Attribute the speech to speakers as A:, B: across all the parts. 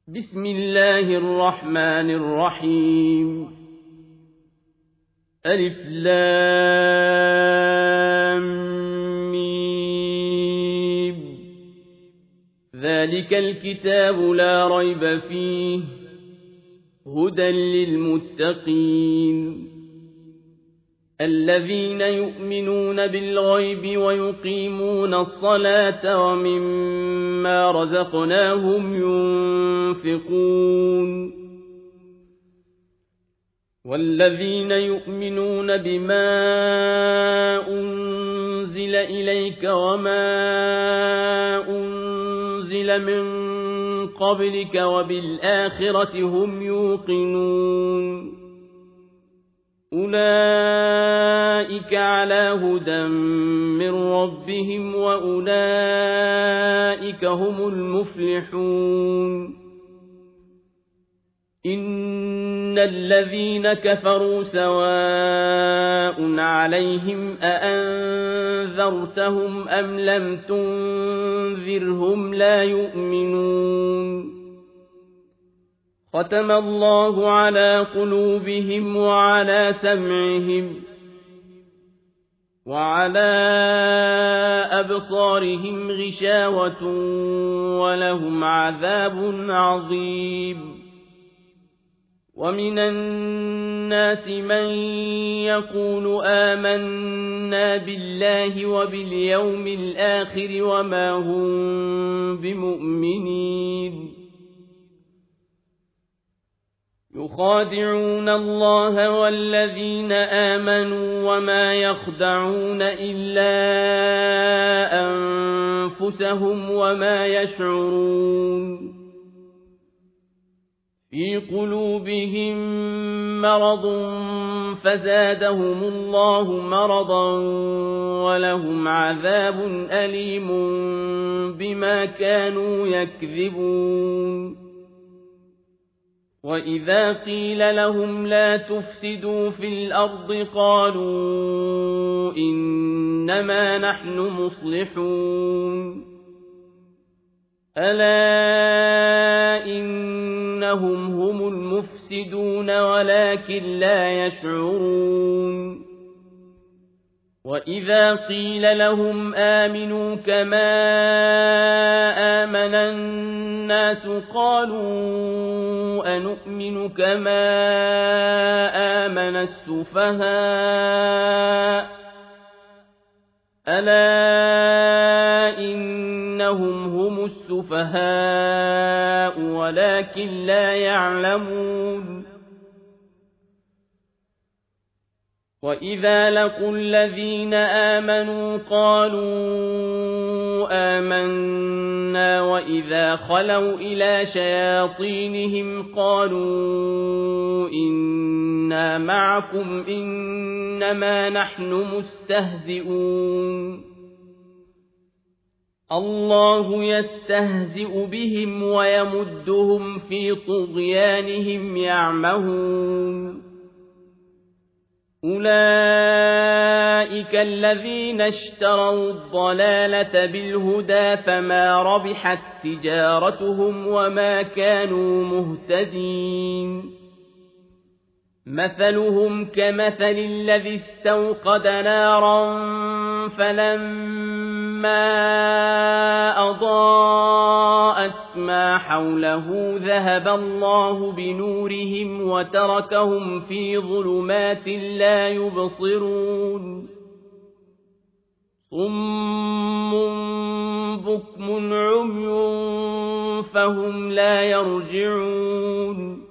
A: بسم الله الرحمن الرحيم ألف لام ميم ذلك الكتاب لا ريب فيه هدى للمتقين الذين يؤمنون بالغيب ويقيمون الصلاة ومما رزقناهم ينفقون والذين يؤمنون بما أنزل إليك وما أنزل من قبلك وبالآخرة هم يوقنون أولئك على هدى من ربهم وأولئك هم المفلحون إن الذين كفروا سواء عليهم أأنذرتهم أم لم تنذرهم لا يؤمنون ختم الله على قلوبهم وعلى سمعهم وعلى أبصارهم غشاوة ولهم عذاب عظيم ومن الناس من يقول آمنا بالله وباليوم الآخر وما هم بمؤمنين يخادعون الله والذين آمنوا وما يخدعون إلا أنفسهم وما يشعرون في قلوبهم مرض فزادهم الله مرضا ولهم عذاب أليم بما كانوا يكذبون وإذا قيل لهم لا تفسدوا في الأرض قالوا إنما نحن مصلحون ألا إنهم هم المفسدون ولكن لا يشعرون وإذا قيل لهم آمنوا كما آمن الناس قالوا أنؤمن كما آمن السفهاء ألا إنهم هم السفهاء ولكن لا يعلمون وإذا لقوا الذين آمنوا قالوا آمنا وإذا خلوا إلى شياطينهم قالوا إنا معكم إنما نحن مستهزئون الله يستهزئ بهم ويمدهم في طغيانهم يعمهون أولئك الذين اشتروا الضلالة بالهدى فما ربحت تجارتهم وما كانوا مهتدين مثلهم كمثل الذي استوقد نارا فلما أضاءت ما حوله ذهب الله بنورهم وتركهم في ظلمات لا يبصرون صم بكم عمي فهم لا يرجعون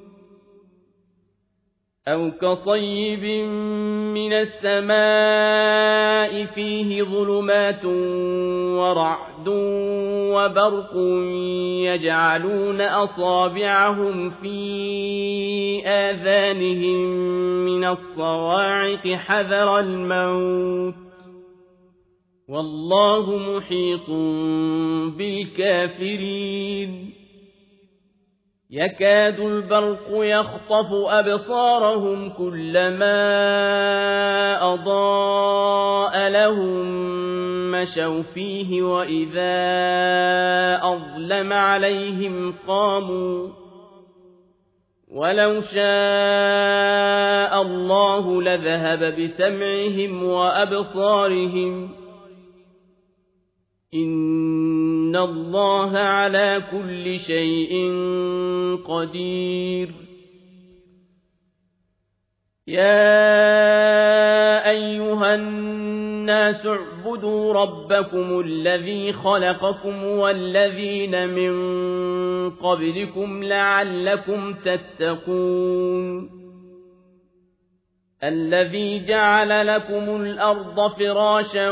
A: أو كصيب من السماء فيه ظلمات ورعد وبرق يجعلون أصابعهم في آذانهم من الصواعق حذر الموت والله محيط بالكافرين يكاد البرق يخطف أبصارهم كلما أضاء لهم مشوا فيه وإذا أظلم عليهم قاموا ولو شاء الله لذهب بسمعهم وأبصارهم إن الله على كل شيء قدير يا أيها الناس اعبدوا ربكم الذي خلقكم والذين من قبلكم لعلكم تتقون الذي جعل لكم الأرض فراشا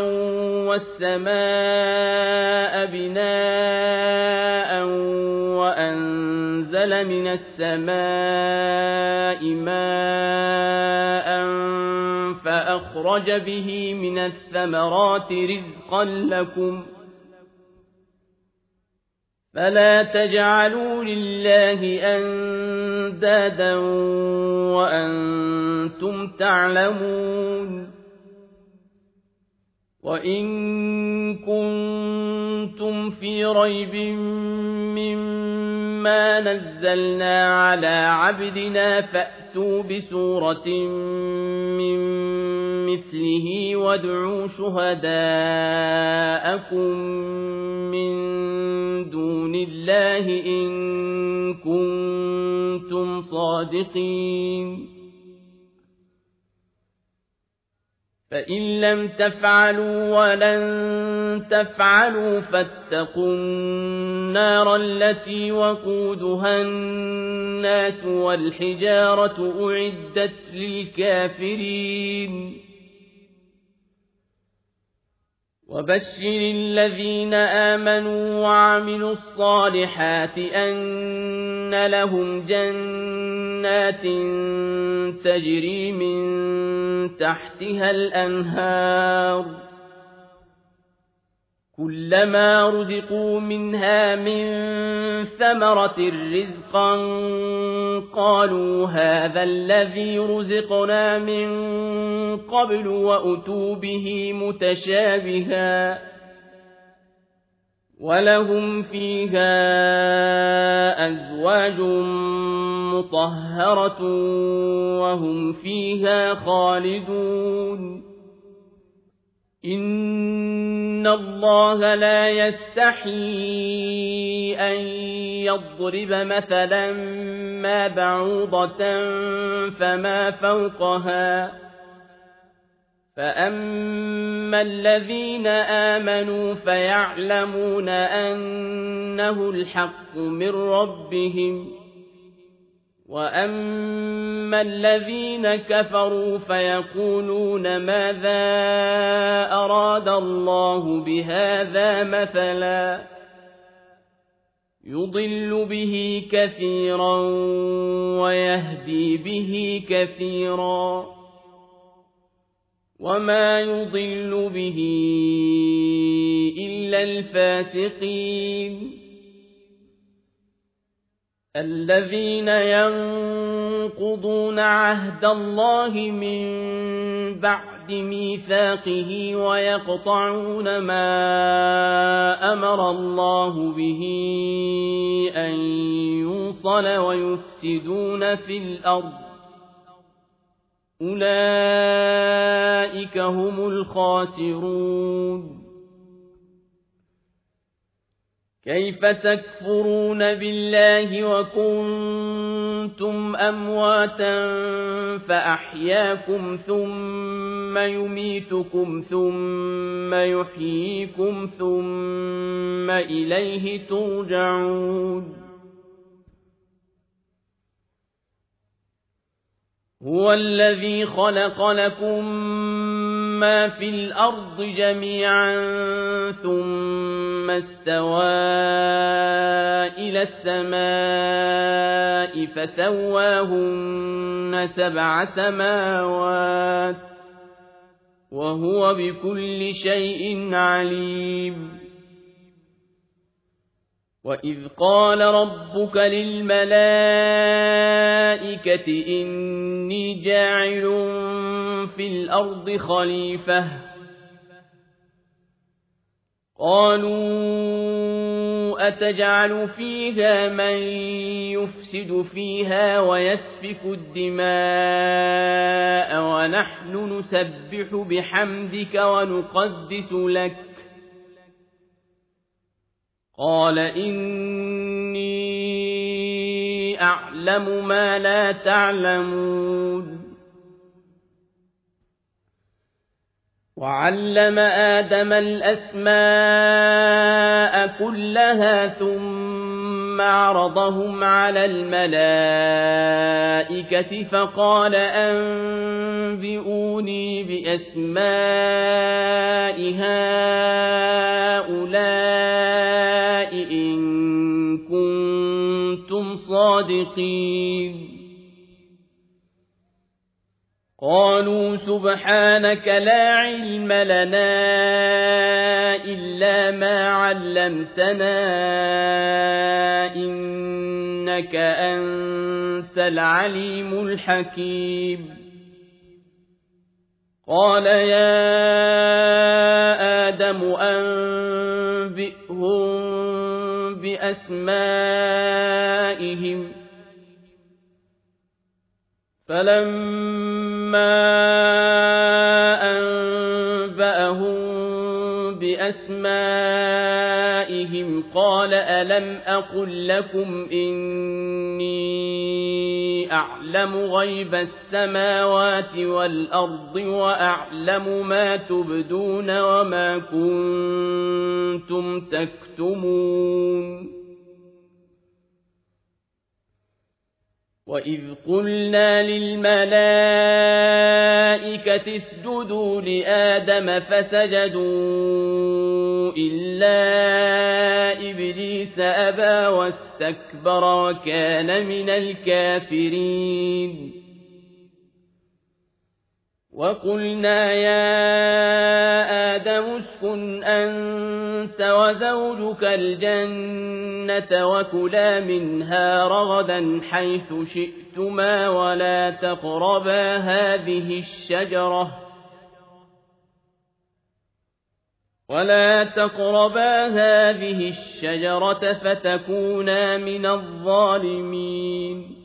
A: والسماء بناء وأنزل من السماء ماء فأخرج به من الثمرات رزقا لكم فلا تجعلوا لله أندادا وأنتم تعلمون وإن كنتم في ريب مما نزلنا على عبدنا فأتوا بسورة من مثله وادعوا شهداءكم من دون الله إن كنتم صادقين فإن لم تفعلوا ولن تفعلوا فاتقوا النار التي وقودها الناس والحجارة أعدت للكافرين وبشر الذين آمنوا وعملوا الصالحات أن لهم جنات تجري من تحتها الأنهار كلما رزقوا منها من ثمرة رزقا قالوا هذا الذي رزقنا من قبل وأتوا به متشابها ولهم فيها أزواج مطهرة وهم فيها خالدون إن الله لا يستحيي أن يضرب مثلا ما بعوضة فما فوقها فأما الذين آمنوا فيعلمون أنه الحق من ربهم وأما الذين كفروا فيقولون ماذا أراد الله بهذا مثلا يضل به كثيرا ويهدي به كثيرا وما يضل به إلا الفاسقين الذين ينقضون عهد الله من بعد ميثاقه ويقطعون ما أمر الله به أن يوصل ويفسدون في الأرض أولئك هم الخاسرون كيف تكفرون بالله وكنتم أمواتا فأحياكم ثم يميتكم ثم يحييكم ثم إليه ترجعون هو الذي خلق لكم ما في الأرض جميعا ثم استوى إلى السماء فسواهن 7 سماوات وهو بكل شيء عليم وإذ قال ربك للملائكة إني جاعل في الأرض خليفة قالوا أتجعل فيها من يفسد يفسد فيها ويسفك الدماء ونحن نسبح بحمدك ونقدس لك قال إني أعلم ما لا تعلمون وعلم آدم الأسماء كلها ثم عرضهم على الملائكة فقال أنبئوني بأسماء هؤلاء إن كنتم صادقين قالوا سبحانك لا علم لنا إلا ما علمتنا إنك أنت العليم الحكيم قال يا آدم أنبئهم بأسمائهم فلما أنبأهم بأسمائهم قال ألم أقل لكم إني أعلم غيب السماوات والأرض وأعلم ما تبدون وما كنتم تكتمون وإذ قلنا للملائكة اسجدوا لآدم فسجدوا إلا إبليس أبى واستكبر وكان من الكافرين وقلنا يا آدم اسكن أنت وزوجك الجنة وكلا منها رغدا حيث شئتما ولا تقربا هذه الشجرة فتكونا من الظالمين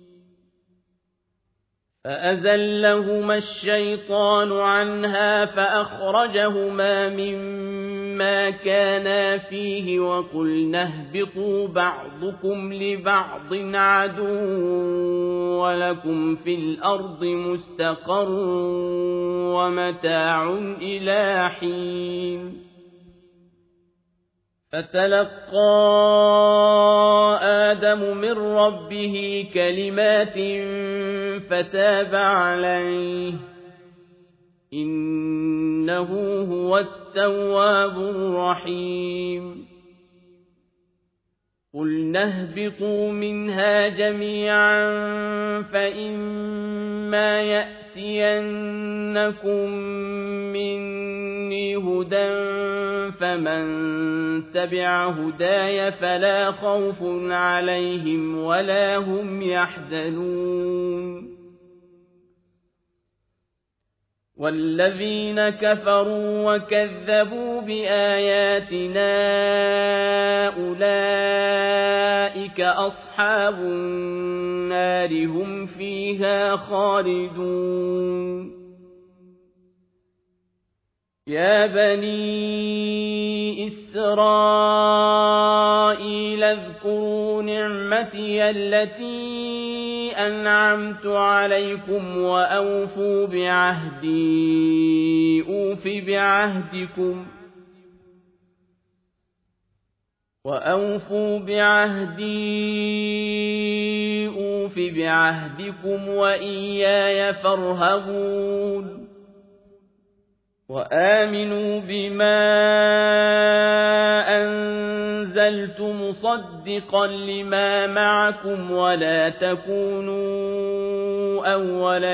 A: فأزلهما الشيطان عنها فأخرجهما مما كانا فيه وقلنا اهبطوا بعضكم لبعض عدو ولكم في الأرض مستقر ومتاع إلى حين فتلقى آدم من ربه كلمات فتاب عليه إنه هو التواب الرحيم قلنا اهبطوا منها جميعا فإما يأتينكم مني هدى فمن تبع هداي فلا خوف عليهم ولا هم يحزنون والذين كفروا وكذبوا بآياتنا أولئك أصحاب النار هم فيها خالدون يا بني إسرائيل اذكروا نعمتي التي أنعمت عليكم وأوفوا بعهدي أوف بعهدكم وإياي فارهبون وآمنوا بما أنزلت مصدقا لما معكم ولا تكونوا أول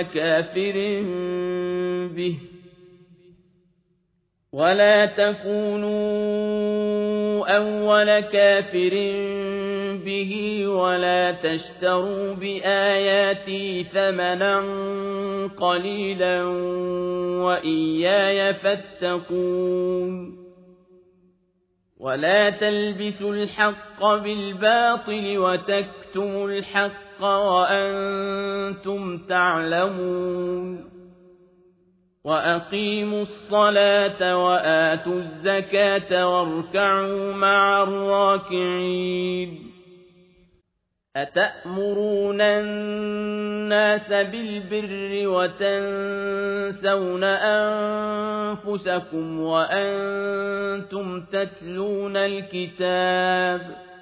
A: كافر به ولا تشتروا بآياتي ثمنا قليلا وإياي فاتقون ولا تلبسوا الحق بالباطل وتكتموا الحق وأنتم تعلمون وأقيموا الصلاة وآتوا الزكاة واركعوا مع الراكعين أتأمرون الناس بالبر وتنسون أنفسكم وأنتم تتلون الكتاب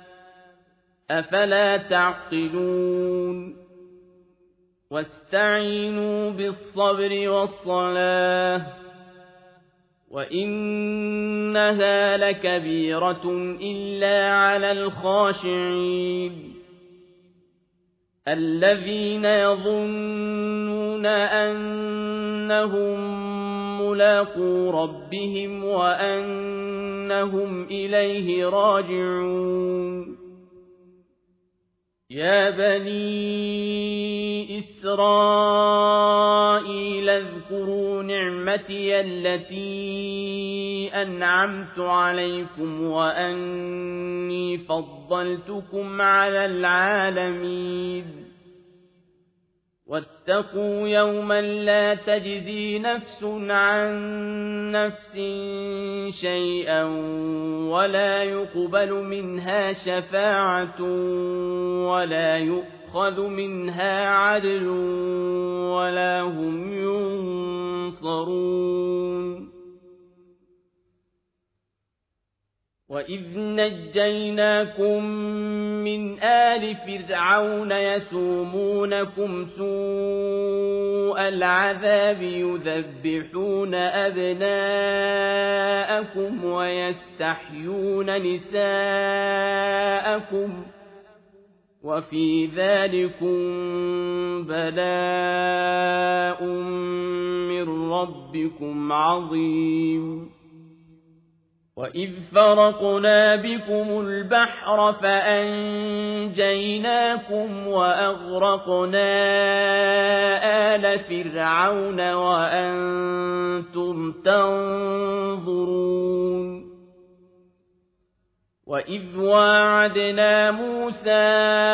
A: أفلا تعقلون واستعينوا بالصبر والصلاة وإنها لكبيرة إلا على الخاشعين الذين يظنون أنهم ملاقو ربهم وأنهم إليه راجعون يا بني إسرائيل اذكروا نعمتي التي أنعمت عليكم وأني فضلتكم على العالمين واتقوا يوما لا تجزي نفس عن نفس شيئا ولا يقبل منها شفاعة ولا يؤخذ منها عدل ولا هم ينصرون وإذ نجيناكم من آل فرعون يسومونكم سوء العذاب يذبحون أبناءكم ويستحيون نساءكم وفي ذلكم بلاء من ربكم عظيم وإذ فرقنا بكم البحر فأنجيناكم وأغرقنا آل فرعون وأنتم تنظرون وإذ واعدنا موسى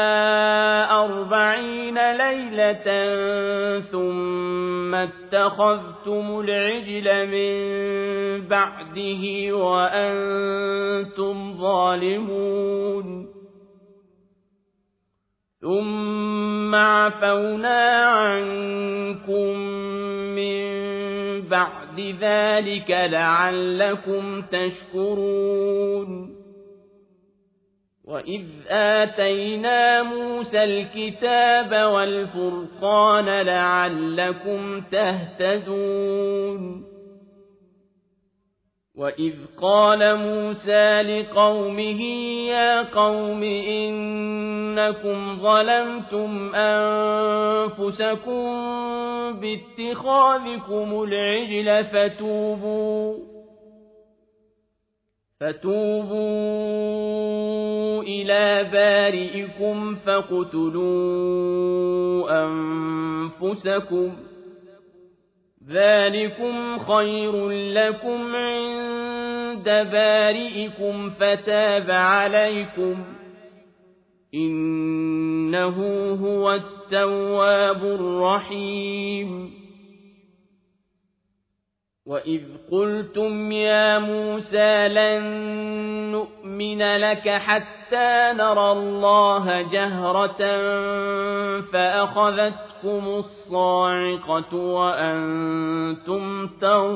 A: 40 ليلة ثم اتخذتم العجل من بعده وأنتم ظالمون ثم عفونا عنكم من بعد ذلك لعلكم تشكرون وإذ آتينا موسى الكتاب والفرقان لعلكم تهتدون وإذ قال موسى لقومه يا قوم إنكم ظلمتم أنفسكم باتخاذكم العجل فتوبوا إلى بارئكم فاقتلوا أنفسكم ذلكم خير لكم عند بارئكم فتاب عليكم إنه هو التواب الرحيم وإذ قلتم يا موسى لن نؤمن لك حتى نرى الله جهرة فأخذتكم الصاعقة وأنتم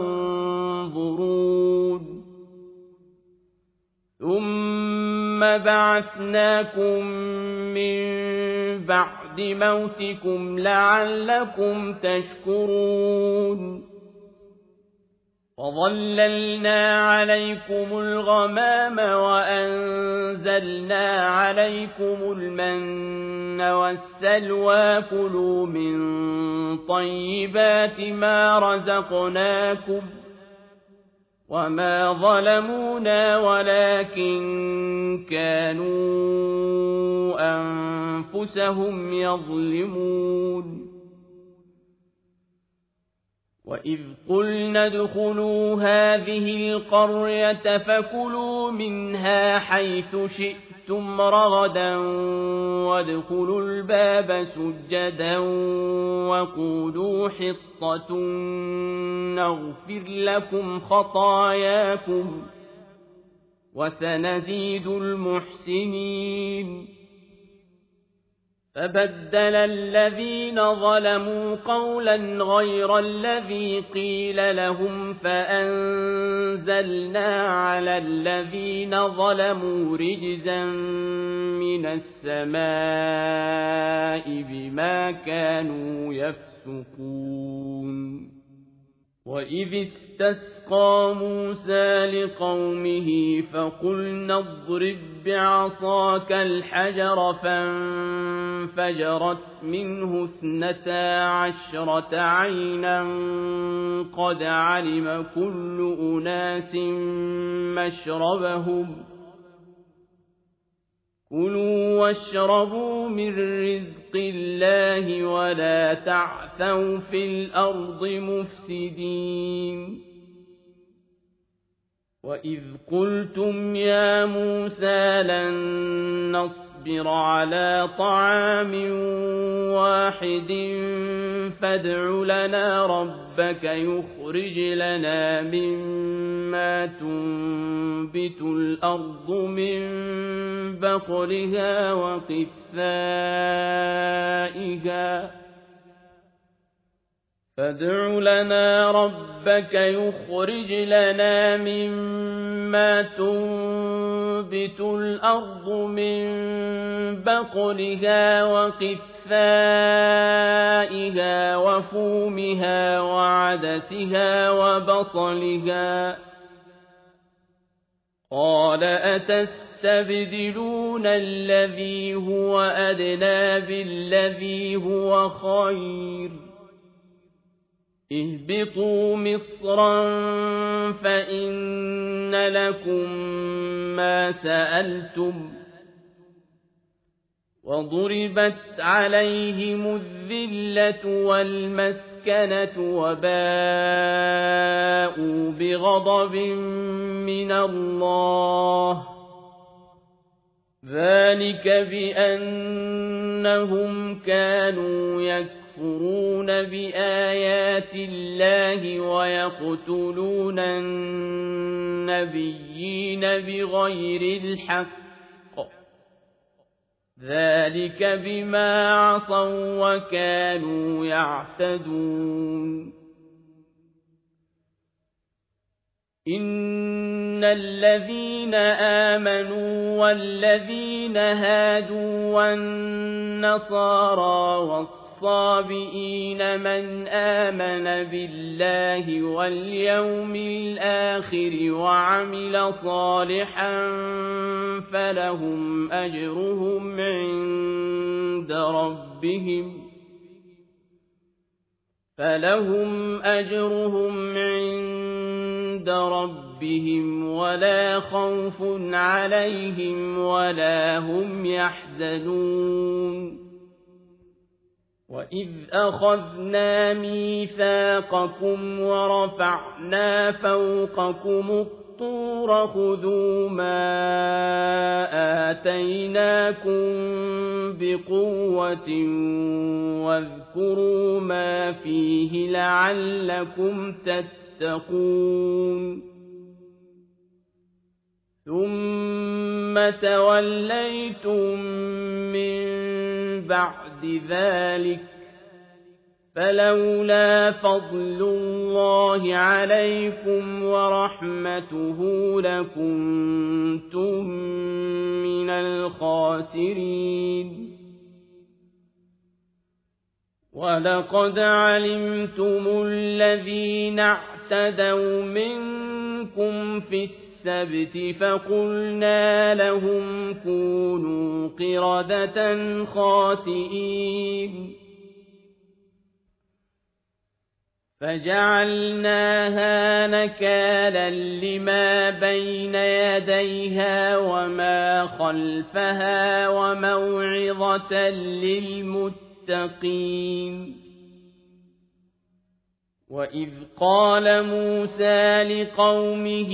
A: تنظرون ثم بعثناكم من بعد موتكم لعلكم تشكرون وظللنا عليكم الغمام وأنزلنا عليكم المن والسلوى كلوا من طيبات ما رزقناكم وما ظلمونا ولكن كانوا أنفسهم يظلمون وإذ قلنا ادخلوا هذه القرية فكلوا منها حيث شئتم رغدا وادخلوا الباب سجدا وقولوا حطة نغفر لكم خطاياكم وسنزيد المحسنين فبدل الذين ظلموا قولا غير الذي قيل لهم فأنزلنا على الذين ظلموا رجزا من السماء بما كانوا يفسقون وإذ استسقى موسى لقومه فقلنا اضرب بعصاك الحجر فانفجرت منه 12 عينا قد علم كل أناس مشربهم كلوا واشربوا من رزق الله ولا تعثوا في الأرض مفسدين وإذ قلتم يا موسى لن نصبر على طعام واحد فادع لنا ربك يخرج لنا مما تنبت الأرض من بقلها وقثائها فادع لنا ربك يخرج لنا مما تنبت الأرض من بقلها وقثائها وفومها وعدسها وبصلها قال أتستبدلون الذي هو أدنى بالذي هو خير اهبطوا مصرا فإن لكم ما سألتم وضربت عليهم الذلة والمسكنة وباءوا بغضب من الله ذلك بأنهم كانوا يكفرون بآيات الله ويقتلون النبيين بغير الحق ذلك بما عصوا وكانوا يعتدون إن الذين آمنوا والذين هادوا والنصارى والصابئين من آمن بالله واليوم الآخر وعمل صالحا فلهم أجرهم عند ربهم ولا خوف عليهم ولا هم يحزنون وإذ أخذنا ميثاقكم ورفعنا فوقكم الطور خذوا ما آتيناكم بقوة واذكروا ما فيه لعلكم تتقون ثم توليتم من بعد ذلك فلولا فضل الله عليكم ورحمته لكنتم من الخاسرين ولقد علمتم الذين اعتدوا منكم في السبت فقلنا لهم كونوا قردة خاسئين فجعلناها نكالا لما بين يديها وما خلفها وموعظة للمتقين وَإِذْ قَالَ مُوسَى لِقَوْمِهِ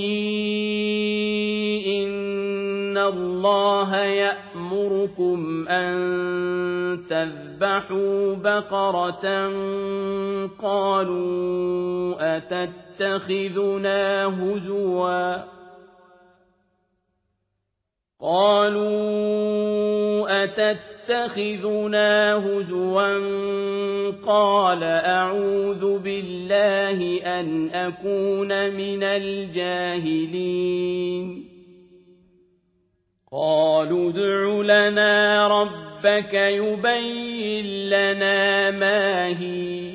A: إِنَّ اللَّهَ يَأْمُرُكُمْ أَن تَذْبَحُوا بَقَرَةً قَالُوا أَتَتَّخِذُنَا هُزُوًا قَالَ أَعُوذُ بِاللَّهِ أَنْ أَكُونَ مِنَ الْجَاهِلِينَ قَالُوا ادْعُ لَنَا رَبَّكَ يُبَيِّن لَّنَا مَا هِيَ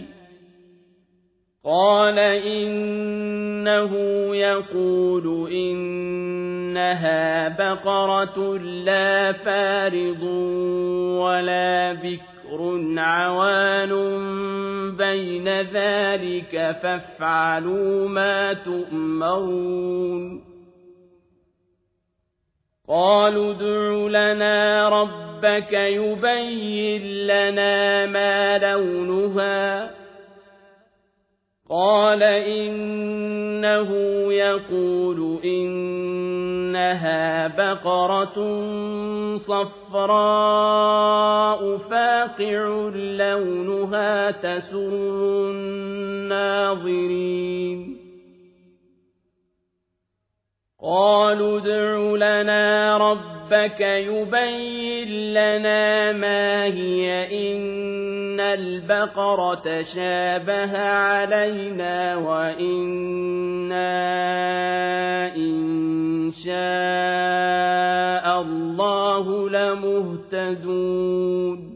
A: قَالَ إِنَّهُ يَقُولُ إِنَّهَا بَقَرَةٌ لَّا فَارِضٌ وَلَا بِكْرٌ عَوَانٌ بَيْنَ ذَلِكَ فَافْعَلُوا مَا تُؤْمَرُونَ قَالُوا ادْعُ لَنَا رَبَّكَ يُبَيِّن لَّنَا مَا لَوْنُهَا قَالَ إِنَّهُ يَقُولُ إِنَّهَا بَقَرَةٌ صَفْرَاءُ فَاقِعٌ لَّوْنُهَا تَسُرُّ النَّاظِرِينَ قَالُوا ادْعُ لَنَا رَبَّكَ يُبَيِّن لَّنَا مَا هِيَ إِنَّ الْبَقَرَةَ شَابَهَ عَلَيْنَا وَإِنَّا إِن شَاءَ اللَّهُ لَمُهْتَدُونَ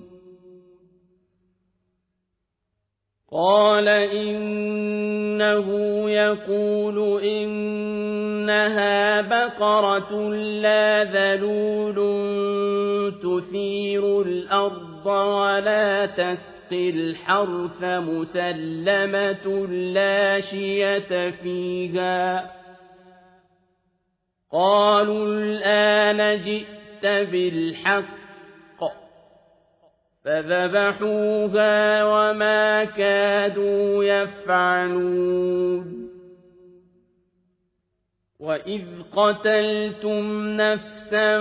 A: قَالَ إِنَّهُ يَقُولُ إِنَّهَا بَقَرَةٌ لَّا ذَلُولٌ تُثِيرُ الْأَرْضَ وَلَا تَسْقِي الْحَرْثَ مُسَلَّمَةٌ لَّا شِيَةَ فِيهَا قَالُوا الْآنَ جِئْتَ بِالْحَقِّ فَذَبَحُوهَا وَمَا كَادُوا يَفْعَلُونَ وَإِذْ قَتَلْتُمْ نَفْسًا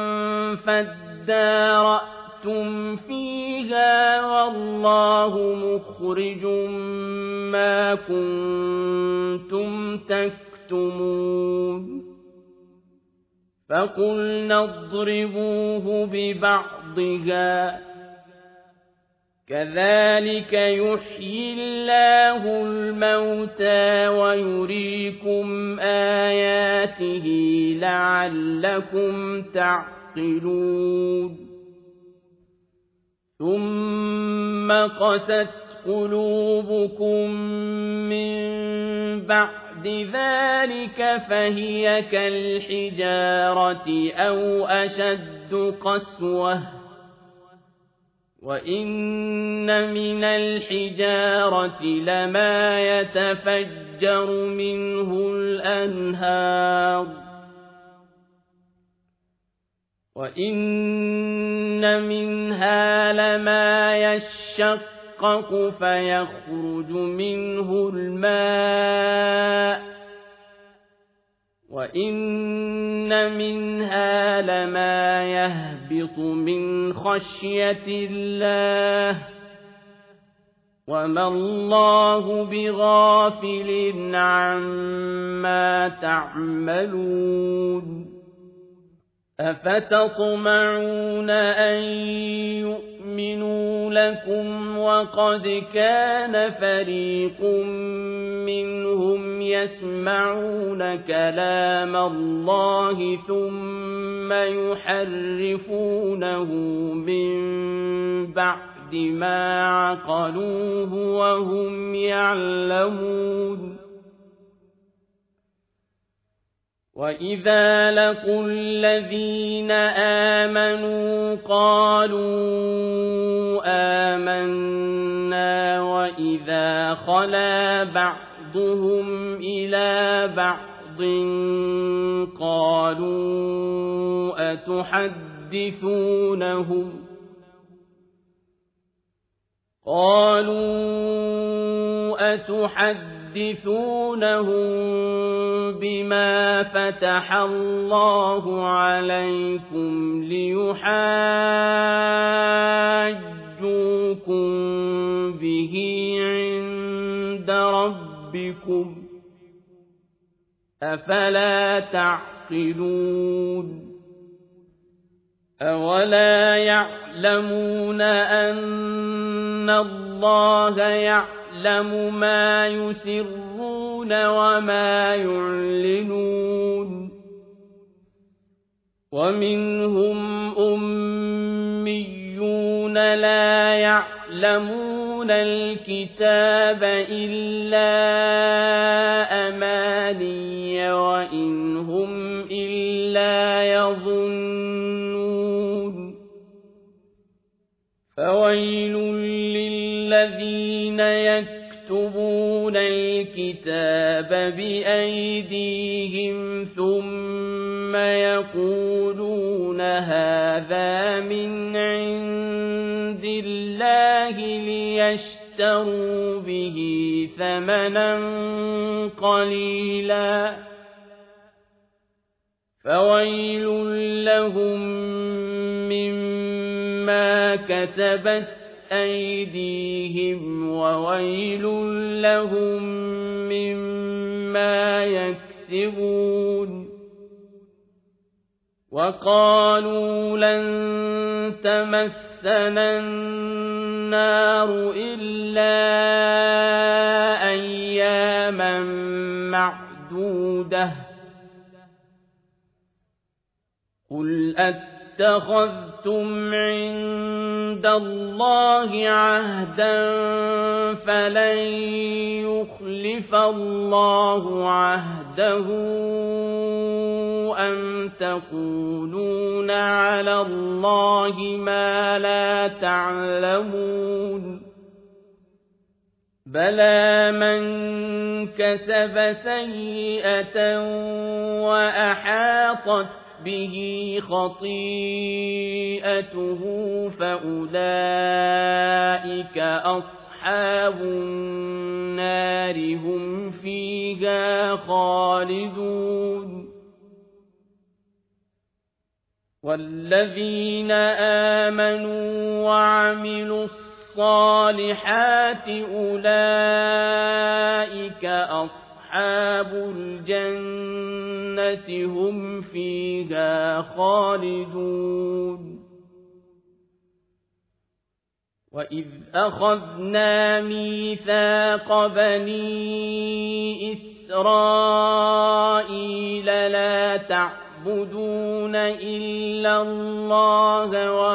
A: فَادَّارَأْتُمْ فِيهَا وَاللَّهُ مُخْرِجٌ مَّا كُنتُمْ تَكْتُمُونَ فَقُلْنَا اضْرِبُوهُ بِبَعْضِهَا كَذَلِكَ يُحْيِي اللَّهُ الْمَوْتَىٰ وَيُرِيكُمْ آيَاتِهِ لَعَلَّكُمْ تَعْقِلُونَ ثُمَّ قَسَتْ قُلُوبُكُم مِّن بَعْدِ ذَلِكَ فَهِيَ كَالْحِجَارَةِ أَوْ أَشَدُّ قَسْوَةً وَإِنَّ مِنَ الْحِجَارَةِ لَمَا يَتَفَجَّرُ مِنْهُ الْأَنْهَارُ وَإِنَّ مِنْهَا لَمَا يَشَّقَّقُ فَيَخْرُجُ مِنْهُ الْمَاءُ وَإِنَّ مِنْهَا لَمَا يَهْبِطُ مِنْ خَشْيَةِ اللَّهِ وَمَا اللَّهُ بِغَافِلٍ عَمَّا تَعْمَلُونَ أَفَتَطْمَعُونَ أَن يُؤْمِنُوا لَكُمْ وَقَدْ كَانَ فَرِيقٌ مِّنْهُمْ يَسْمَعُونَ كَلَامَ اللَّهِ ثُمَّ يُحَرِّفُونَهُ مِن بَعْدِ مَا عَقَلُوهُ وَهُمْ يَعْلَمُونَ وَإِذَا لَقُوا الَّذِينَ آمَنُوا قَالُوا آمَنَّا وَإِذَا خَلَا بَعْضُهُمْ إِلَىٰ بَعْضٍ قَالُوا أتحدثونهم بما فتح الله عليكم ليحاجوكم به عند ربكم أفلا تعقلون أولا يعلمون أن الله يعلم ما يسرون وما يعلنون ومنهم أميون لا يعلمون الكتاب إلا أماني وإن هم إلا يظنون فويل للذين يكتبون الكتاب بأيديهم ثم يقولون هذا من عند الله ليشتروا به ثمنا قليلا فويل لهم مما كتبت أيديهم وويل لهم مما يكسبون وقالوا لن تمسنا النار إلا أياما معدودة قل اتخذتم عند الله عهدا فلن يخلف الله عهده أم تقولون على الله ما لا تعلمون بلى من كسب سيئة وأحاطت به خطيئته فأولئك أصحاب النار هم فيها خالدون والذين آمنوا وعملوا الصالحات أولئك أصحاب الجنة هم فيها خالدون وإذ أخذنا ميثاق بني إسرائيل لا تعبدون إلا الله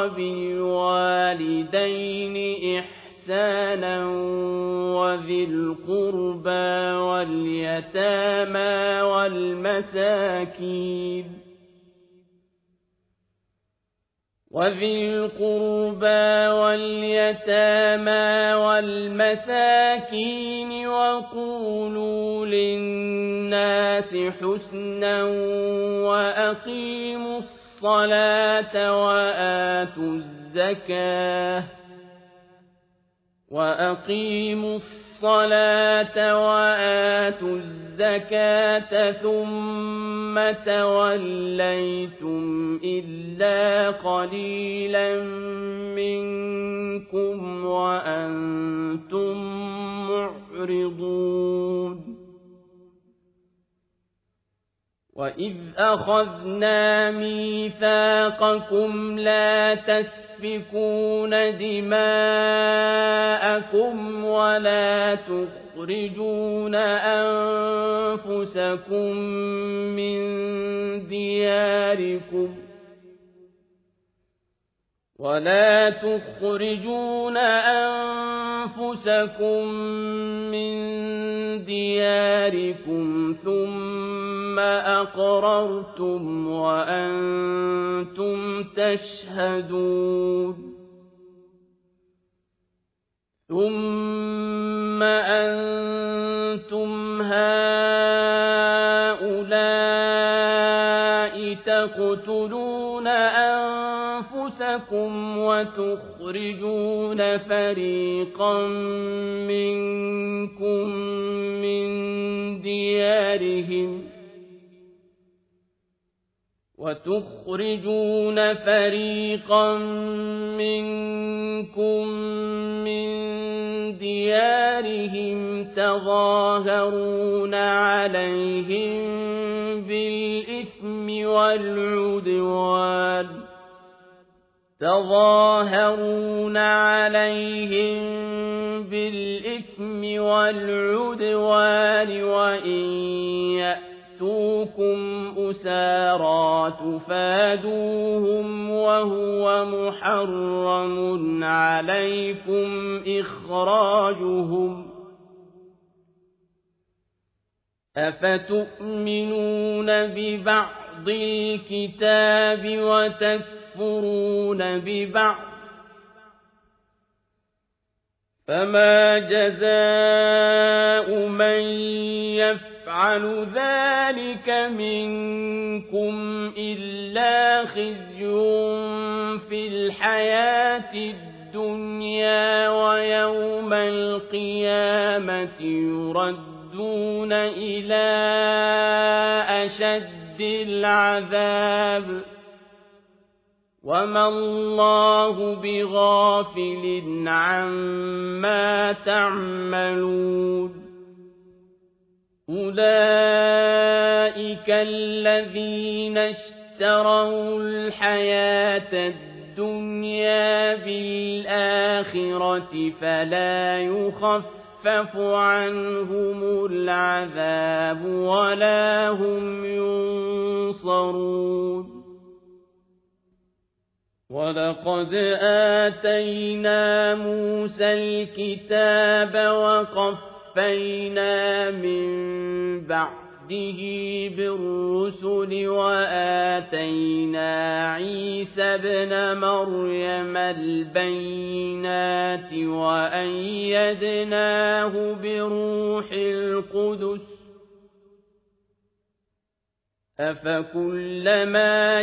A: وبالوالدين إحسانا وذي القربى واليتامى والمساكين وقولوا للناس حسنا وأقيموا الصلاة وآتوا الزكاة ثم توليتم إلا قليلا منكم وأنتم معرضون وإذ أخذنا ميثاقكم لا تسفكون دماءكم ولا تخرجون أنفسكم من دياركم ثم أقررتم وأنتم تشهدون ثم أنتم هؤلاء تقتلون أنفسكم وتخرجون وتخرجون فريقا منكم من ديارهم تظاهرون عليهم بالإثم والعدوان وإن يأتوكم أسارى تفادوهم وهو محرم عليكم إخراجهم أفتؤمنون ببعض الكتاب وتكفرون ببعض فما جزاء من يفعل ذلك منكم إلا خزي في الحياة الدنيا ويوم القيامة يردون إلى أشد العذاب وما الله بغافل عما تعملون أولئك الذين اشتروا الحياة الدنيا بالآخرة فلا يخفف عنهم العذاب ولا هم ينصرون ولقد آتينا موسى الكتاب وقفينا من بعده بالرسل وآتينا عيسى ابن مريم البينات وأيدناه بروح القدس أفكلما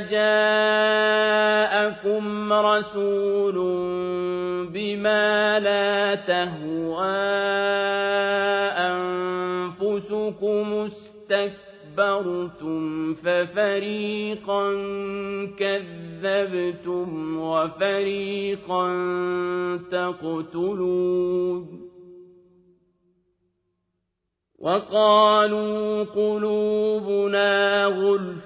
A: جاءكم رسول بما لا تهوى أنفسكم استكبرتم ففريقا كذبتم وفريقا تقتلون وقالوا قلوبنا غلف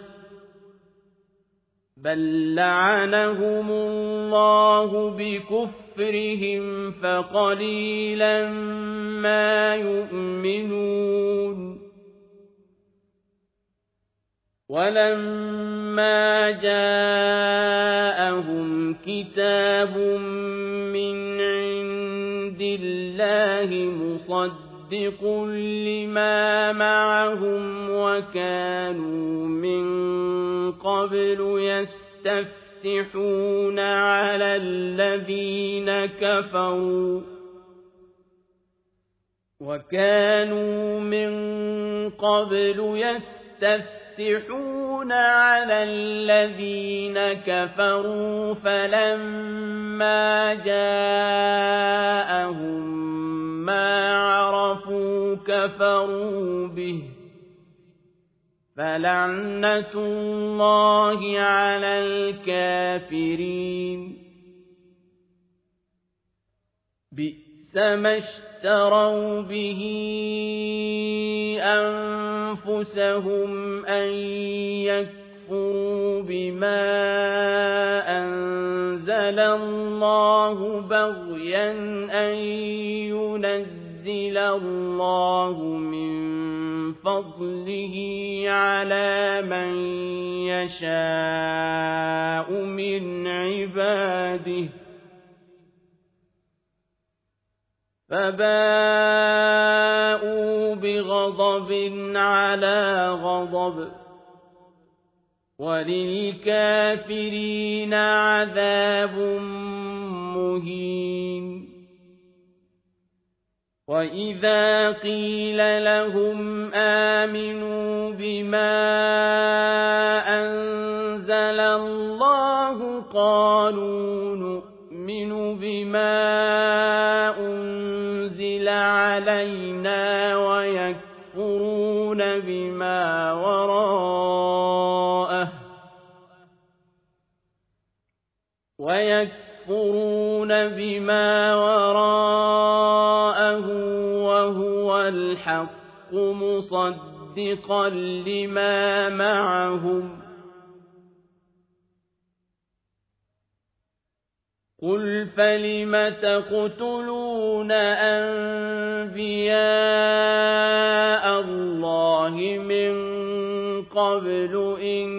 A: بل لعنهم الله بكفرهم فقليلا ما يؤمنون ولما جاءهم كتاب من عند الله مصدق لما معهم وكانوا من قبل يستفتحون على الذين كفروا فلما جاءهم ما عرفوا كفروا به فلعنة الله على الكافرين بئس ما اشتروا به أنفسهم أن يكفروا بما أنزل الله بغيا أن ينزل الله من فضله على من يشاء من عباده فباءوا بغضب على غضب وللكافرين عذاب مهين وإذا قيل لهم آمنوا بما أنزل الله قالوا نؤمن بما أنزل علينا ويكفرون بما وراءه وهو الحق مصدقا لما معهم قل فلم تقتلون أنبياء الله من قبل إن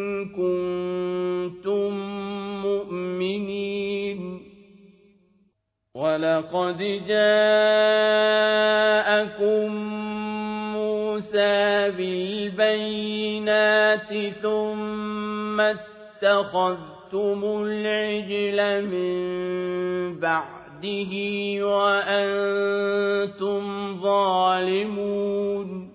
A: كنتم مؤمنين ولقد جاءكم موسى بالبينات ثم اتخذتم العجل من بعده وأنتم ظالمون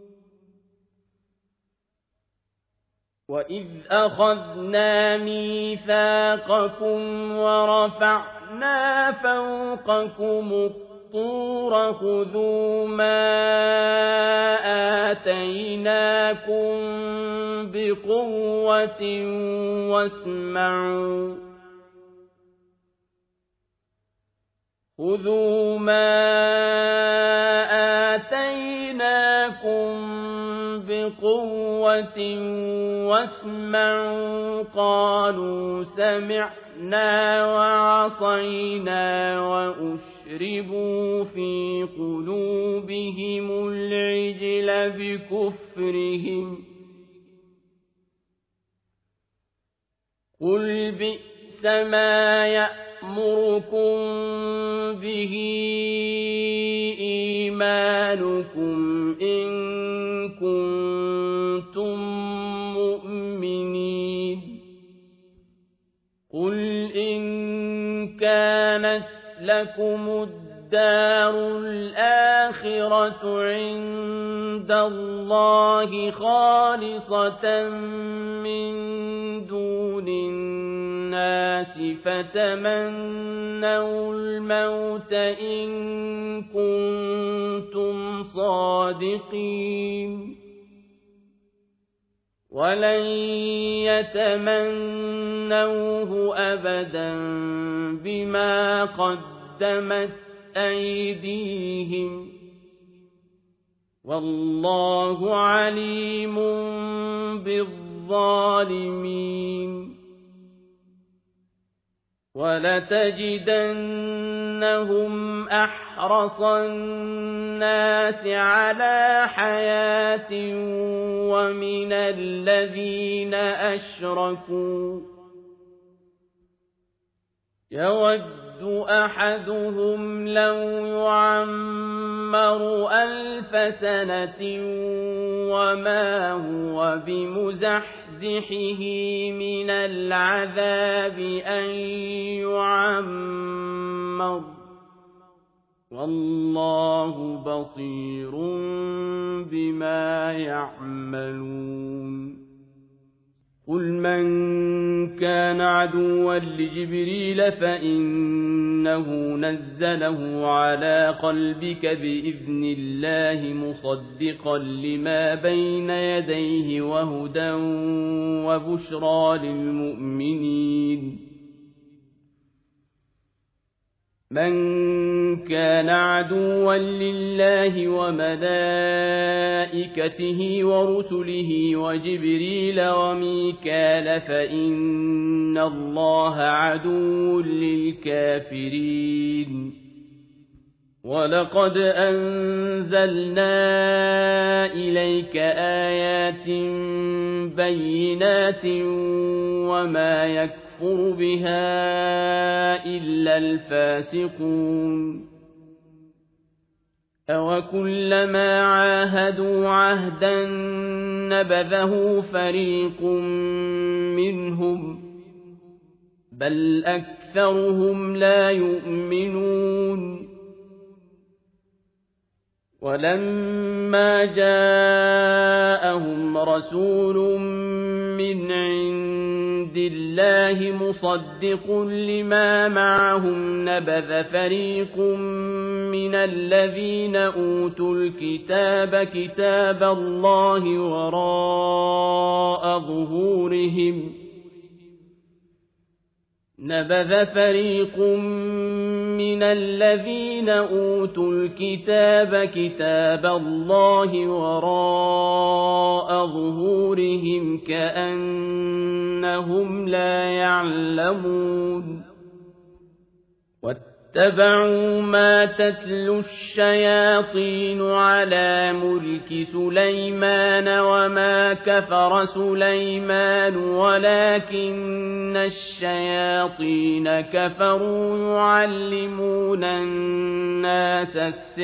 A: وإذ أخذنا ميثاقكم ورفعنا فوقكم الطور خذوا ما آتيناكم بقوة واسمعوا خذوا ما آتيناكم بقوة واسمعوا قالوا سمعنا وعصينا وأشربوا في قلوبهم العجل بكفرهم قل بئس ما يأمركم به إيمانكم إن كنتم مؤمنين قل إن كانت لكم الدار الآخرة عند الله خالصة من دون الناس فتمنوا الموت إن كنتم صادقين ولن يتمنوه أبدا بما قدمت أيديهم والله عليم بالظالمين ولتجدنهم أحرص الناس على حياة ومن الذين أشركوا يود أحدهم لو يعمر 1000 سنة وما هو بمزحزحه من العذاب أن يعمر والله بصير بما يعملون قل من كان عدوا لجبريل فإنه نزله على قلبك بإذن الله مصدقا لما بين يديه وهدى وبشرى للمؤمنين من كان عدوا لله وملائكته ورسله وجبريل وميكال فإن الله عدو للكافرين ولقد أنزلنا إليك آيات بينات وما يكفر بها إلا الفاسقون أوكلما عاهدوا عهدا نبذه فريق منهم بل أكثرهم لا يؤمنون ولما جاءهم رسول من عند عِندِ اللَّهِ مُصَدِّقٌ لِّمَا مَعَهُمْ نَبَذَ فَرِيقٌ مِّنَ الَّذِينَ أُوتُوا الْكِتَابَ كِتَابَ اللَّهِ وَرَاءَ ظُهُورِهِمْ نَبَذَ فَرِيقٌ مِّنَ الَّذِينَ أُوتُوا الْكِتَابَ كِتَابَ اللَّهِ وَرَاءَ ظُهُورِهِمْ كَأَنَّهُمْ لَا يَعْلَمُونَ وَاتَّبَعُوا مَا تَتْلُو الشَّيَاطِينُ عَلَىٰ مُلْكِ سُلَيْمَانَ وَمَا كَفَرَ سُلَيْمَانُ وَلَٰكِنَّ الشَّيَاطِينَ كَفَرُوا يُعَلِّمُونَ النَّاسَ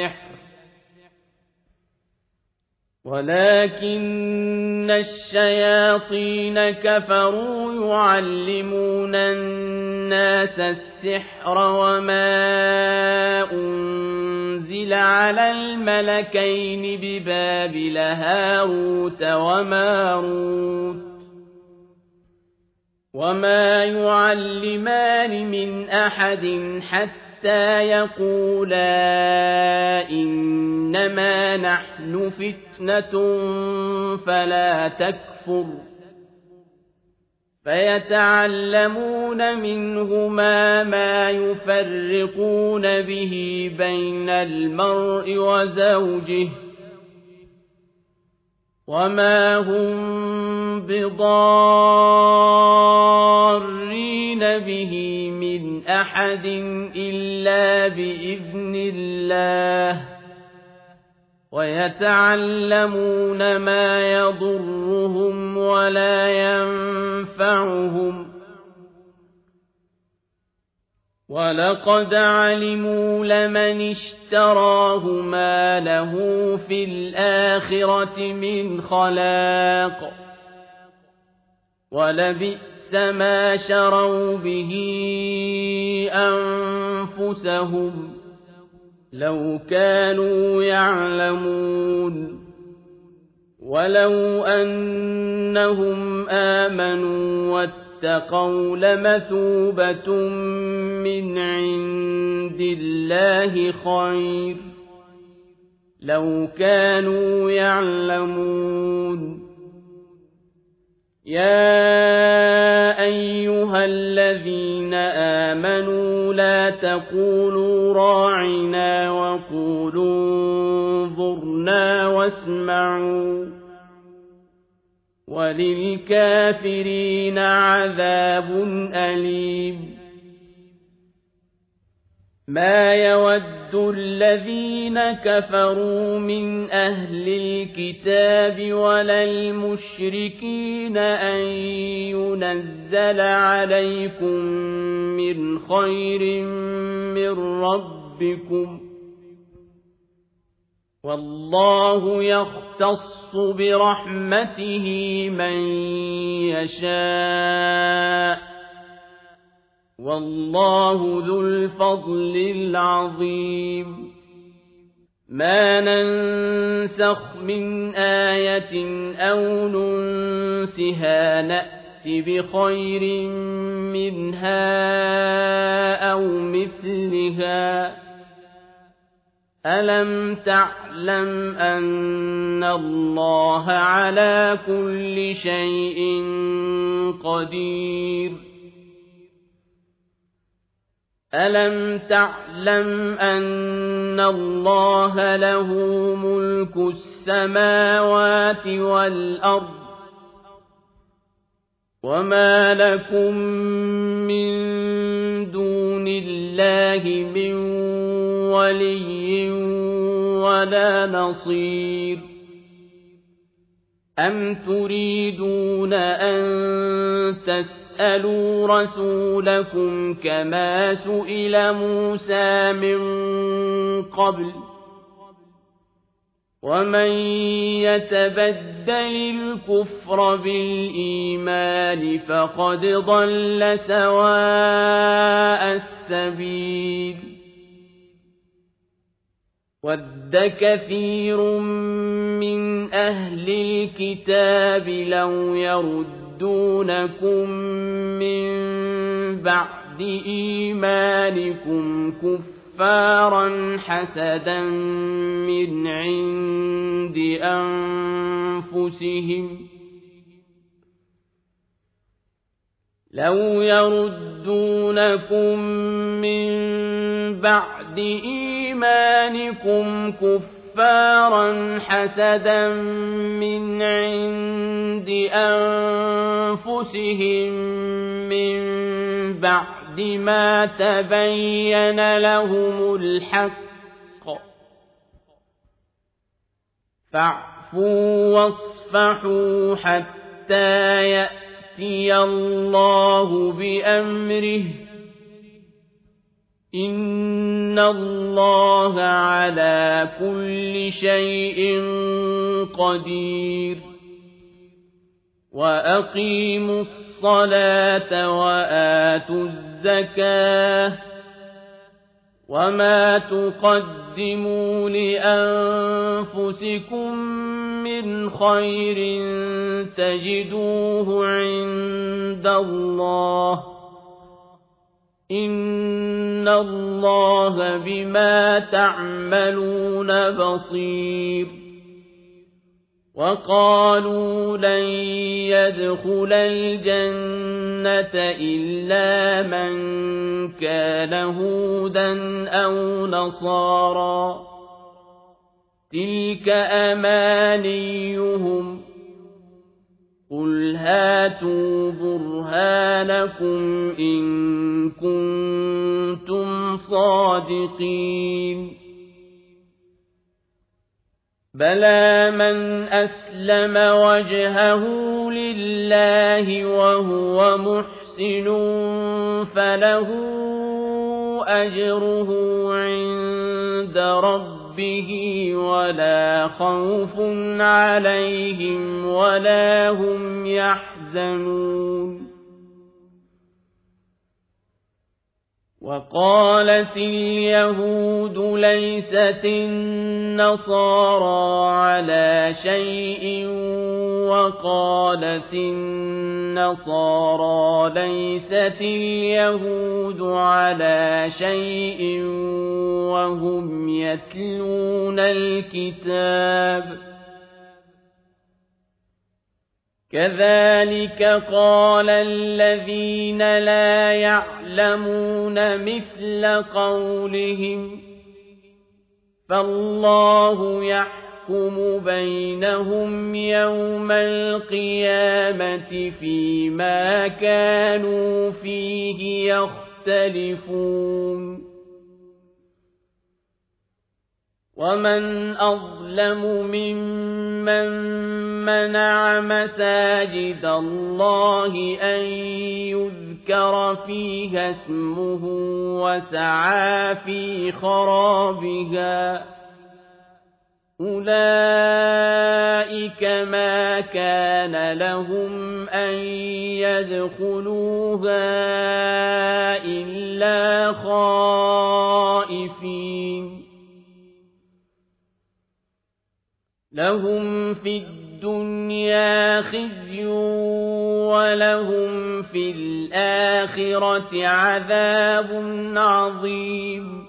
A: السِّحْرَ وَمَا أُنزِلَ عَلَى الْمَلَكَيْنِ بِبَابِلَ هَارُوتَ وَمَارُوتَ وَمَا يُعَلِّمَانِ مِنْ أَحَدٍ حَتَّىٰ يَقُولَا إِنَّمَا نَحْنُ فِتْنَةٌ فَلَا تَكْفُرْ فَيَتَعَلَّمُونَ مِنْهُمَا مَا يُفَرِّقُونَ بِهِ بَيْنَ الْمَرْءِ وَزَوْجِهِ وَمَا هُم بِضَارِّينَ بِهِ مِنْ أَحَدٍ إِلَّا بِإِذْنِ اللَّهِ وَيَتَعَلَّمُونَ مَا يَضُرُّهُمْ وَلَا يَنفَعُهُمْ وَلَقَدْ عَلِمُوا لَمَنِ اشْتَرَاهُ مَا لَهُ فِي الْآخِرَةِ مِنْ خَلَاقٍ وَلَبِئْسَ مَا شَرَوْا بِهِ أَنفُسَهُمْ لَوْ كَانُوا يَعْلَمُونَ وَلَوْ أَنَّهُمْ آمَنُوا وَاتَّقَوْا لَمَثُوبَةٌ مِّنْ عِندِ اللَّهِ خَيْرٌ لَوْ كَانُوا يَعْلَمُونَ يَا أَيُّهَا الَّذِينَ آمَنُوا لَا تَقُولُوا رَاعِنَا وَقُولُوا انظُرْنَا وَاسْمَعُوا وَلِلْكَافِرِينَ عَذَابٌ أَلِيمٌ مَا يَوَدُّ الَّذِينَ كَفَرُوا مِنْ أَهْلِ الْكِتَابِ وَلَا الْمُشْرِكِينَ أَن يُنَزَّلَ عَلَيْكُم مِّنْ خَيْرٍ مِّن رَّبِّكُمْ وَاللَّهُ يَخْتَصُّ بِرَحْمَتِهِ مَن يَشَاءُ وَاللَّهُ ذُو الْفَضْلِ الْعَظِيمِ مَا نَنسَخْ مِنْ آيَةٍ أَوْ نُنسِهَا نَأْتِ بِخَيْرٍ مِّنْهَا أَوْ مِثْلِهَا أَلَمْ تَعْلَمْ أَنَّ اللَّهَ عَلَىٰ كُلِّ شَيْءٍ قَدِيرٌ أَلَمْ تَعْلَمْ أَنَّ اللَّهَ لَهُ مُلْكُ السَّمَاوَاتِ وَالْأَرْضِ وَمَا لَكُم مِّن دُونِ اللَّهِ مِن وَلِيٍّ وَلَا نَصِيرٍ أَمْ تُرِيدُونَ أَن تَسْأَلُوا رَسُولَكُمْ كَمَا سُئِلَ مُوسَىٰ مِن قَبْلُ وَمَن يَتَبَدَّلِ الْكُفْرَ بِالْإِيمَانِ فَقَدْ ضَلَّ سَوَاءَ السَّبِيلِ وَدَّ كَثِيرٌ مِّنْ أَهْلِ الْكِتَابِ لَوْ يَرُدُّونَكُم يردونكم من بعد إيمانكم كفارا حسدا من عند أنفسهم لو يردونكم من بعد إيمانكم كفارا حسدا من عند أنفسهم من بعد ما تبين لهم الحق فاعفوا واصفحوا حتى يأتي الله بأمره إن الله على كل شيء قدير وأقيموا الصلاة وآتوا الزكاة وما تقدموا لأنفسكم من خير تجدوه عند الله إن الله بما تعملون بصير وقالوا لن يدخل الجنة إلا من كان هودا أو نصارى تلك أمانيهم قل هاتوا برهانكم إن كنتم صادقين بلى من أسلم وجهه لله وهو محسن فله أجره عند ربه ولا خوف عليهم ولا هم يحزنون وقالت اليهود ليست النصارى على شيء وقالت النصارى ليست اليهود على شيء وهم يتلون الكتاب كذلك قال الذين لا يعلمون مثل قولهم فالله يحكم بينهم يوم القيامة فيما كانوا فيه يختلفون ومن أظلم ممن منع مساجد الله أن يذكر فيها اسمه وسعى في خرابها أولئك ما كان لهم أن يدخلوها إلا خائفين لهم في الدنيا خزي ولهم في الآخرة عذاب عظيم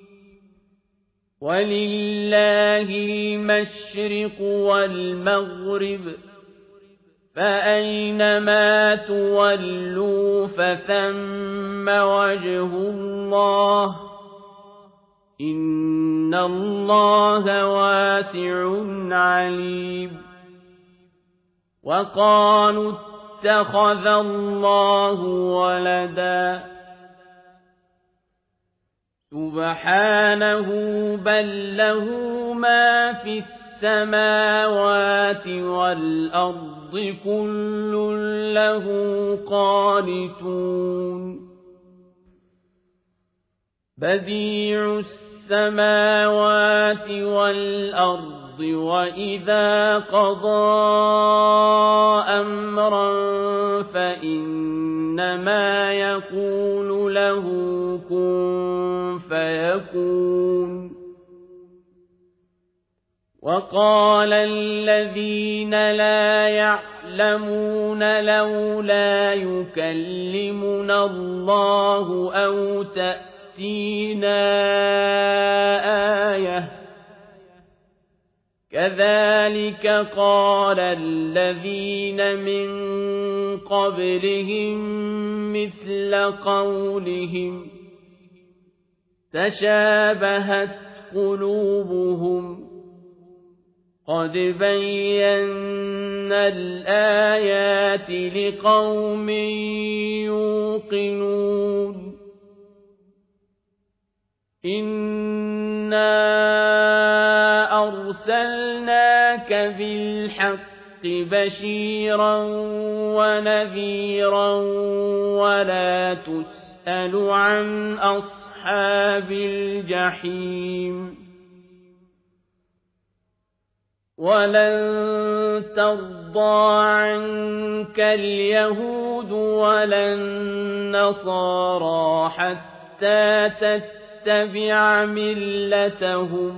A: ولله المشرق والمغرب فأينما تولوا فثم وجه الله إن الله واسع عليم وقالوا اتخذ الله ولدا سبحانه بل له ما في السماوات والأرض كل له قانتون بديع السماوات والأرض وإذا قضى أمرا فإنما يقول له كن فيكون وقال الذين لا يعلمون لولا يكلمنا الله أو تأتينا آية كذلك قال الذين من قبلهم مثل قولهم تشابهت قلوبهم قد بينا الآيات لقوم يوقنون إنا أرسلناك بالحق بشيرا ونذيرا ولا تسأل عن أصحاب الجحيم ولن ترضى عنك اليهود ولا النصارى حتى تتبع ملتهم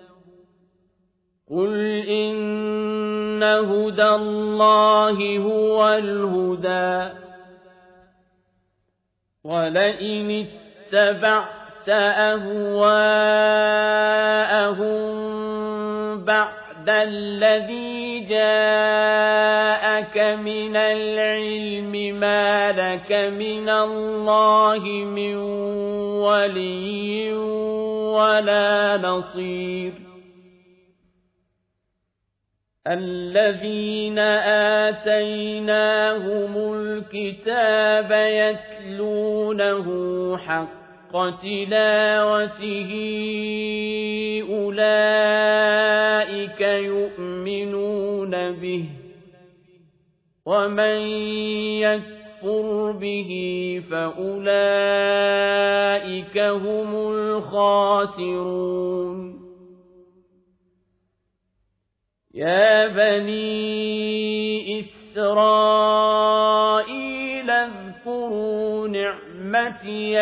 A: قل إن هدى الله هو الهدى ولئن اتبعت أهواءهم بعد الذي جاءك من العلم ما لك من الله من ولي ولا نصير الذين آتيناهم الكتاب يتلونه حق تلاوته أولئك يؤمنون به ومن يكفر به فأولئك هم الخاسرون يا بني إسرائيل اذكروا نعمتي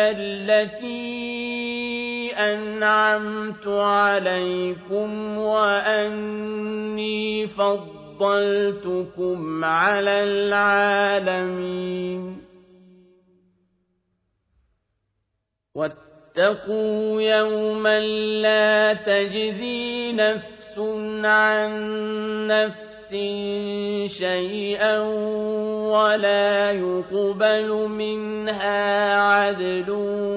A: التي أنعمت عليكم وأني فضلتكم على العالمين واتقوا يوما لا تجزي نفس عن نفس شيئا ولا يقبل منها عدل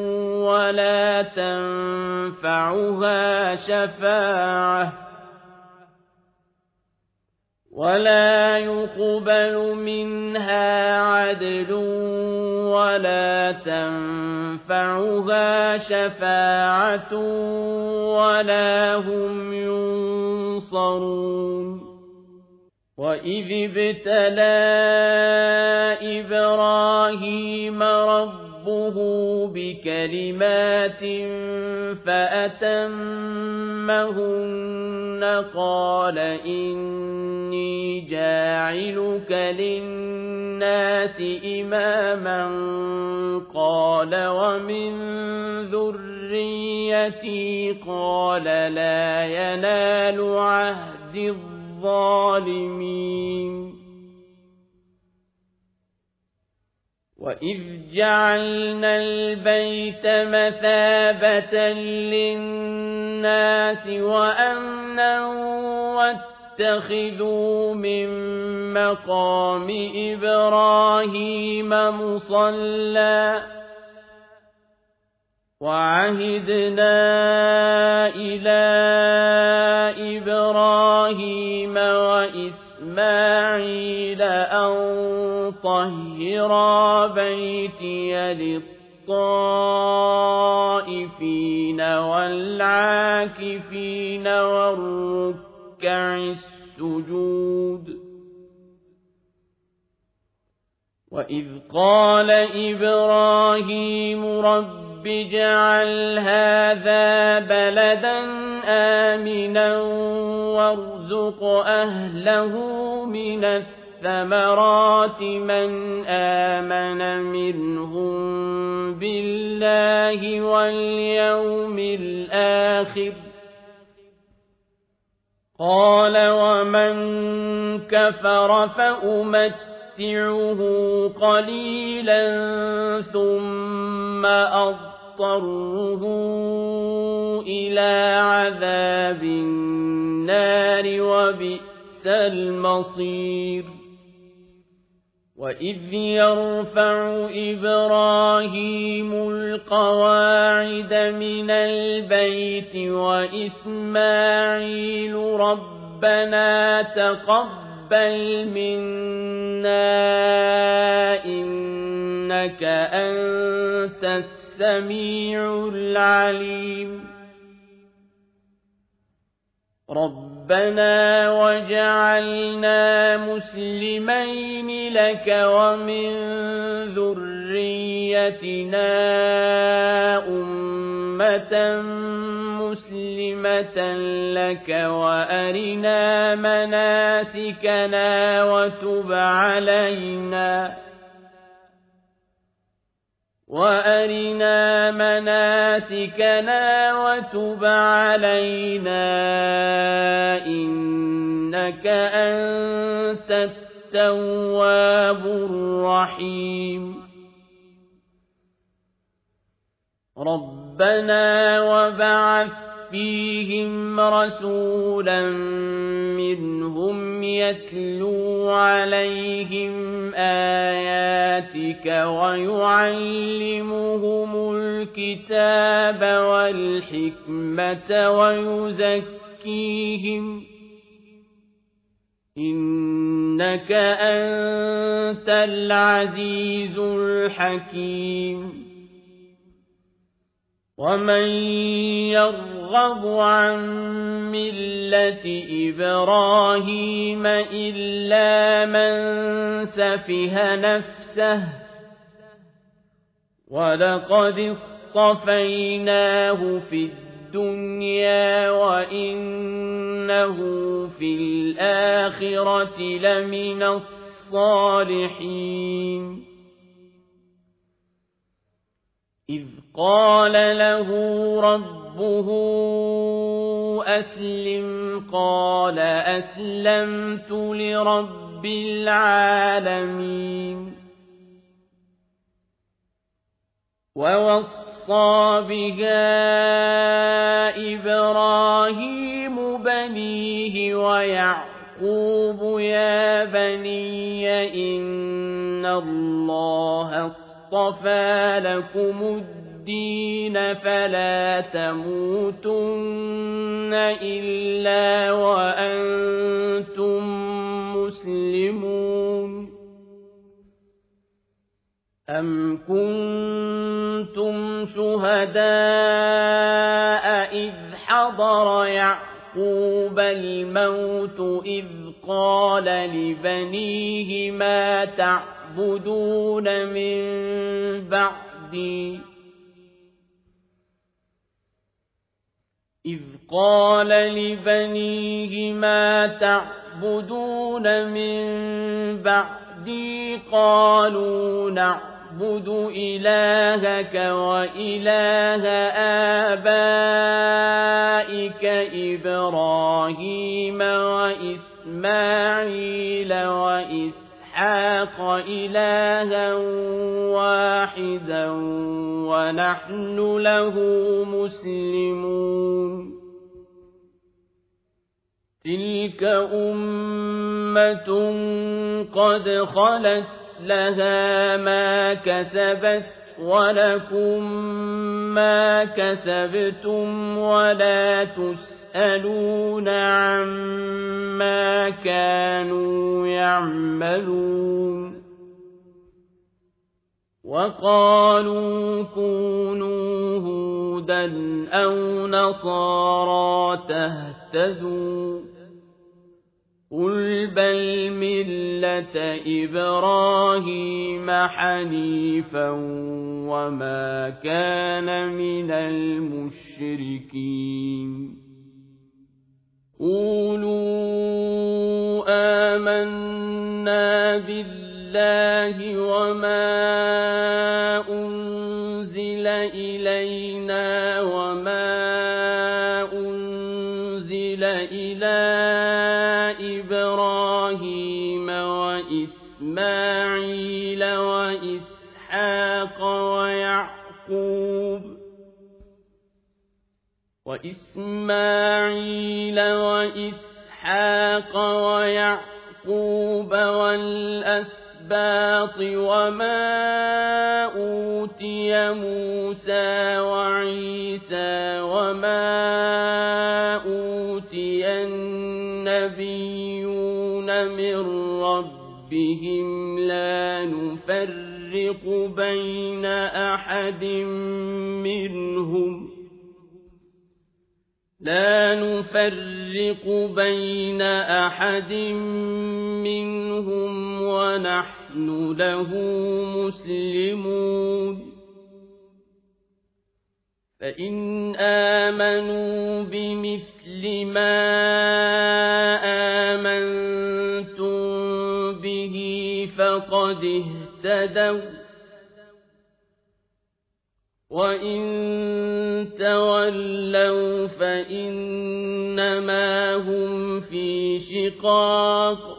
A: ولا يقبل منها عدل ولا تنفعها شفاعة ولا هم ينصرون وإذ ابتلى إبراهيم ربه بكلمات فأتمهن قال إني جاعلك للناس إماما قال ومن ذريتي قال لا ينال عهد الظالمين وإذ جعلنا البيت مثابة للناس وأمنا واتخذوا من مقام إبراهيم مصلى وعهدنا إلى إبراهيم وإسماعيل أن طهرا بيتي للطائفين والعاكفين والركع السجود وإذ قال إبراهيم رب اجعل هذا بلدا آمنا وارزق أهله من الثمرات من آمن منهم بالله واليوم الآخر قال ومن كفر فأمتعه قليلا ثم أضطره إلى عذاب النار وبئس المصير وإذ يرفع إبراهيم القواعد من البيت وإسماعيل ربنا تقبل منا إنك أنت السميع العليم ربنا وجعلنا مسلمين لك ومن ذريتنا أمة مسلمة لك وأرنا مناسكنا وتب علينا إنك أنت التواب الرحيم ربنا وبعث فيهم رسولا منهم يتلو عليهم آياتك ويعلمهم الكتاب والحكمة ويزكيهم إنك أنت العزيز الحكيم ومن يرغب عن ملة إبراهيم إلا من سفه نفسه ولقد اصطفيناه في الدنيا وإنه في الآخرة لمن الصالحين إذ قال له ربه أسلم قال أسلمت لرب العالمين ووصى بها إبراهيم بنيه ويعقوب يا بني إن الله اصطفى لكم الدين فلا تموتن إلا وأنتم مسلمون أم كنتم شهداء إذ حضر يعقوب الموت إذ قال لبنيه ما تعبدون من بعدي قالوا نعبد إلهك وإله آبائك إبراهيم وإسماعيل وإسحاق إلها واحدا ونحن له مسلمون تلك أمة قد خلت لها ما كسبت ولكم ما كسبتم ولا تسألون عما كانوا يعملون وقالوا كونوا هودا أو نصارى تهتدوا قل بل ملة إبراهيم حنيفا وما كان من المشركين قولوا آمنا بالله وما أنزل إلينا وما أنزل إلى إبراهيم وإسماعيل وإسحاق ويعقوب والأسباط وما أوتي موسى وعيسى وما أوتي النبيون من ربهم لا نفرق بين أحد منهم ونحن له مسلمون فإن آمنوا بمثل ما آمنتم به فقد اهتدوا وإن تولوا فإنما هم في شقاق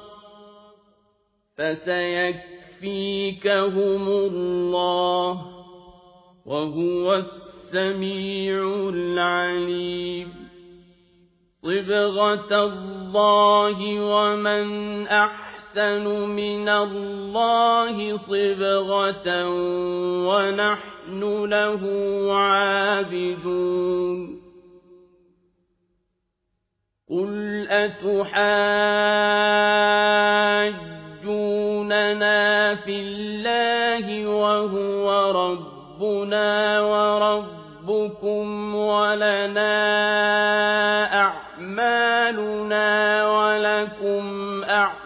A: فسيكفيكهم الله وهو السميع العليم صبغة الله ومن أحسن من الله صبغة ونحن له عابدون قل أتحاجوننا في الله وهو ربنا وربكم ولنا أعمالنا ولكم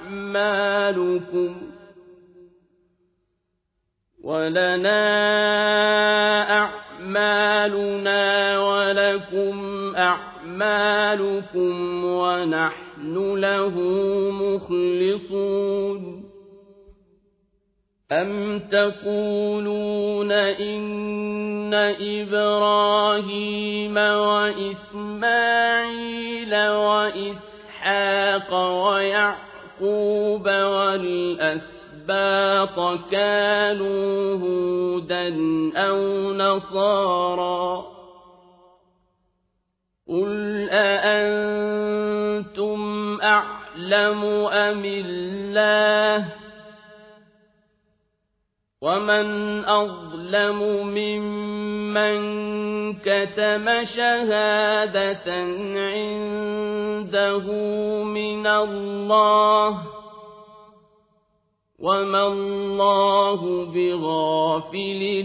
A: أعمالكم ونحن له مخلصون أم تقولون إن إبراهيم وإسماعيل وإسحاق ويعقوب والأسباط كانوا هودا أو نصارى قل أأنتم أعلم أم الله ومن أظلم ممن كتم شهادة عنده من الله وما الله بغافل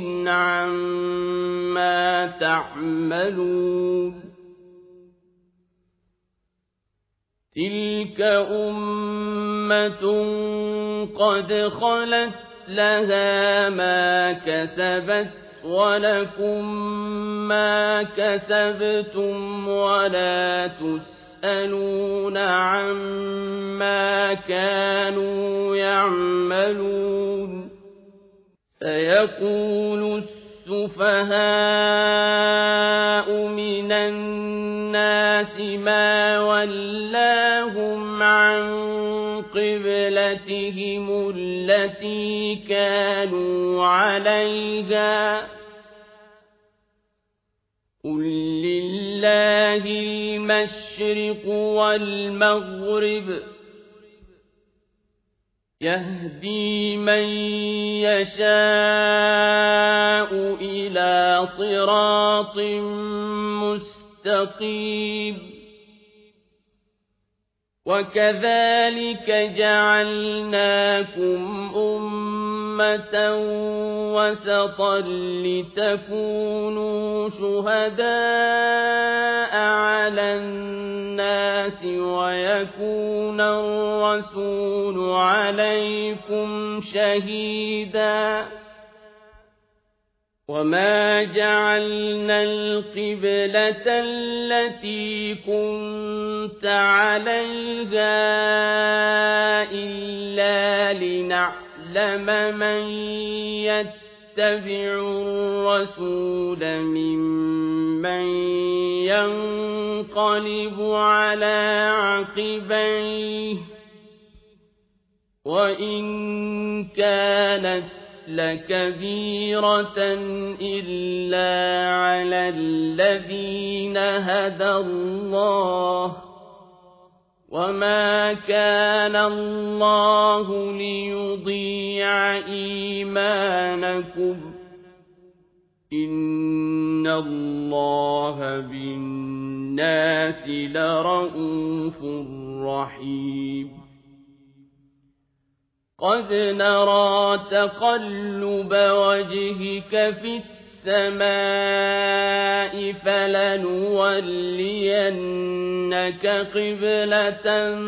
A: عما تعملون تلك أمة قد خلت لها ما كسبت ولكم ما كسبتم ولا تسألون عما كانوا يعملون سيقول السفهاء من الناس ما ولاهم عن قبلتهم التي كانوا عليها قل لله المشرق والمغرب يهدي من يشاء إلى صراط مستقيم وكذلك جعلناكم أمة وسطا لتكونوا شهداء على الناس ويكون الرسول عليكم شهيدا وما جعلنا القبلة التي كنت عليها إلا لنعلم من يتبع الرسول ممن ينقلب ينقلب على عقبيه وإن كانت لكبيرة إلا على الذين هدى الله وما كان الله ليضيع إيمانكم إن الله بالناس لرءوف رحيم قد نرى تقلب وجهك في السماء فلنولينك قبلة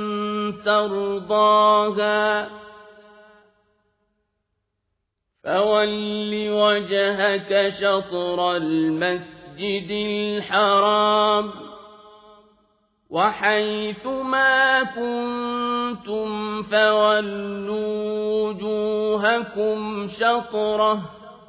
A: ترضاها فول وجهك شطر المسجد الحرام وحيث ما كنتم فولوا وجوهكم شطره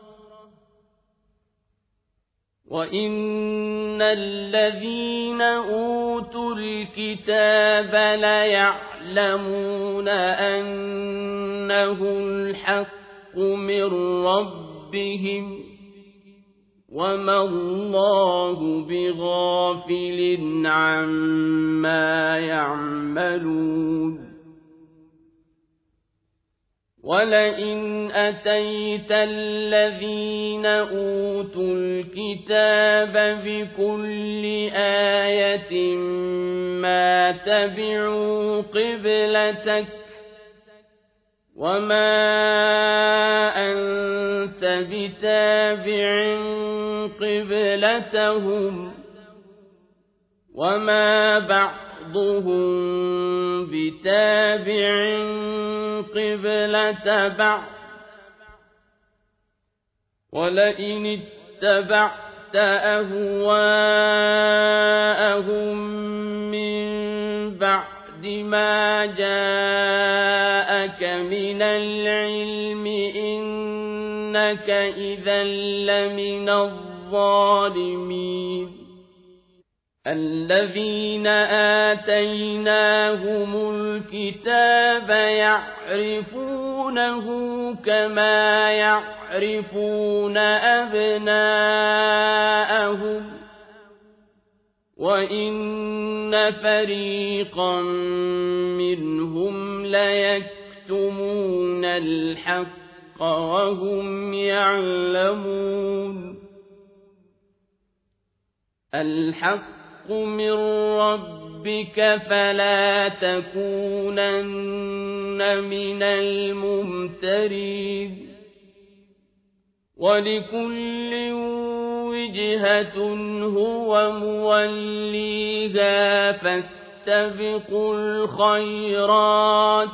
A: وإن الذين أوتوا الكتاب ليعلمون أنه الحق من ربهم وما الله بغافل عما يعملون ولئن أتيت الذين أوتوا الكتاب بكل آية ما تبعوا قبلتك وما أنت بتابع قبلتهم وما بعضهم بتابع قبلة بعض ولئن اتبعت أهواءهم من بعد ما جاءك من العلم إنك إذا لمن الظالمين الذين آتيناهم الكتاب يعرفونه كما يعرفون أبناءهم وإن فريقا منهم ليكتمون الحق وهم يعلمون الحق من ربك فلا تكونن من الممترين ولكل وجهة هو موليها فاستبقوا الخيرات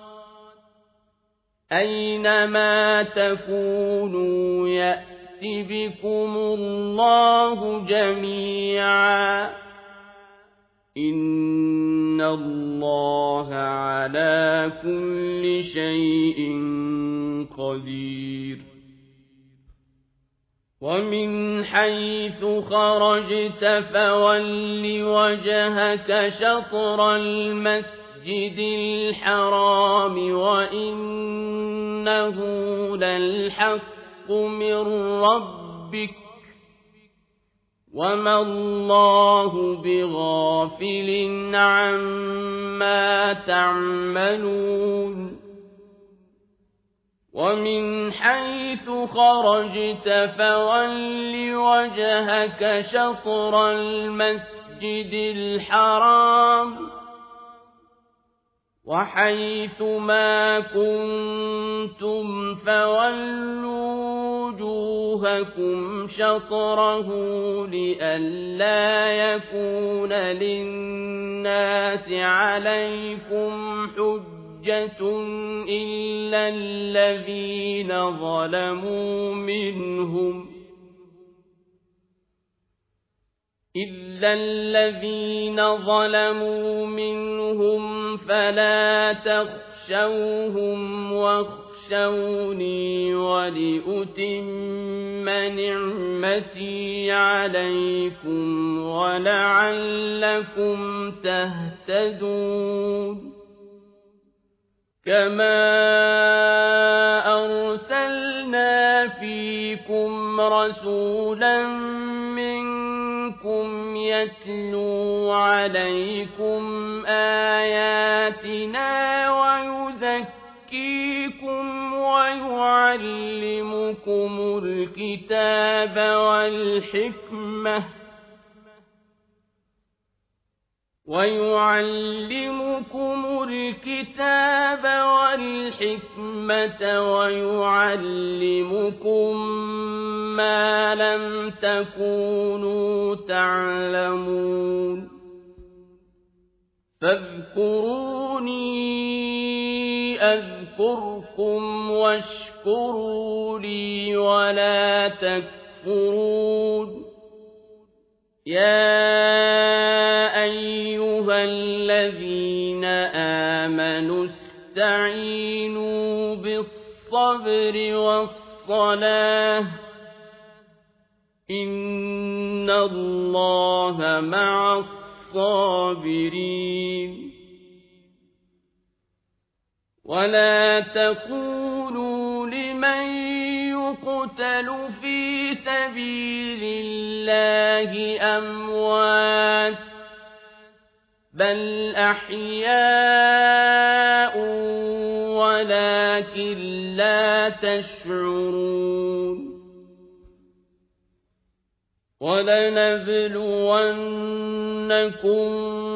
A: أينما تكونوا يأت بكم الله جميعا إن الله على كل شيء قدير ومن حيث خرجت فول وجهك شطر المسجد الحرام وإنه للحق من ربك وما الله بغافل عما تعملون ومن حيث خرجت فول وجهك شطر المسجد الحرام وحيث ما كنتم فولوا وجوهكم شطره لئلا يكون للناس عليكم حجة إلا الذين ظلموا منهم فلا تخشوهم واخشوني تخشوني ولأتم نعمتي عليكم ولعلكم تهتدون كما أرسلنا فيكم رسولا منكم يتلو عليكم آياتنا ويزكيكم ويعلمكم الكتاب والحكمة ويعلمكم ما لم تكونوا تعلمون فاذكروني أذكركم واشكروا لي ولا تكفرون يا أيها الذين آمنوا استعينوا بالصبر والصلاة إن الله مع الصابرين ولا تقولوا لمن يقتل في سبيل الله أموات بل أحياء ولكن لا تشعرون ولنبلونكم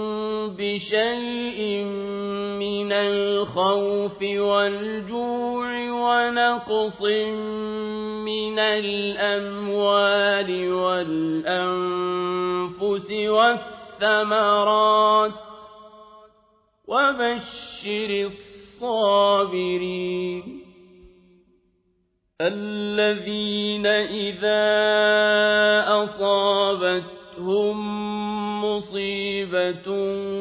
A: بشيء من الخوف والجوع ونقص من الأموال والأنفس والثمرات وبشر الصابرين الذين إذا أصابتهم مصيبة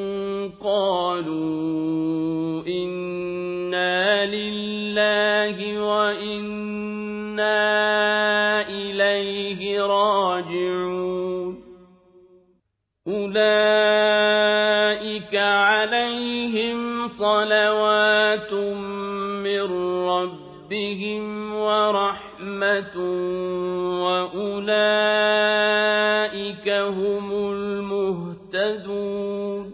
A: قالوا إنا لله وإنا إليه راجعون أولئك عليهم صلوات من ربهم ورحمة وأولئك هم المهتدون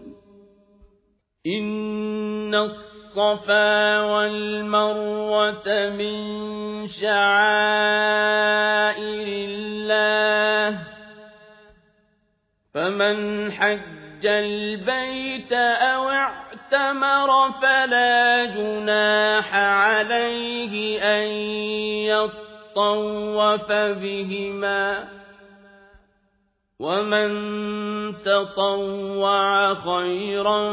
A: إن الصفا والمروة من شعائر الله فمن حج البيت أو اعتمر فلا جناح عليه أن يطوف بهما ومن تطوع خيرا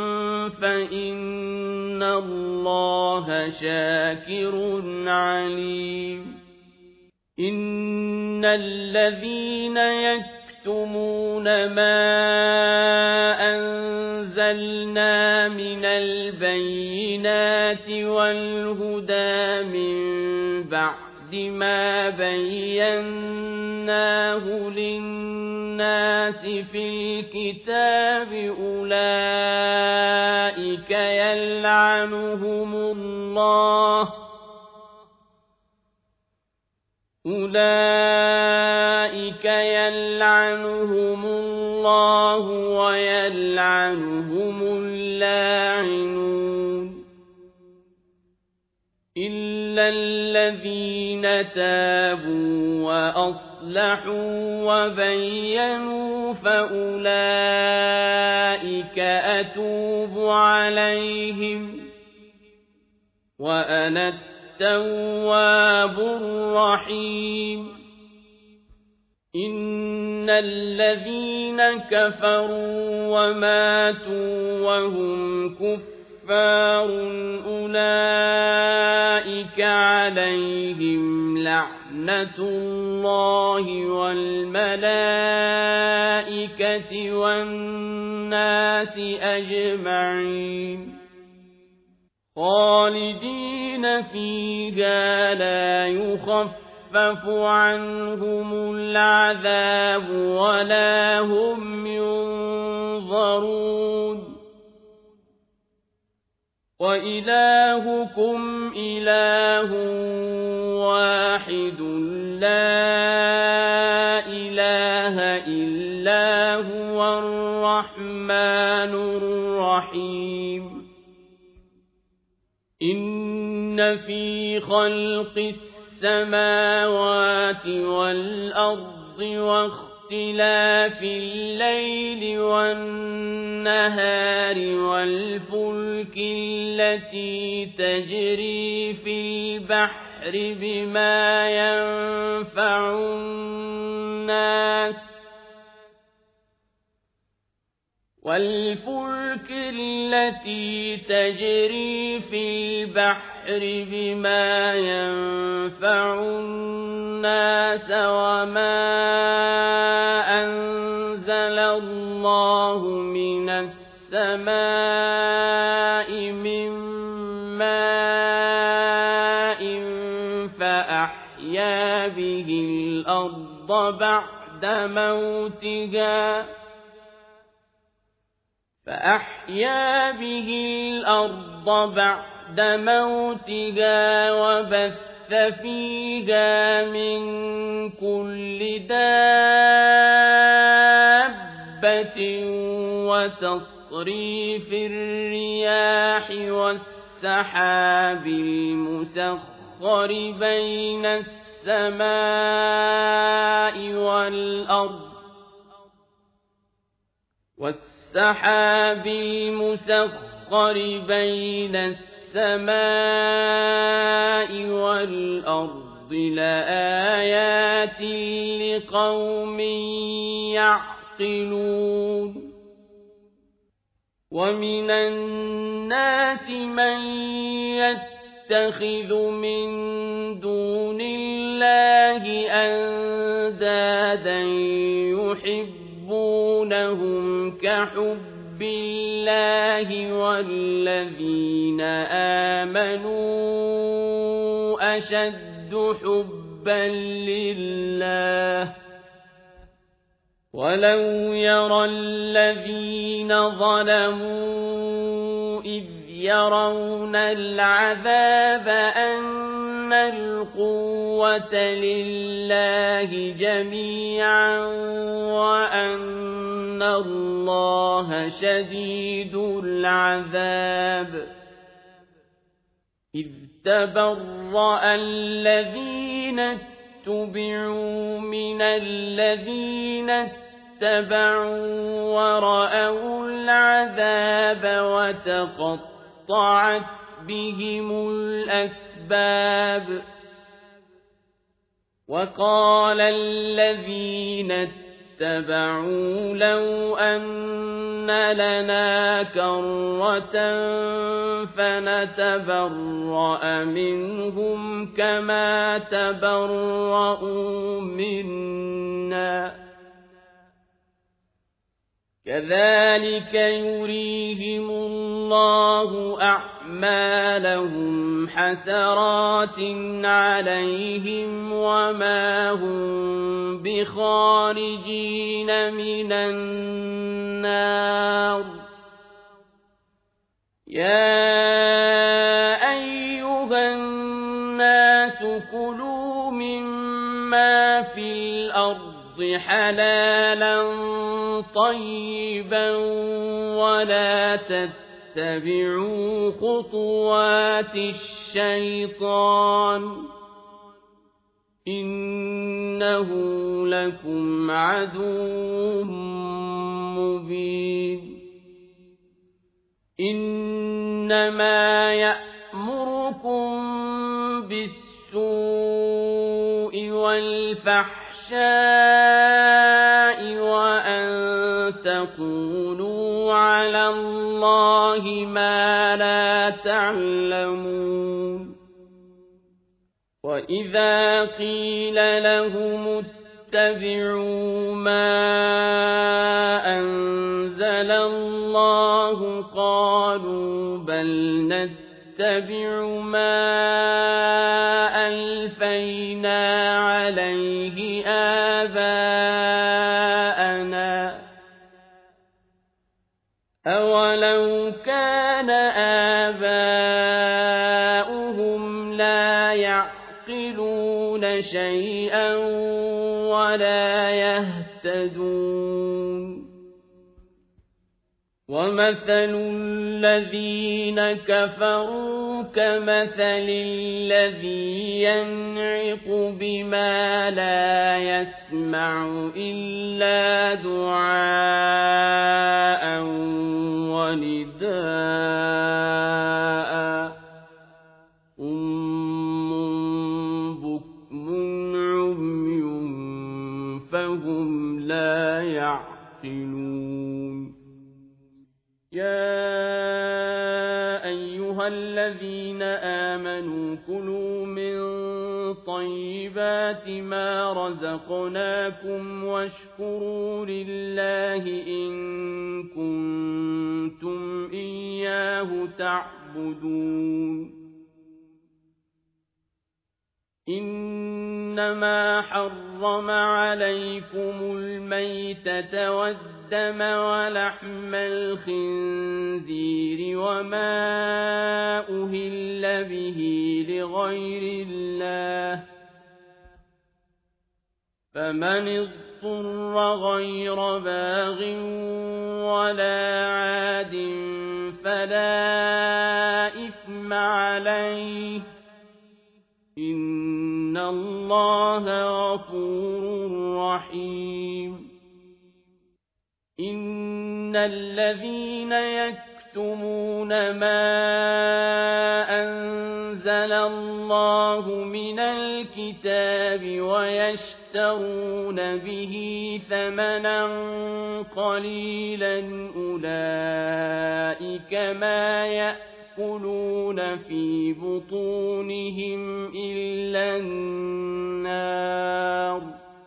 A: فإن الله شاكر عليم إن الذين يكتمون ما أنزلنا من البينات والهدى من بعد ما بيناه للناس في الكتاب أولئك يلعنهم الله ويلعنهم اللاعنون إلا الذين تابوا وأصلحوا وبينوا فأولئك أتوب عليهم وأنا التواب الرحيم إن الذين كفروا وماتوا وهم كفار أولئك عليهم لعنة الله والملائكة والناس أجمعين خالدين فيها لا يخفف عنهم العذاب ولا هم ينظرون وإلهكم إله واحد لا إله إلا هو الرحمن الرحيم إن في خلق السماوات والأرض واختلاف الليل والنهار والفلك التي تجري في البحر بما ينفع الناس وما أنزل الله من السماء من ماء فأحيا به الأرض بعد موتها وبث فيها من كل دابة وتصريف الرياح والسحاب المسخر بين السماء والأرض لآيات لقوم يعقلون ومن الناس من يتخذ من دون الله أندادا يحبونهم كحب الله والذين آمنوا أشد حبا لله ولو يرى الذين ظلموا إذ يرون العذاب أن القوة لله جميعا وأن الله شديد العذاب إذ تبرأ الذين اتبعوا من الذين اتبعوا ورأوا العذاب وتقطعت بهم الأسباب وقال الذين اتبعوا لو أن لنا كرة فنتبرأ منهم كما تبرأوا منا كذلك يريهم الله أعمالهم حسرات عليهم وما هم بخارجين من النار يا أيها الناس كلوا مما في الأرض حلالا طيبا ولا تتبعوا خطوات الشيطان إنه لكم عدو مبين إنما يأمركم بالسوء والفحشاء وأن تقولوا على الله ما لا تعلمون وإذا قيل لهم اتبعوا ما أنزل الله قالوا بل نتبع ما ألفينا عليه آباءنا أولو كان آباؤهم لا يعقلون شيئا ولا يهتدون ومثل الذين كفروا كمثل الذي ينعق بما لا يسمع إلا دعاء ونداء صم بكم عمي فهم لا يعقلون يا أيها الذين آمنوا كلوا من طيبات ما رزقناكم واشكروا لله إن كنتم إياه تعبدون إنما حرم عليكم الميتة والدم ولحم الخنزير وما أهل به لغير الله فمن اضطر غير باغ ولا عاد فلا إثم عليه إن الله غفور رحيم إن الذين يكتمون ما أنزل الله من الكتاب ويشترون به ثمنا قليلا أولئك ما يأكلون في بطونهم إلا النار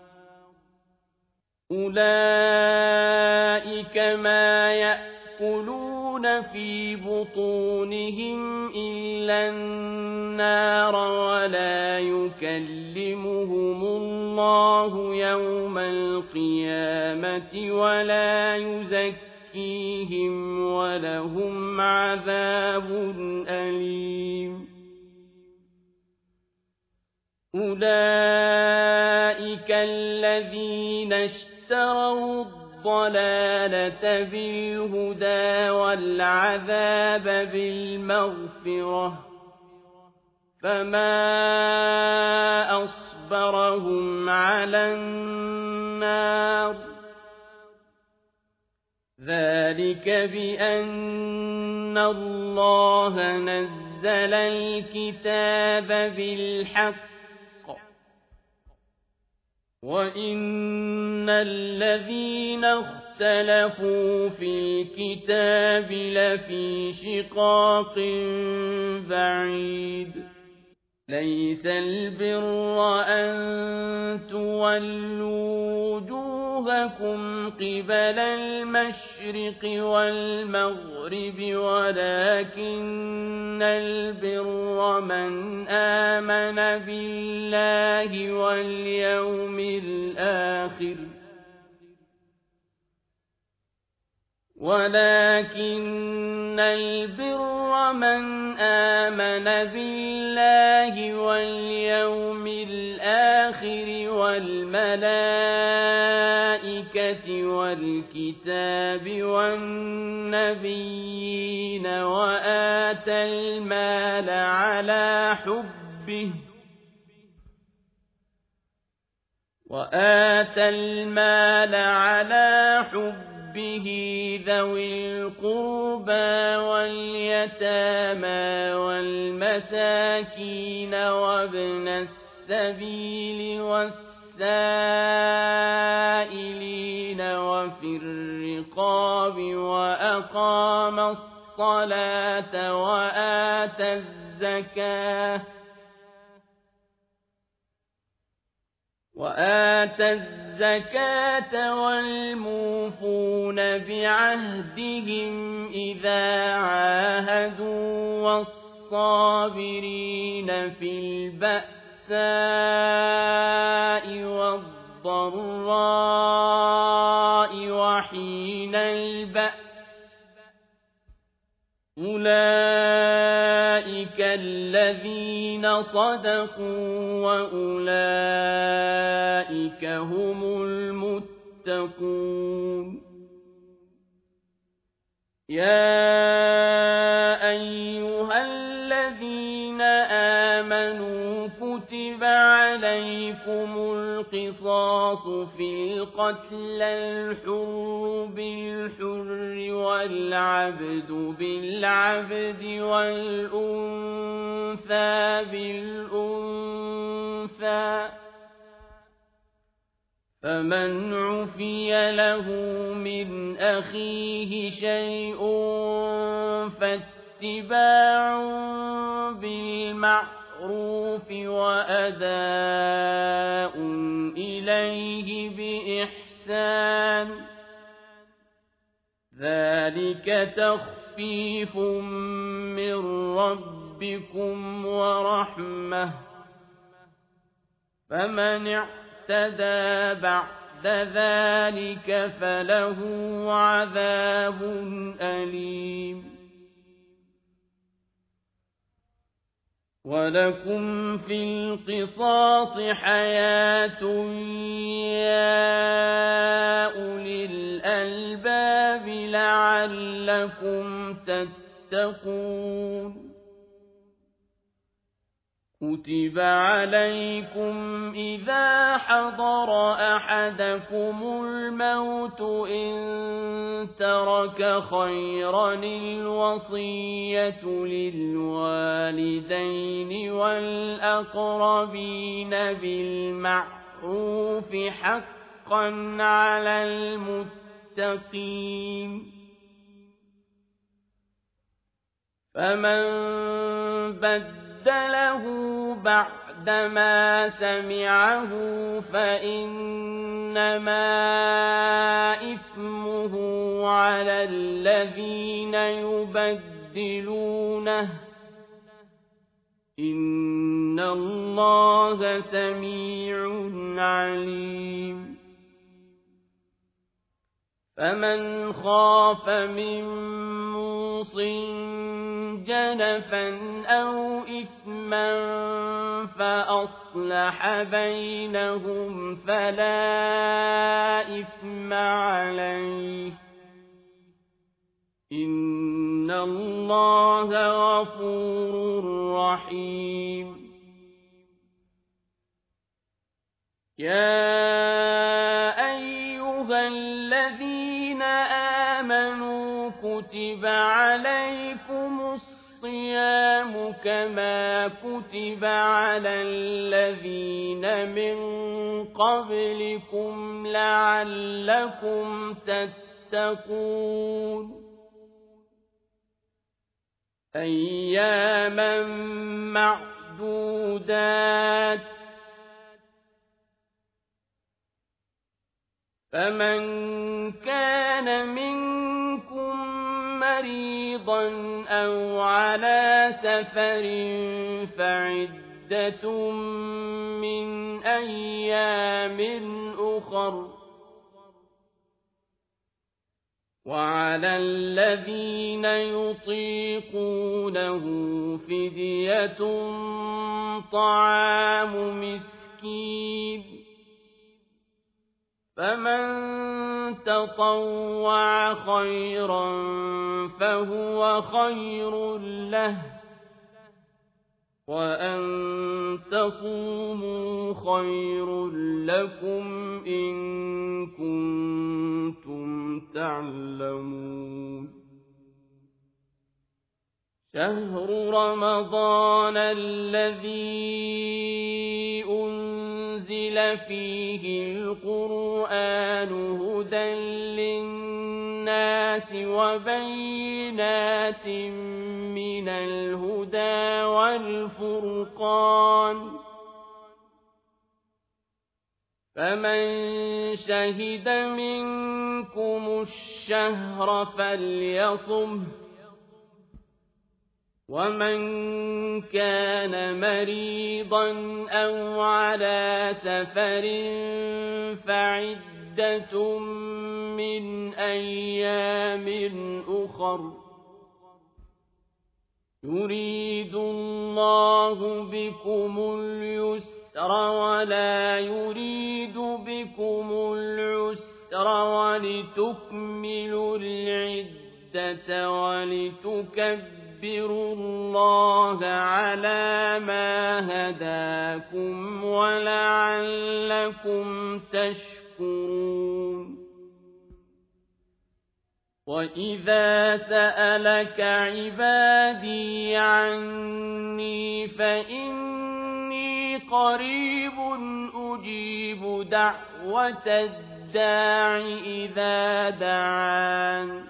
A: أولئك ما يأكلون في بطونهم إلا النار ولا يكلمهم الله يوم القيامة ولا يزكيهم ولهم عذاب أليم أولئك الذين اشتروا الضلالة بالهدى والعذاب بالمغفرة فما أصبرهم على النار ذلك بأن الله نزل الكتاب بالحق وإن الذين اختلفوا في الكتاب لفي شقاق بعيد ليس البر أن تولوا وجوهكم قبل المشرق والمغرب ولكن البر من آمن بالله واليوم الآخر ولكن البر من آمن بالله واليوم الآخر والملائكة والكتاب والنبيين وآتى المال على حبه ذوي القربى واليتامى والمساكين وابن السبيل والسائلين وفي الرقاب وأقام الصلاة وآتى الزكاة والموفون بعهدهم إذا عاهدوا والصابرين في البأساء والضراء وحين البأس أولئك الذين صدقوا وأولئك هم المتقون يا أيها الذين آمنوا كتب عليكم القصاص في القتلى الحر بالحر والعبد بالعبد والأنثى بالأنثى فمن عفي له من أخيه شيء فاتباع بالمعروف وأداء إليه بإحسان ذلك تخفيف من ربكم ورحمة فمن اعتدى بعد ذلك فله عذاب أليم ولكم في القصاص حياة يا أولي الألباب لعلكم تتقون كتب عليكم إذا حضر أحدكم الموت إن ترك خيرا الوصية للوالدين والأقربين بالمعروف حقا على المتقين فمن بدله بعدما سمعه فإنما إثمه على الذين يبدلونه إن الله سميع عليم فمن خاف من موصٍ جنفا أو إثما فأصلح بينهم فلا إثم عليه إن الله غفور رحيم يا أيها الذين آمنوا كتب عليكم الصيام كما كتب على الذين من قبلكم لعلكم تتقون أياما معدودات فمن كان منكم مريضا أو على سفر فعدة من أيام أخر وعلى الذين يطيقونه فدية طعام مسكين فمن تطوع خيرا فهو خير له وأن تصوموا خير لكم إن كنتم تعلمون شهر رمضان الذي أنزل فيه القرآن هدى للناس وبينات من الهدى والفرقان فمن شهد منكم الشهر فليصمه ومن كان مريضا أو على سفر فعدة من أيام أخر يريد الله بكم اليسر ولا يريد بكم العسر ولتكملوا العدة ولتكبروا الله على ما هداكم ولعلكم تشكرون وَإِذَا سَأَلَكَ عِبَادِي عَنِّي فَإِنِّي قَرِيبٌ أُجِيبُ دَعْوَةَ الدَّاعِ إِذَا دَعَانِ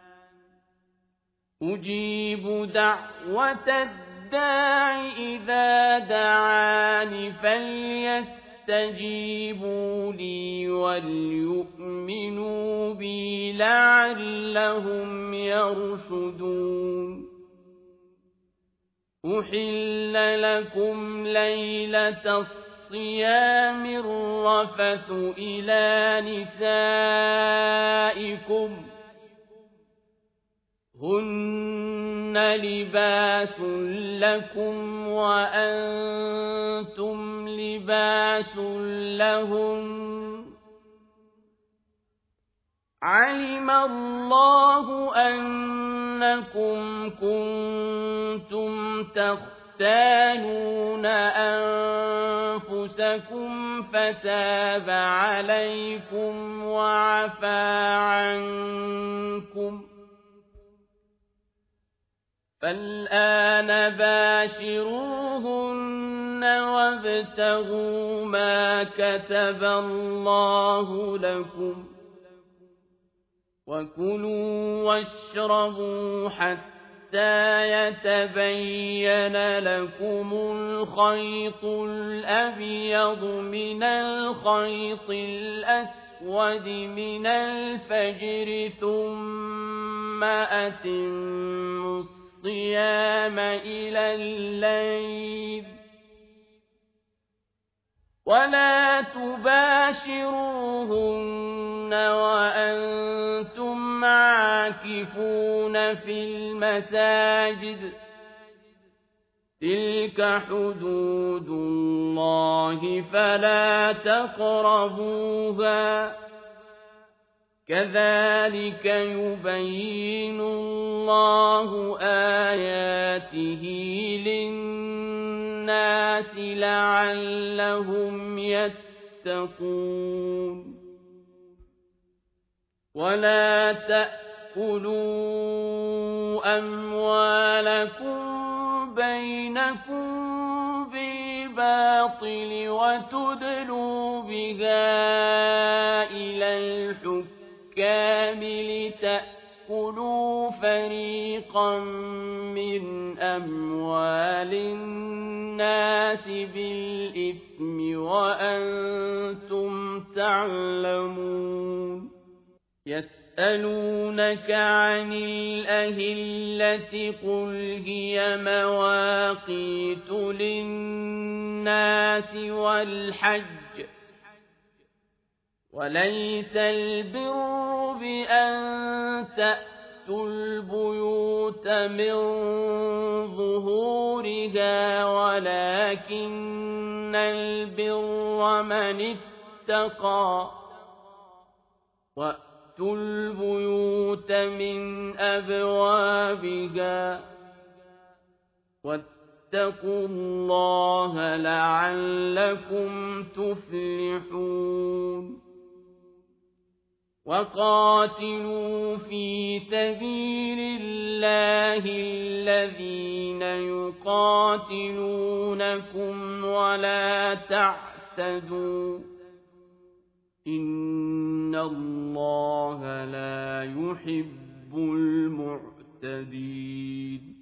A: فَلْيَسْتَجِيبُوا لِي وَلْيُؤْمِنُوا بِي لَعَلَّهُمْ يَرْشُدُونَ أُحِلَّ لَكُمْ لَيْلَةَ الصِّيَامِ الرَّفَثُ إِلَىٰ نِسَائِكُمْ هُنَّ لِبَاسٌ لَّكُمْ وَأَنتُمْ لِبَاسٌ لَّهُنَّ عَلِمَ اللَّهُ أَنَّكُمْ كُنتُمْ تَخْتَانُونَ أَنفُسَكُمْ فَتَابَ عَلَيْكُمْ وَعَفَا عَنكُمْ فَالْآنَ بَاشِرُوهُنَّ وَابْتَغُوا مَا كَتَبَ اللَّهُ لَكُمْ وَكُلُوا وَاشْرَبُوا حَتَّىٰ يَتَبَيَّنَ لَكُمُ الْخَيْطُ الْأَبْيَضُ مِنَ الْخَيْطِ الْأَسْوَدِ مِنَ الْفَجْرِ ثُمَّ أَتِمُّوا الصِّيَامَ إِلَى اللَّيْلِ وَلَا تُبَاشِرُوهُنَّ وَأَنتُمْ عَاكِفُونَ فِي الْمَسَاجِدِ ۗ تِلْكَ حُدُودُ اللَّهِ فَلَا تَقْرَبُوهَا ۗ كَذَٰلِكَ يُبَيِّنُ اللَّهُ آيَاتِهِ لِلنَّاسِ لَعَلَّهُمْ يَتَّقُونَ وَلَا تَأْكُلُوا أَمْوَالَكُم بَيْنَكُم بِالْبَاطِلِ وَتُدْلُوا بِهَا إِلَى الْحُكَّامِ لِتَأْكُلُوا فَرِيقًا مِّنْ أَمْوَالِ النَّاسِ بِالْإِثْمِ وَأَنتُمْ تعلمون يَسْأَلُونَكَ عَنِ الْأَهِلَّةِ قُلْ هِيَ مَوَاقِيتُ لِلنَّاسِ وَالْحَجِّ ۗ وَلَيْسَ الْبِرُّ بِأَن تَأْتُوا الْبُيُوتَ مِن ظُهُورِهَا وَلَٰكِنَّ الْبِرَّ مَنِ اتَّقَىٰ وَأْتُوا الْبُيُوتَ مِنْ أَبْوَابِهَا وَاتَّقُوا اللَّهَ لَعَلَّكُمْ تُفْلِحُونَ وَقَاتِلُوا فِي سَبِيلِ اللَّهِ الَّذِينَ يُقَاتِلُونَكُمْ وَلَا تَعْتَدُوا ۚ إِنَّ اللَّهَ لَا يُحِبُّ الْمُعْتَدِينَ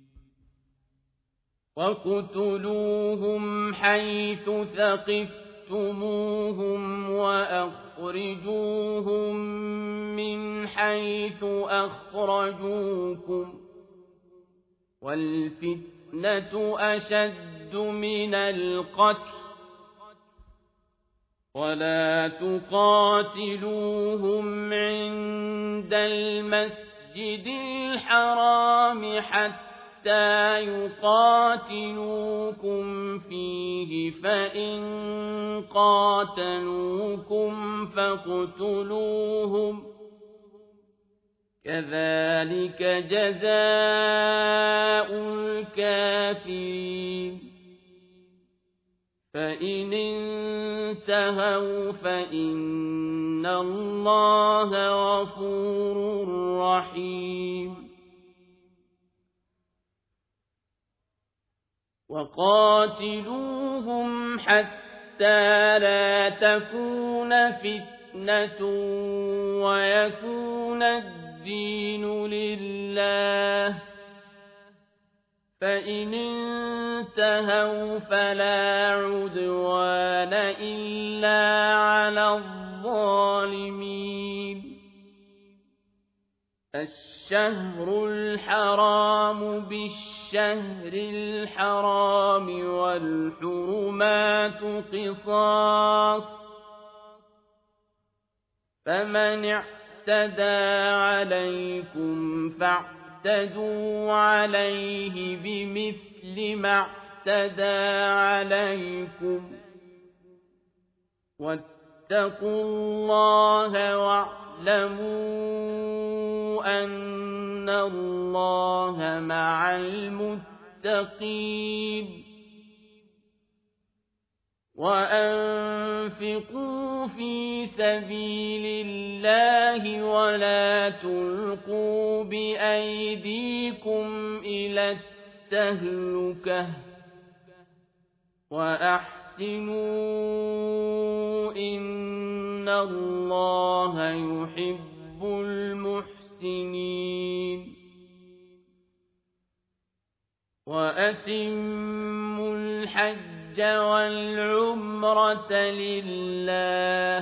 A: وَاقْتُلُوهُمْ حَيْثُ ثَقِفْتُمُوهُمْ وَأَخْرِجُوهُم مِّنْ حَيْثُ أَخْرَجُوكُمْ ۚ والفتنة أشد من القتل ولا تقاتلوهم عند المسجد الحرام حتى يقاتلوكم فيه فإن قاتلوكم فاقتلوهم كذلك جزاء الكافرين فإن انتهوا فإن الله غفور رحيم وقاتلوهم حتى لا تكون فتنة ويكون الدين لله فإن انتهوا فلا عدوان إلا على الظالمين الشهر الحرام بالشهر الحرام والحرمات قصاص فمن اعتدى عليكم فاعتدوا عليه بمثل ما اعتدى عليكم واتقوا الله واعلموا أن الله مع المتقين وأنفقوا في سبيل الله ولا تلقوا بأيديكم إلى التهلكة وأحسنوا إن الله يحب المحسنين وأتموا الحج والعمرة لله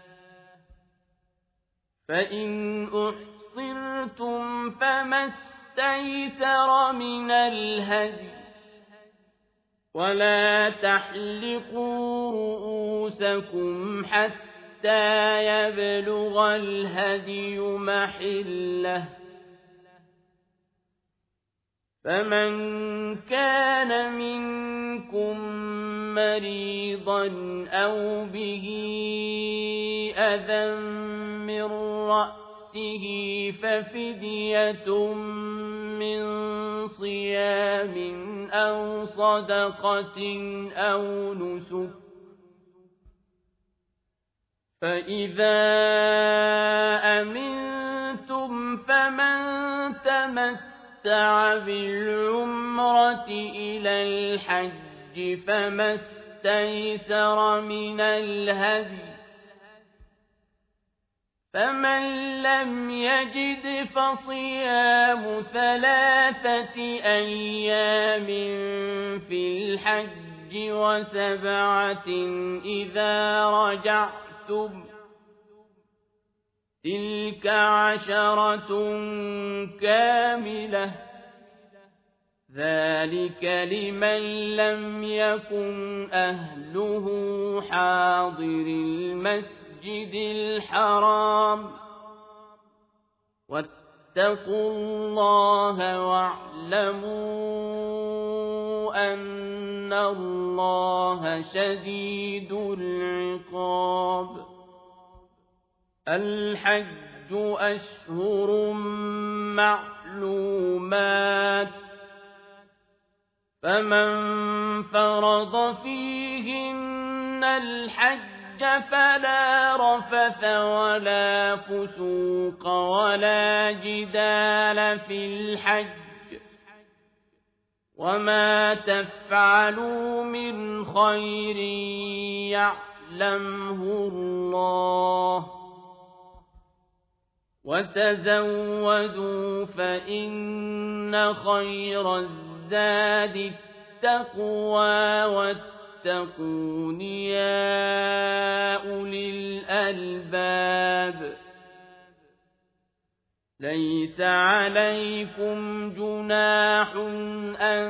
A: فإن أحصرتم فما استيسر من الهدي ولا تحلقوا رؤوسكم حتى يبلغ الهدي محله فمن كان منكم مريضا أو به أذى من رأسه ففدية من صيام أو صدقة أو نسك فإذا أمنتم فمن تمتع بالعمرة إلى الحج فما استيسر من الهدي فمن لم يجد فصيام 3 أيام في الحج و7 إذا رجعتم تلك 10 كاملة ذلك لمن لم يكن أهله حاضر المسجد الحرام واتقوا الله واعلموا أن الله شديد العقاب الحج أشهر معلومات فمن فرض فيهن الحج فلا رفث ولا فسوق ولا جدال في الحج وما تفعلوا من خير يعلمه الله وتزودوا فإن خير الزاد التقوى واتقون يا أولي الألباب ليس عليكم جناح أن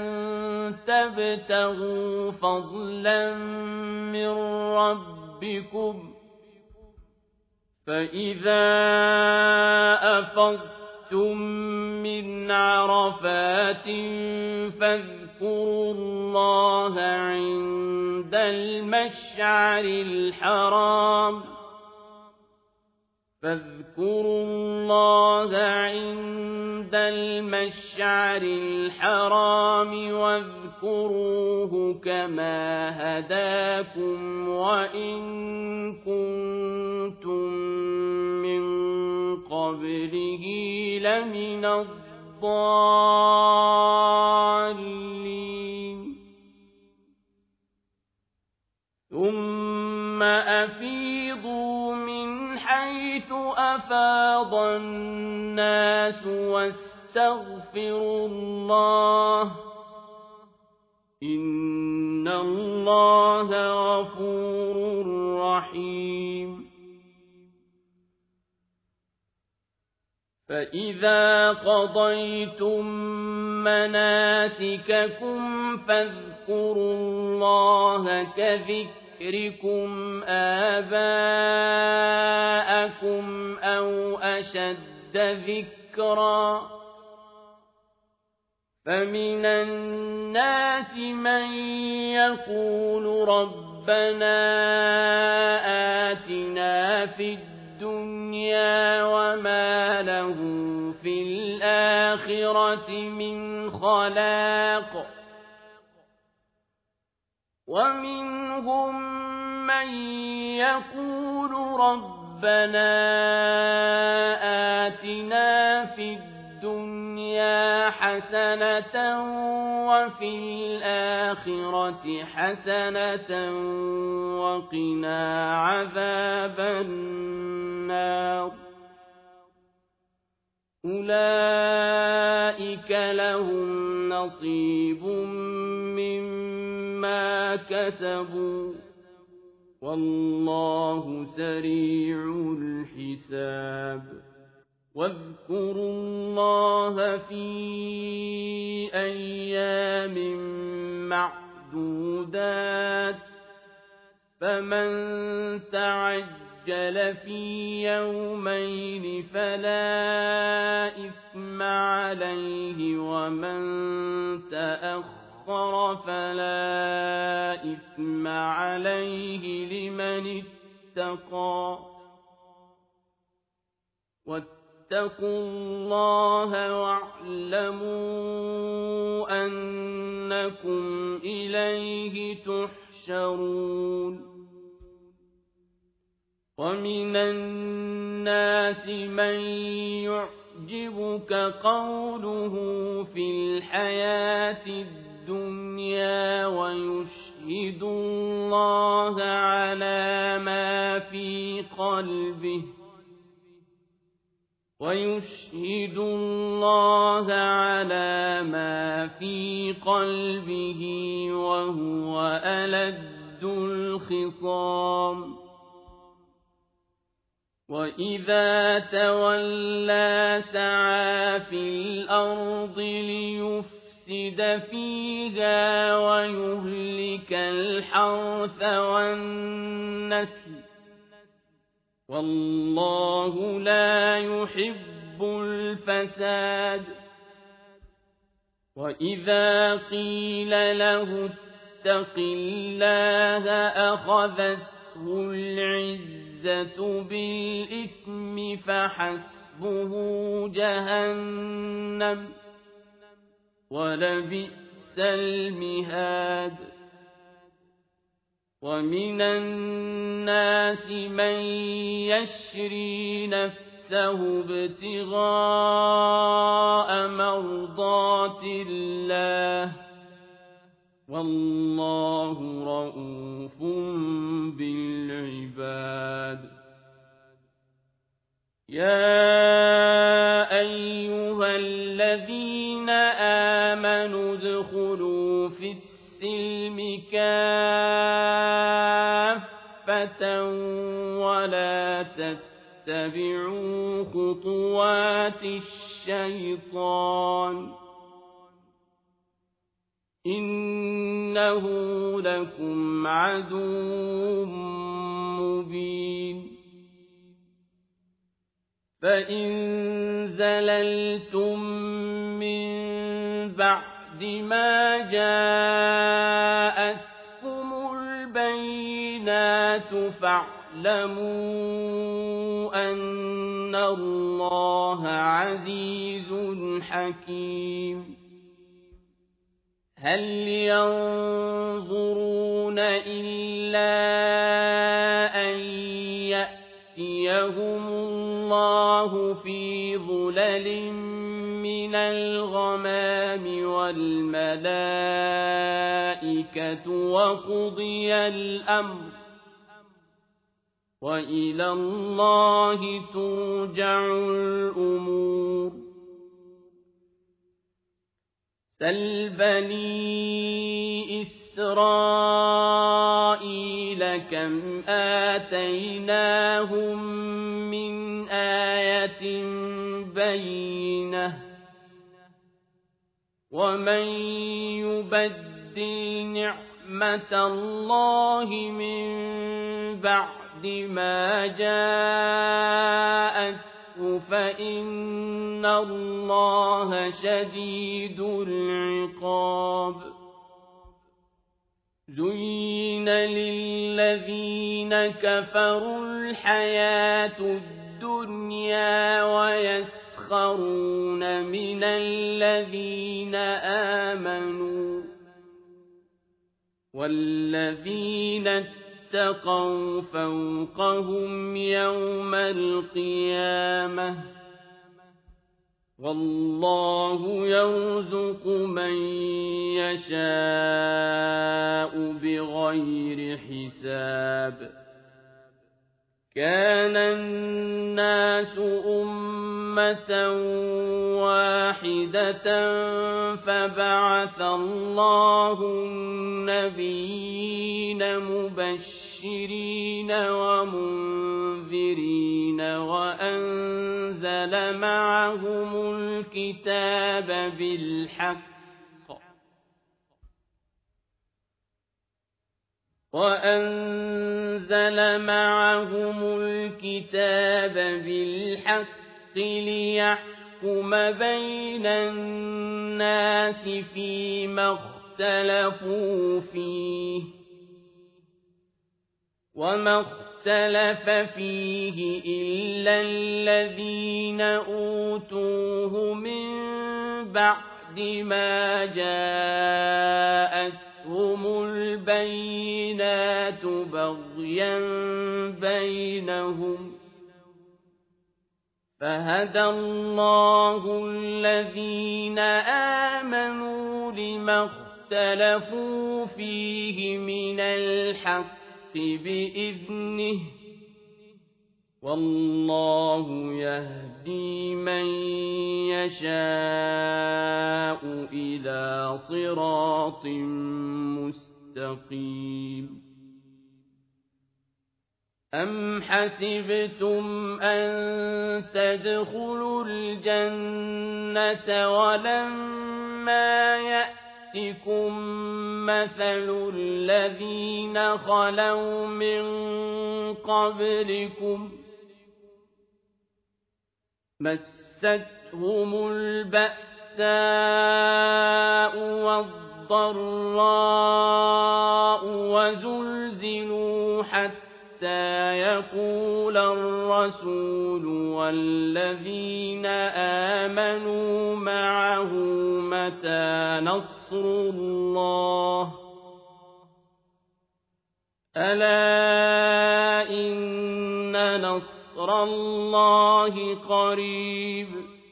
A: تبتغوا فضلا من ربكم فإذا أفضتم من عرفات فاذكروا الله عند المشعر الحرام واذكروه كما هداكم وإن كنتم من قبله لمن الضالين ثم أفيضوا من حيث أفاض الناس واستغفروا الله إن الله غفور رحيم فإذا قضيتم مناسككم فاذكروا الله كذكركم آباءكم أو أشد ذكرا فمن الناس من يقول ربنا آتنا في الدنيا وما له في الآخرة من خلاق ومنهم من يقول ربنا آتنا في الدنيا حسنة وفي الآخرة حسنة وقنا عذاب النار أولئك لهم نصيب مما كسبوا والله سريع الحساب واذكروا الله في أيام معدودات فمن تعجل في يومين فلا إثم عليه ومن تأخر فلا إثم عليه لمن اتقى واتقوا الله واعلموا أنكم إليه تحشرون ومن الناس من يعجبك قوله في الحياة الدنيا ويشهد الله على ما في قلبه وهو ألد الخصام وإذا تولى سعى في الأرض ليفسد فيها ويهلك الحرث والنسل والله لا يحب الفساد وإذا قيل له اتق الله أخذته العزة بالإثم فحسبه جهنم ولبئس المهاد ومن الناس من يشري نفسه ابتغاء مرضات الله والله رؤوف بالعباد يا أيها الذين آمنوا ادخلوا في السلم كافة ولا تتبعوا خطوات الشيطان إنه لكم عدو مبين فإن زللتم من بعد ما جاءتكم البينات فاعلموا أن الله عزيز حكيم هل ينظرون إلا أن يأتيهم الله في ظلل من الغمام والملائكة وقضي الأمر وإلى الله ترجع الأمور سل بني إسرائيل كم آتيناهم من آية بينة ومن يبدل نعمة الله من بعد ما جاءته فإن الله شديد العقاب زين للذين كفروا الحياة الدنيا ويسخرون من الذين آمنوا والذين اتقوا فوقهم يوم القيامة والله يرزق من يشاء بغير حساب كان الناس أمة واحدة فبعث الله النبيين مبشرين ومنذرين وأنزل معهم الكتاب بالحق ليحكم بين الناس فيما اختلفوا فيه وما اختلف فيه إلا الذين أوتوه من بعد ما جاءتهم البينات بغيا بينهم فهدى الله الذين آمنوا لما اختلفوا فيه من الحق بإذنه والله يهدي من يشاء إلى صراط مستقيم أم حسبتم أن تدخلوا الجنة ولما يأتكم مثل الذين خلوا من قبلكم مستهم البأساء والضراء وزلزلوا حتى يقول الرسول والذين آمنوا معه متى نصر الله ألا إن نصر الله قريب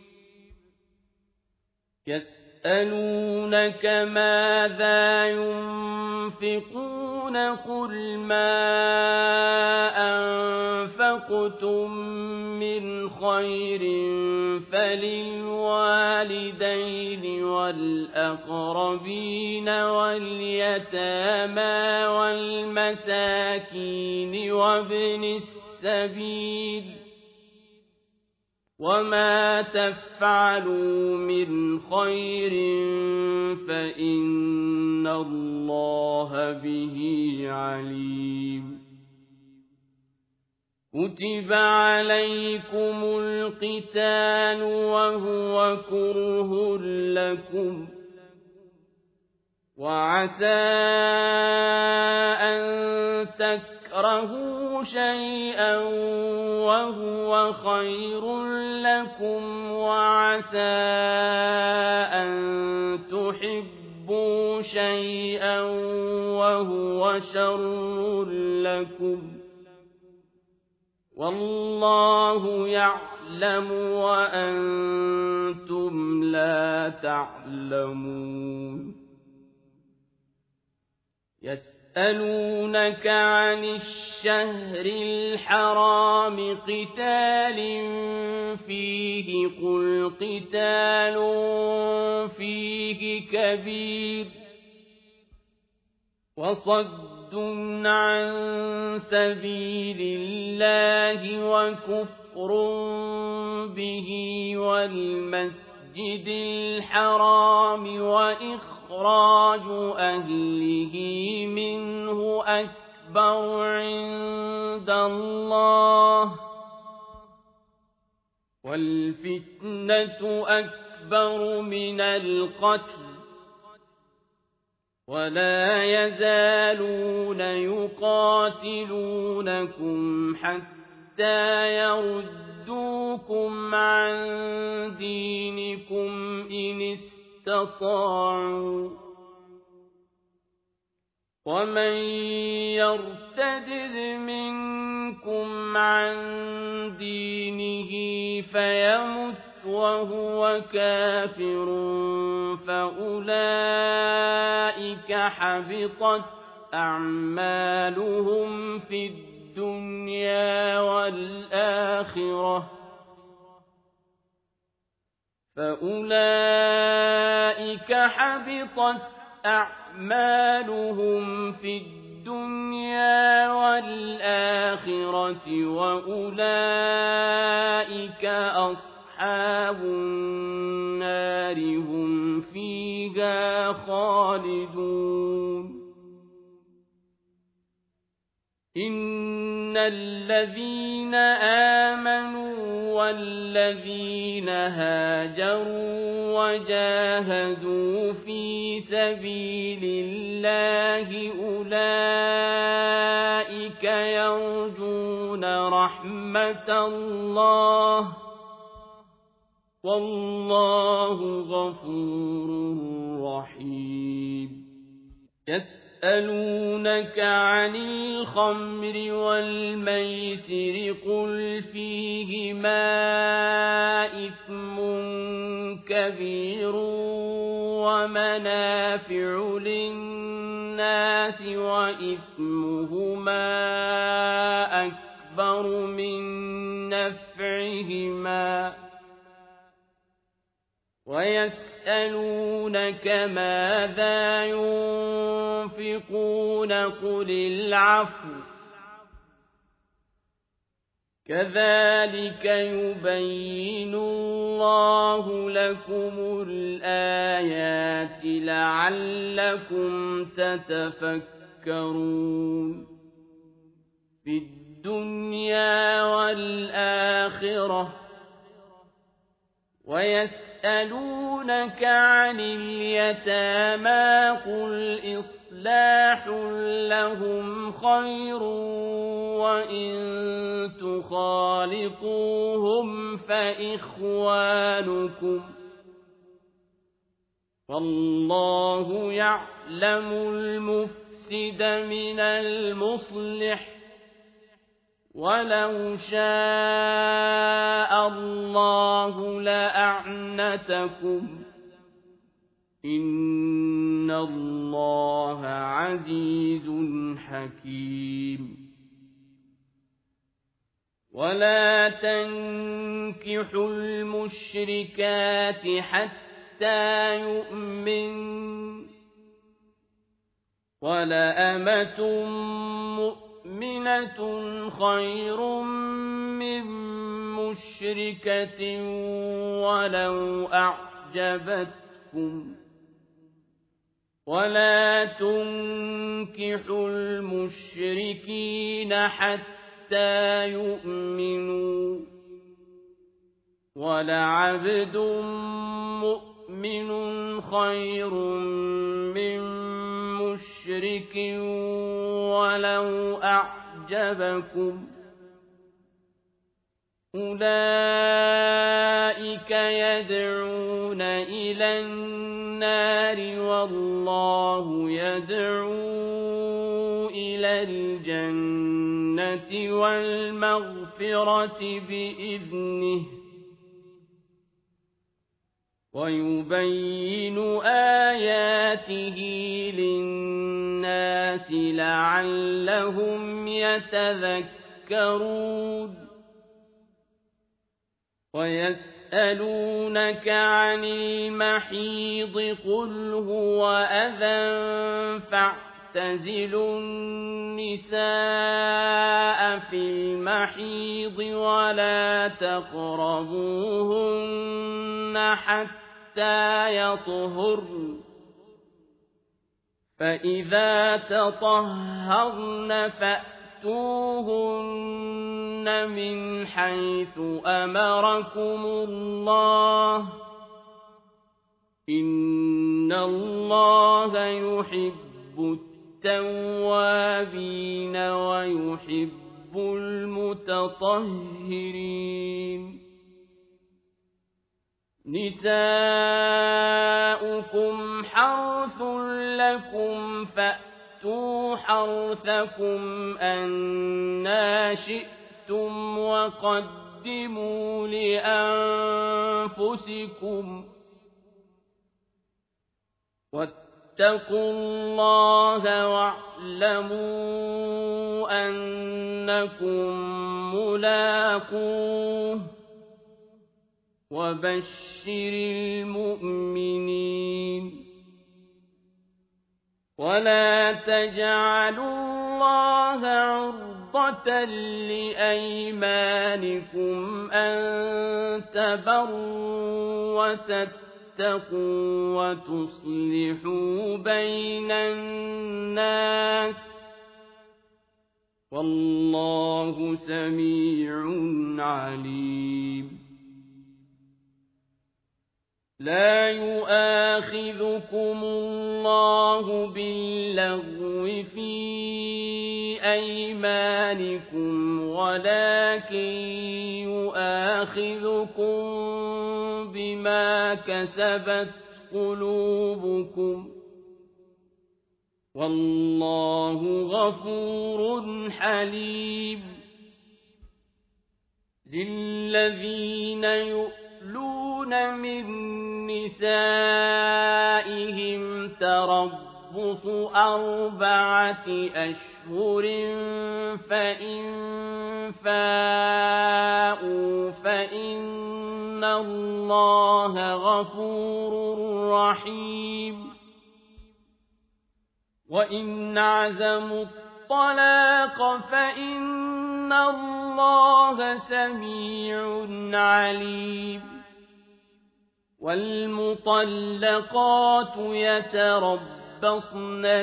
A: يسألونك ماذا ينفقون قل ما أنفقتم من خير فللوالدين والأقربين واليتامى والمساكين وابن السبيل وما تفعلوا من خير فإن الله به عليم كتب عليكم القتال وهو كره لكم وعسى أن تكرهوا شيئا وهو خير لكم وعسى أن تحبوا شيئا وهو شر لكم والله يعلم وأنتم لا تعلمون يسألونك عن الشهر الحرام قتال فيه قل قتال فيه كبير وصد عن سبيل الله وكفر به والمسجد الحرام وإخراج أهله منه أكبر عند الله والفتنة أكبر من القتل ولا يزالون يقاتلونكم حتى يردوكم عن دينكم إن استطاعوا ومن يرتد منكم عن دينه فيمت وهو كافر فأولئك حبطت أعمالهم في الدنيا والآخرة وأولئك أصحاب النار هم فيها خالدون إن الذين آمنوا والذين هاجروا وجاهدوا في سبيل الله أولئك يرجون رحمة الله والله غفور رحيم يسألونك عن الخمر والميسر قل فيهما إثم كبير ومنافع للناس وإثمهما أكبر من نفعهما ويسألونك ماذا ينفقون قل العفو كذلك يبين الله لكم الآيات لعلكم تتفكرون في الدنيا والآخرة ويسألونك عن اليتامى قل إصلاح لهم خير وإن تخالطوهم فإخوانكم والله يعلم المفسد من المصلح ولو شاء الله لأعنتكم إن الله عزيز حكيم ولا تنكحوا المشركات حتى يؤمن ولأمة مؤمنة خير من مشركة ولو أعجبتكم ولا تنكحوا المشركين حتى يؤمنوا ولعبد مؤمن خير من مشرك ولو أعجبكم أولئك يدعون إلى النار والله يدعو إلى الجنة والمغفرة بإذنه ويبين آياته للناس لعلهم يتذكرون ويسألونك عن المحيض قل هو أذى فاعتزلوا النساء في المحيض ولا تقربوهن حتى يطهرن فإذا تطهرن فأتوهن من حيث أمركم الله إن الله يحب التوابين ويحب المتطهرين نساؤكم حرث لكم فأتوا حرثكم أنى شئتم وقدموا لأنفسكم واتقوا الله واعلموا أنكم ملاقوه وبشر المؤمنين ولا تجعلوا الله عرضة لأيمانكم أن تبروا وتتقوا وتصلحوا بين الناس والله سميع عليم لا يؤاخذكم الله باللغو في أيمانكم ولكن يؤاخذكم بما كسبت قلوبكم والله غفور حليم للذين يؤلون من نسائهم تربص 4 أشهر فإن فاءوا فإن الله غفور رحيم وإن عزموا الطلاق فإن الله سميع عليم والمطلقات يتربصن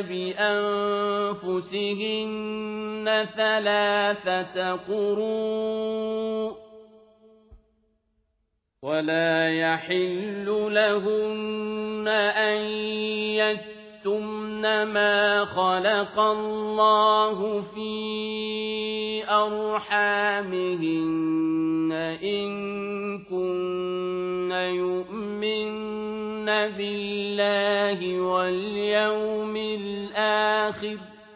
A: بأنفسهن 3 قروء ولا يحل لهن أن يكتمن ما خلق الله في أرحامهن إن كن يؤمن بالله واليوم الآخر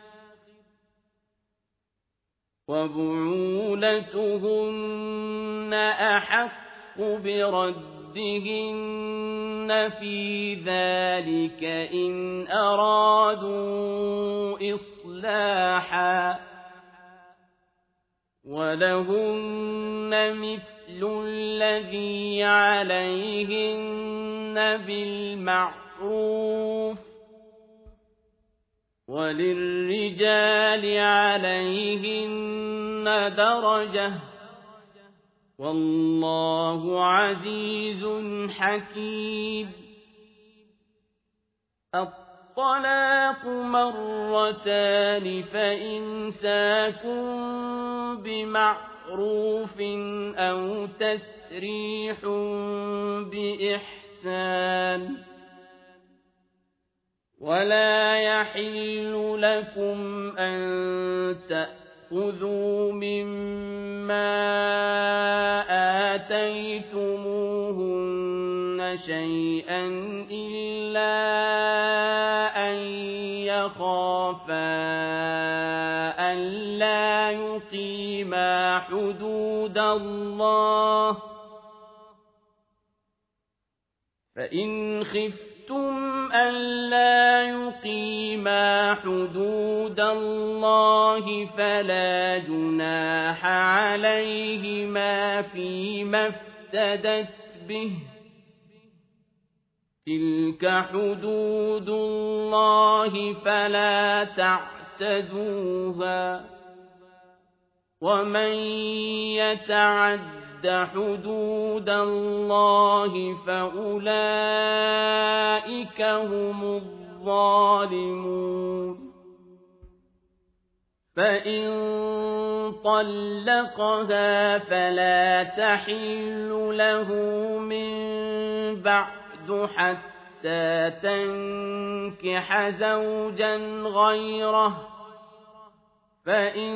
A: وبعولتهن أحق بردهن في ذلك إن أرادوا إصلاحا ولهن مثل الذي عليهن بالمعروف وللرجال عليهن درجة والله عزيز حكيم. الطلاق مرتان فإمساك بمعروف أو تسريح بإحسان. ولا يحل لكم أن تأخذوا مما آتيتموهن شيئا إلا أن يخافا ألا يقيما حدود الله. فإن خفتم ألا يقيما حدود الله فلا جناح عليهما فيما افتدت به. تلك حدود الله فلا تعتدوها. ومن يتعد حدود الله فأولئك هم الظالمون. فإن طلقها فلا تحل له من بعد حتى تنكح زوجا غيره. فإن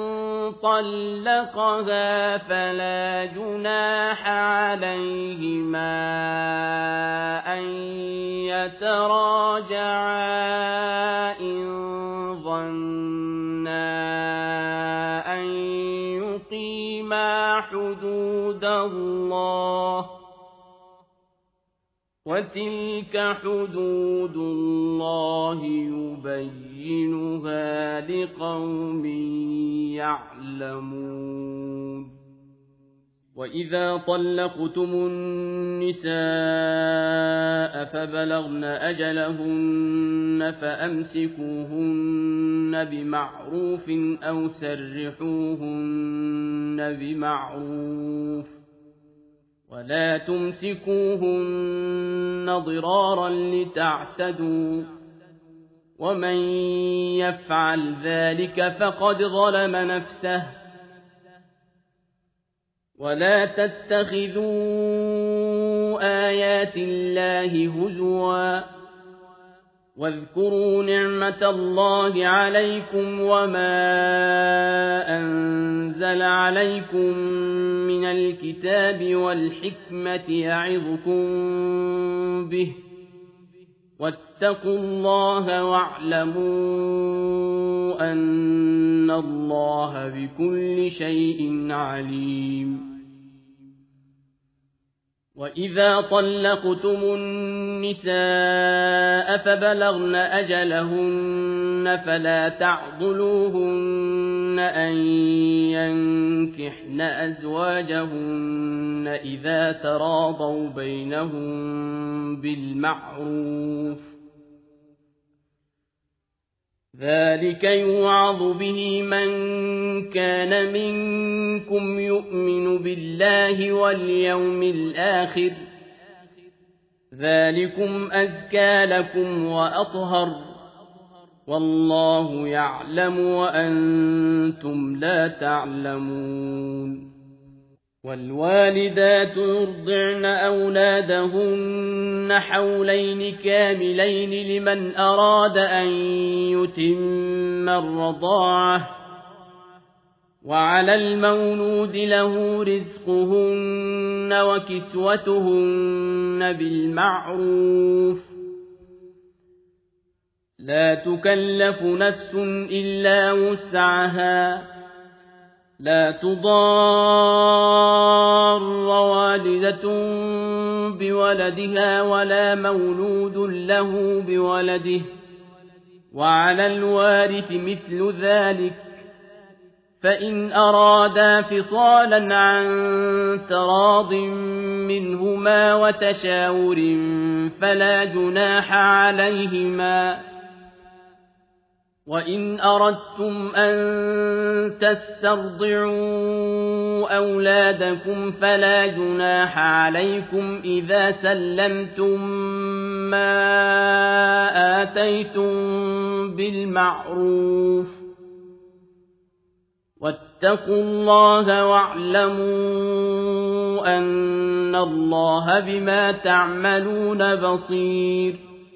A: طلقها فلا جناح عليهما أن يتراجعا إن ظنا أن يقيما حدود الله. وتلك حدود الله يبينها لقوم يعلمون. وإذا طلقتم النساء فبلغن أجلهن فأمسكوهن بمعروف أو سرحوهن بمعروف. ولا تمسكوهن ضرارا لتعتدوا. ومن يفعل ذلك فقد ظلم نفسه. ولا تتخذوا آيات الله هزوا. واذكروا نعمة الله عليكم وما أنزل عليكم من الكتاب والحكمة يعظكم به. واتقوا الله واعلموا أن الله بكل شيء عليم. وإذا طلقتم النساء فبلغن أجلهن فلا تعضلوهن أن ينكحن أزواجهن إذا تراضوا بينهم بالمعروف. ذلك يوعظ به من كان منكم يؤمن بالله واليوم الآخر. ذلكم أزكى لكم وأطهر. والله يعلم وأنتم لا تعلمون. والوالدات يرضعن أولادهن حولين كاملين لمن أراد أن يتم الرضاعة. وعلى المولود له رزقهن وكسوتهن بالمعروف. لا تكلف نفس إلا وسعها. لا تضار والدة بولدها ولا مولود له بولده. وعلى الوارث مثل ذلك. فإن أرادا فصالا عن تراض منهما وتشاور فلا جناح عليهما. وإن أردتم أن تسترضعوا أولادكم فلا جناح عليكم إذا سلمتم ما آتيتم بالمعروف واتقوا الله واعلموا أن الله بما تعملون بصير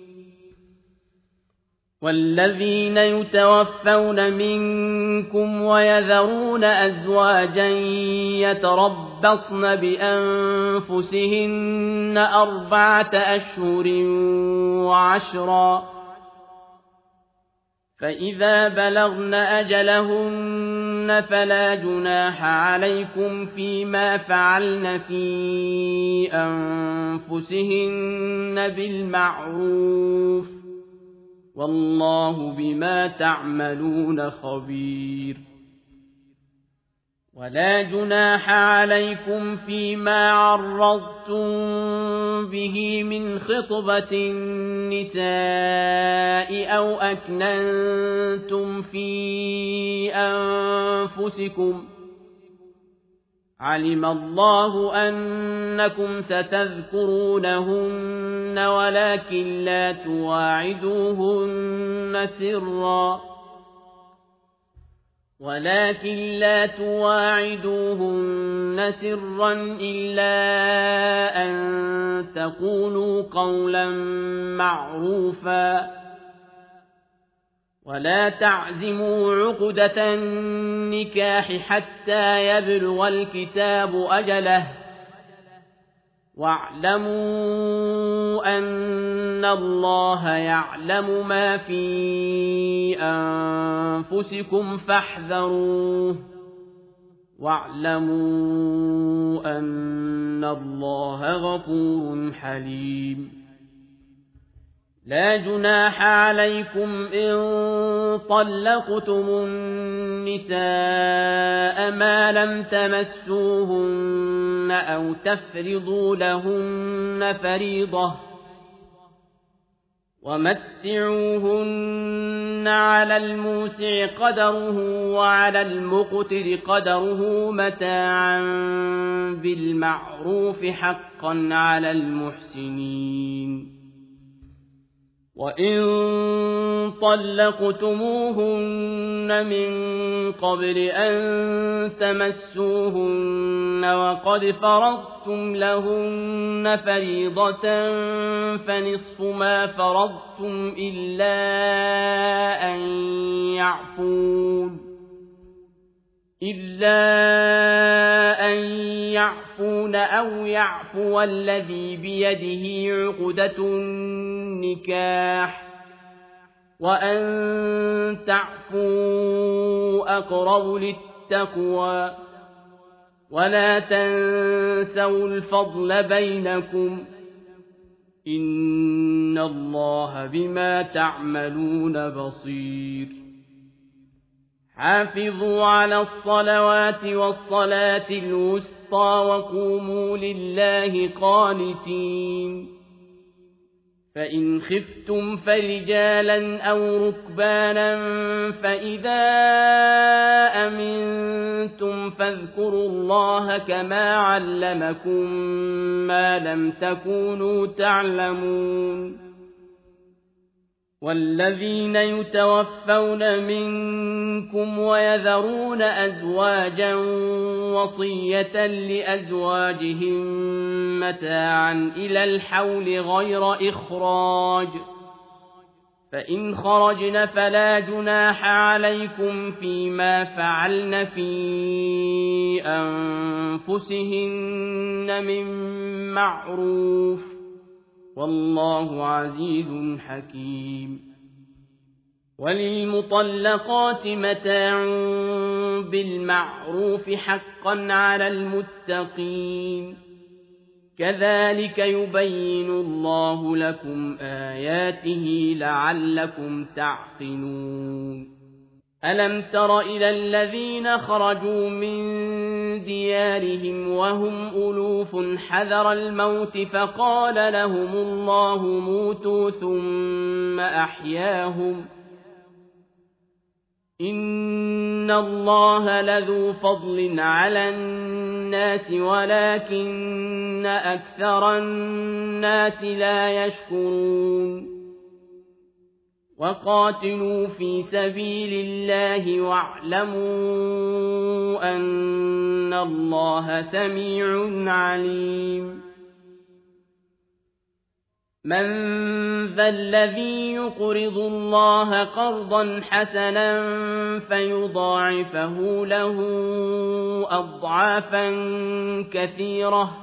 A: والذين يتوفون منكم ويذرون أزواجا يتربصن بأنفسهن 4 أشهر و10 فإذا بلغن أجلهن فلا جناح عليكم فيما فعلن في أنفسهن بالمعروف والله بما تعملون خبير ولا جناح عليكم فيما عرضتم به من خطبة النساء أو أكننتم في أنفسكم علم الله أنكم ستذكرونهن ولكن لا تواعدوهن سرا إلا أن تقولوا قولا معروفا ولا تعزموا عقدة النكاح حتى يبلغ الكتاب أجله واعلموا أن الله يعلم ما في أنفسكم فاحذروه واعلموا أن الله غفور حليم لا جناح عليكم إن طلقتم النساء ما لم تمسوهن أو تفرضوا لهن فريضة ومتعوهن على الموسع قدره وعلى المقتر قدره متاعا بالمعروف حقا على المحسنين وإن طلقتموهن من قبل أن تمسوهن وقد فرضتم لهن فريضة فنصف ما فرضتم إلا أن يعفون أو يعفو الذي بيده عقدة النكاح وأن تعفوا أقرب للتقوى ولا تنسوا الفضل بينكم إن الله بما تعملون بصير حافظوا على الصلوات والصلاة الوسطى وقوموا لله قانتين فإن خفتم فرجالا أو ركبانا فإذا أمنتم فاذكروا الله كما علمكم ما لم تكونوا تعلمون والذين يتوفون منكم ويذرون أزواجا وصية لأزواجهم متاعا إلى الحول غير إخراج فإن خرجن فلا جناح عليكم فيما فعلن في أنفسهن من معروف والله عزيز حكيم وللمطلقات متاع بالمعروف حقا على المتقين كذلك يبين الله لكم آياته لعلكم تعقلون ألم تر إلى الذين خرجوا من ديارهم وهم ألوف حذر الموت فقال لهم الله موتوا ثم أحياهم إن الله لذو فضل على الناس ولكن أكثر الناس لا يشكرون وقاتلوا في سبيل الله واعلموا أن الله سميع عليم من ذا الذي يقرض الله قرضا حسنا فيضاعفه له أضعافا كثيرة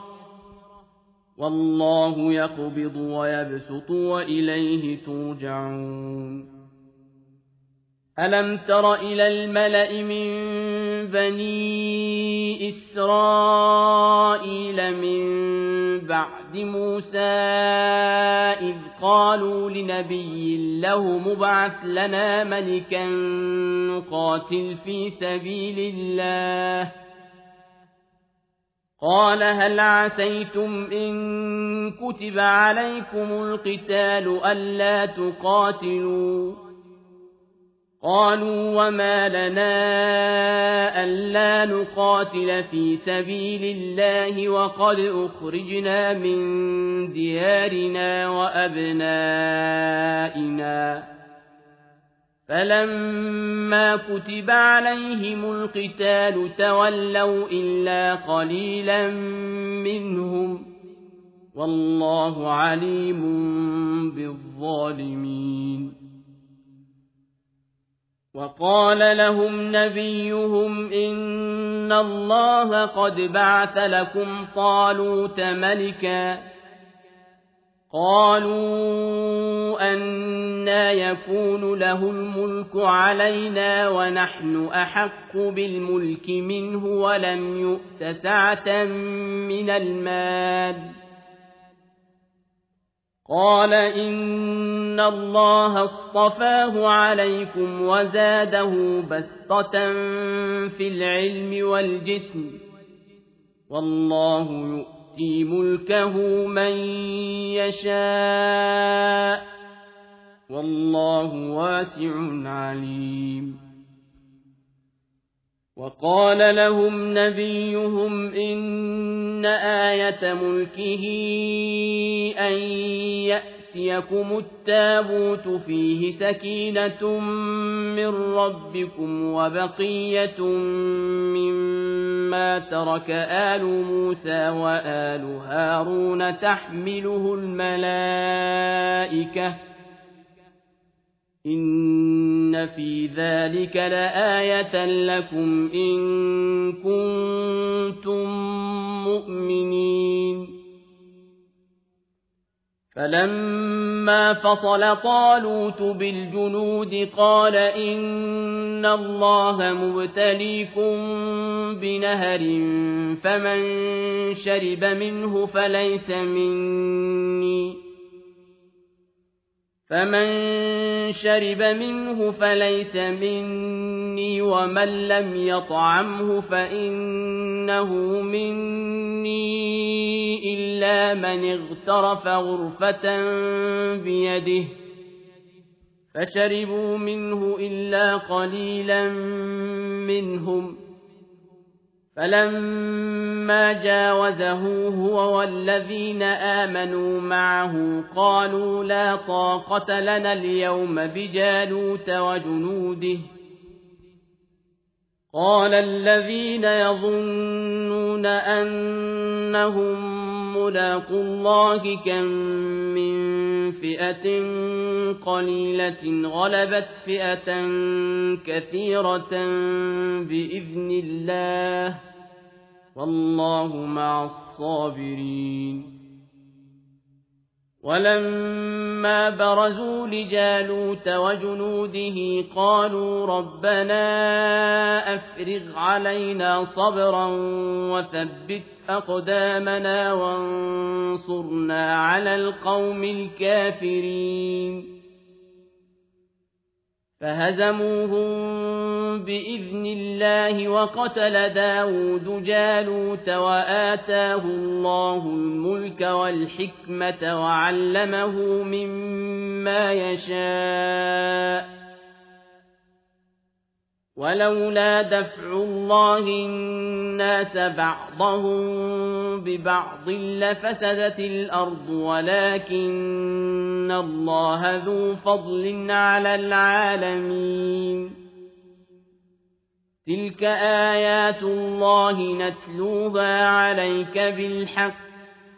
A: والله يقبض ويبسط وإليه ترجعون ألم تر إلى الملأ من بني إسرائيل من بعد موسى إذ قالوا لنبي له مبعث لنا ملكا نقاتل في سبيل الله قال هل عسيتم إن كتب عليكم القتال ألا تقاتلوا قالوا وما لنا ألا نقاتل في سبيل الله وقد أخرجنا من ديارنا وأبنائنا فلما كتب عليهم القتال تولوا إلا قليلا منهم والله عليم بالظالمين وقال لهم نبيهم إن الله قد بعث لكم طالوت ملكا قالوا أنى يكون له الملك علينا ونحن أحق بالملك منه ولم يؤت سعة من المال قال إن الله اصطفاه عليكم وزاده بسطة في العلم والجسم والله يؤتي ملكه من يشاء والله واسع عليم وقال لهم نبيهم إن آية ملكه أن يأتيكم التابوت فيه سكينة من ربكم وبقية مما ترك آل موسى وآل هارون تحمله الملائكة إن في ذلك لآية لكم إن كنتم مؤمنين فلما فصل طالوت بالجنود قال إن الله مبتليكم بنهر فمن شرب منه فليس مني ومن لم يطعمه فإنه مني إلا من اغترف غرفة بيده فشربوا منه إلا قليلا منهم فلما جاوزه هو والذين آمنوا معه قالوا لا طاقة لنا اليوم بجالوت وجنوده قال الذين يظنون أنهم ملاقو الله كم من فئة قليلة غلبت فئة كثيرة بإذن الله والله مع الصابرين ولما برزوا لجالوت وجنوده قالوا ربنا أفرغ علينا صبرا وثبت أقدامنا وانصرنا على القوم الكافرين فهزموهم بإذن الله وقتل داود جالوت وآتاه الله الملك والحكمة وعلمه مما يشاء ولولا دفع الله الناس بعضهم ببعض لفسدت الأرض ولكن الله ذو فضل على العالمين تلك آيات الله نتلوها عليك بالحق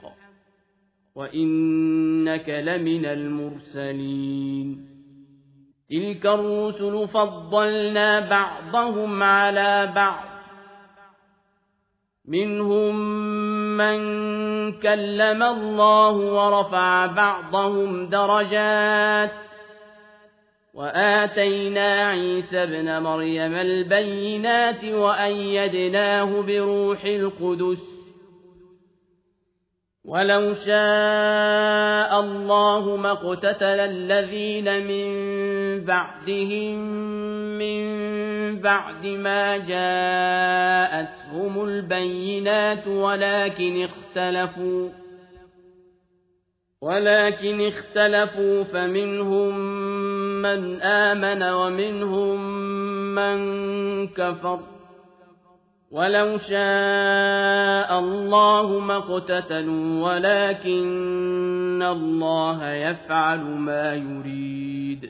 A: وإنك لمن المرسلين تلك الرسل فضلنا بعضهم على بعض منهم من كلم الله ورفع بعضهم درجات وآتينا عيسى ابن مريم البينات وأيدناه بروح القدس ولو شاء الله ما اقتتل الذين من بعدهم من بعد ما جاءتهم البينات ولكن اختلفوا فمنهم من آمن ومنهم من كفر ولو شاء الله ما اقتتلوا ولكن الله يفعل ما يريد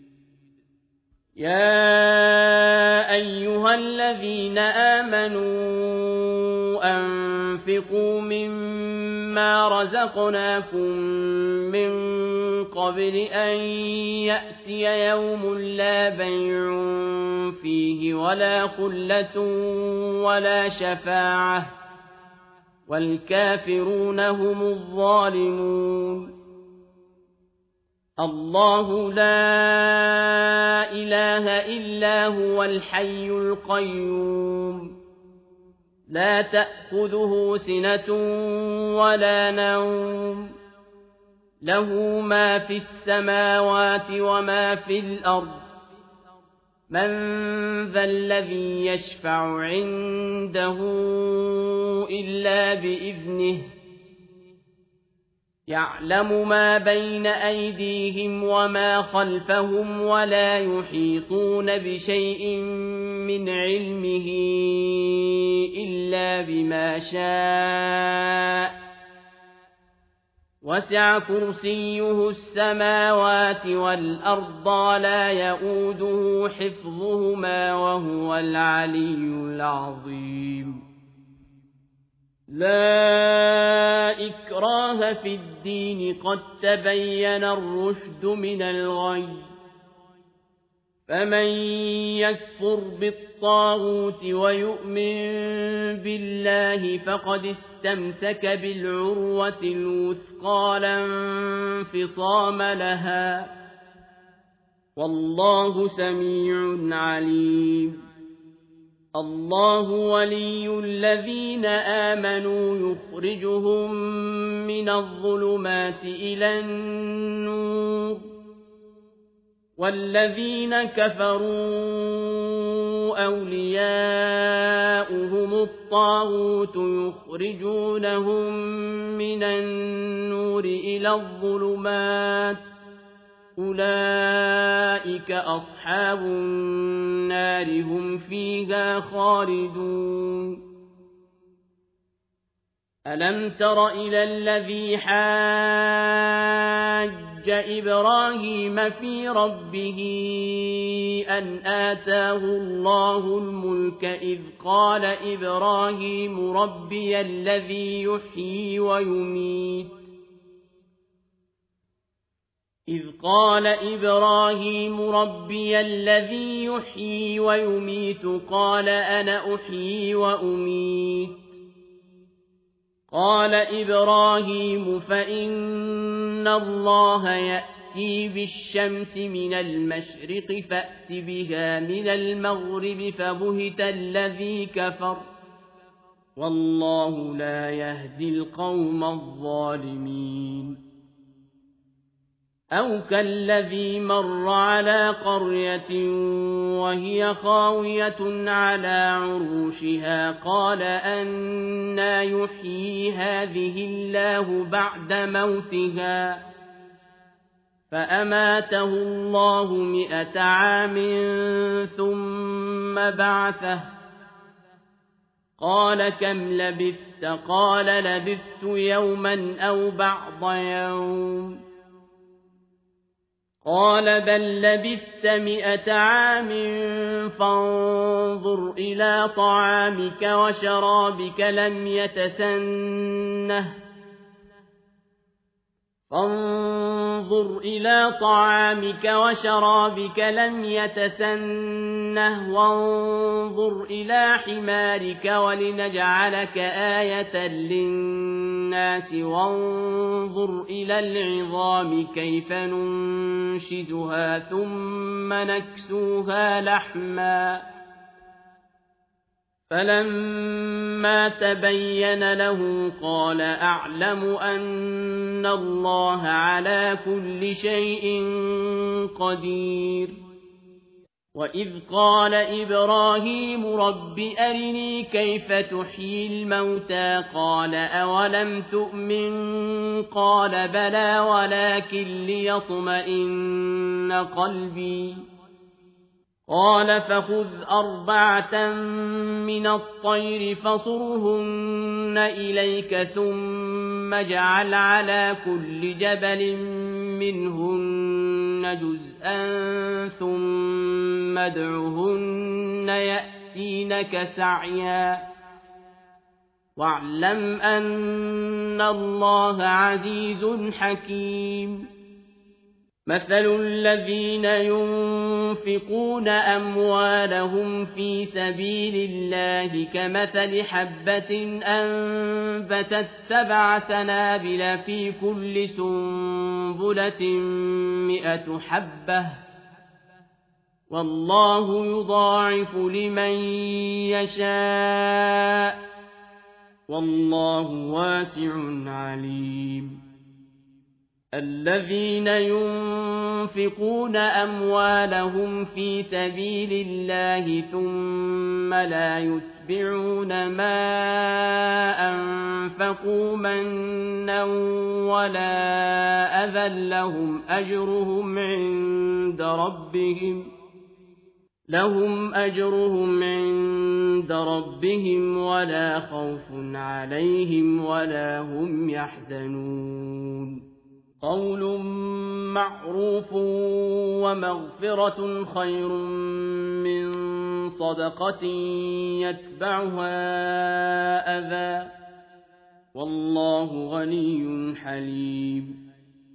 A: يا أيها الذين آمنوا أنفقوا مما رزقناكم من قبل أن يأتي يوم لا بيع فيه ولا خلة ولا شفاعة والكافرون هم الظالمون الله لا إله إلا هو الحي القيوم لا تأخذه سنة ولا نوم له ما في السماوات وما في الأرض من ذا الذي يشفع عنده إلا بإذنه يعلم ما بين أيديهم وما خلفهم ولا يحيطون بشيء من علمه إلا بما شاء وسع كرسيه السماوات والأرض لا يؤوده حفظهما وهو العلي العظيم لا إكراه في الدين قد تبين الرشد من الغي فمن يكفر بالطاغوت ويؤمن بالله فقد استمسك بالعروة الوثقى لا انفصام لها والله سميع عليم الله ولي الذين آمنوا يخرجهم من الظلمات إلى النور والذين كفروا أولياؤهم الطاغوت يخرجونهم من النور إلى الظلمات أولئك أصحاب النار هم فيها خالدون ألم تر إلى الذي حاج إبراهيم في ربه أن آتاه الله الملك إذ قال إبراهيم ربي الذي يحيي ويميت قال أنا أحيي وأميت قال إبراهيم فإن الله يأتي بالشمس من المشرق فأت بها من المغرب فبهت الذي كفر والله لا يهدي القوم الظالمين أو كالذي مر على قرية وهي خاوية على عروشها قال أنى يحيي هذه الله بعد موتها فأماته الله 100 عام ثم بعثه قال كم لبثت قال لبثت يوما أو بعض يوم قال بل لبثت 100 عام فانظر إلى طعامك وشرابك لم يتسنه وانظر إلى حمارك ولنجعلك آية للناس وانظر إلى العظام كيف ننشزها ثم نكسوها لحما فلما تبين له قال أعلم أن الله على كل شيء قدير وإذ قال إبراهيم رب أرني كيف تحيي الموتى قال أولم تؤمن قال بلى ولكن ليطمئن قلبي قال فخذ 4 من الطير فصرهن إليك ثم اجعل على كل جبل منهن جزءا ثم ادعهن يأتينك سعيا واعلم أن الله عزيز حكيم مثل الذين ينفقون أموالهم في سبيل الله كمثل حبة أنبتت 7 سنابل في كل سنبلة 100 حبة والله يضاعف لمن يشاء والله واسع عليم الذين ينفقون أموالهم في سبيل الله ثم لا يتبعون ما أنفقوا منا ولا أذى لهم أجرهم عند ربهم ولا خوف عليهم ولا هم يحزنون قول معروف ومغفرة خير من صدقة يتبعها أذى والله غني حليم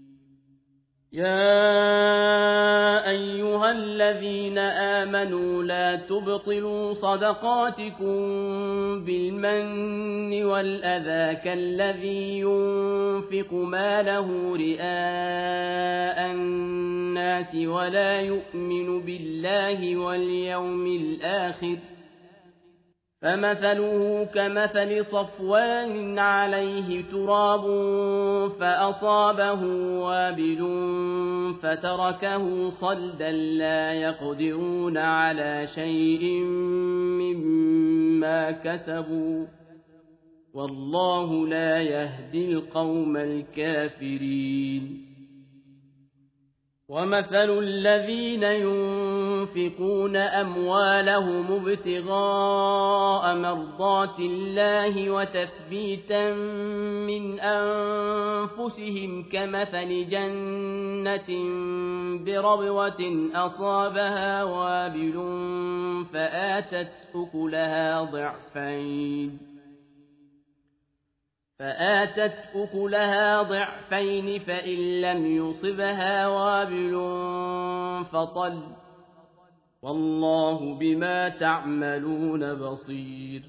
A: يا أيها الذين آمنوا لا تبطلوا صدقاتكم بالمن والأذى كالذي ينفق ماله رئاء الناس ولا يؤمن بالله واليوم الآخر فمثله كمثل صفوان عليه تراب فأصابه وابل فتركه صلدا لا يقدرون على شيء مما كسبوا والله لا يهدي القوم الكافرين ومثل الذين ينفقون أموالهم ابتغاء مرضات الله وتثبيتا من أنفسهم كمثل جنة بربوة أصابها وابل فآتت أكلها ضعفين فإن لم يصبها وابل فطل والله بما تعملون بصير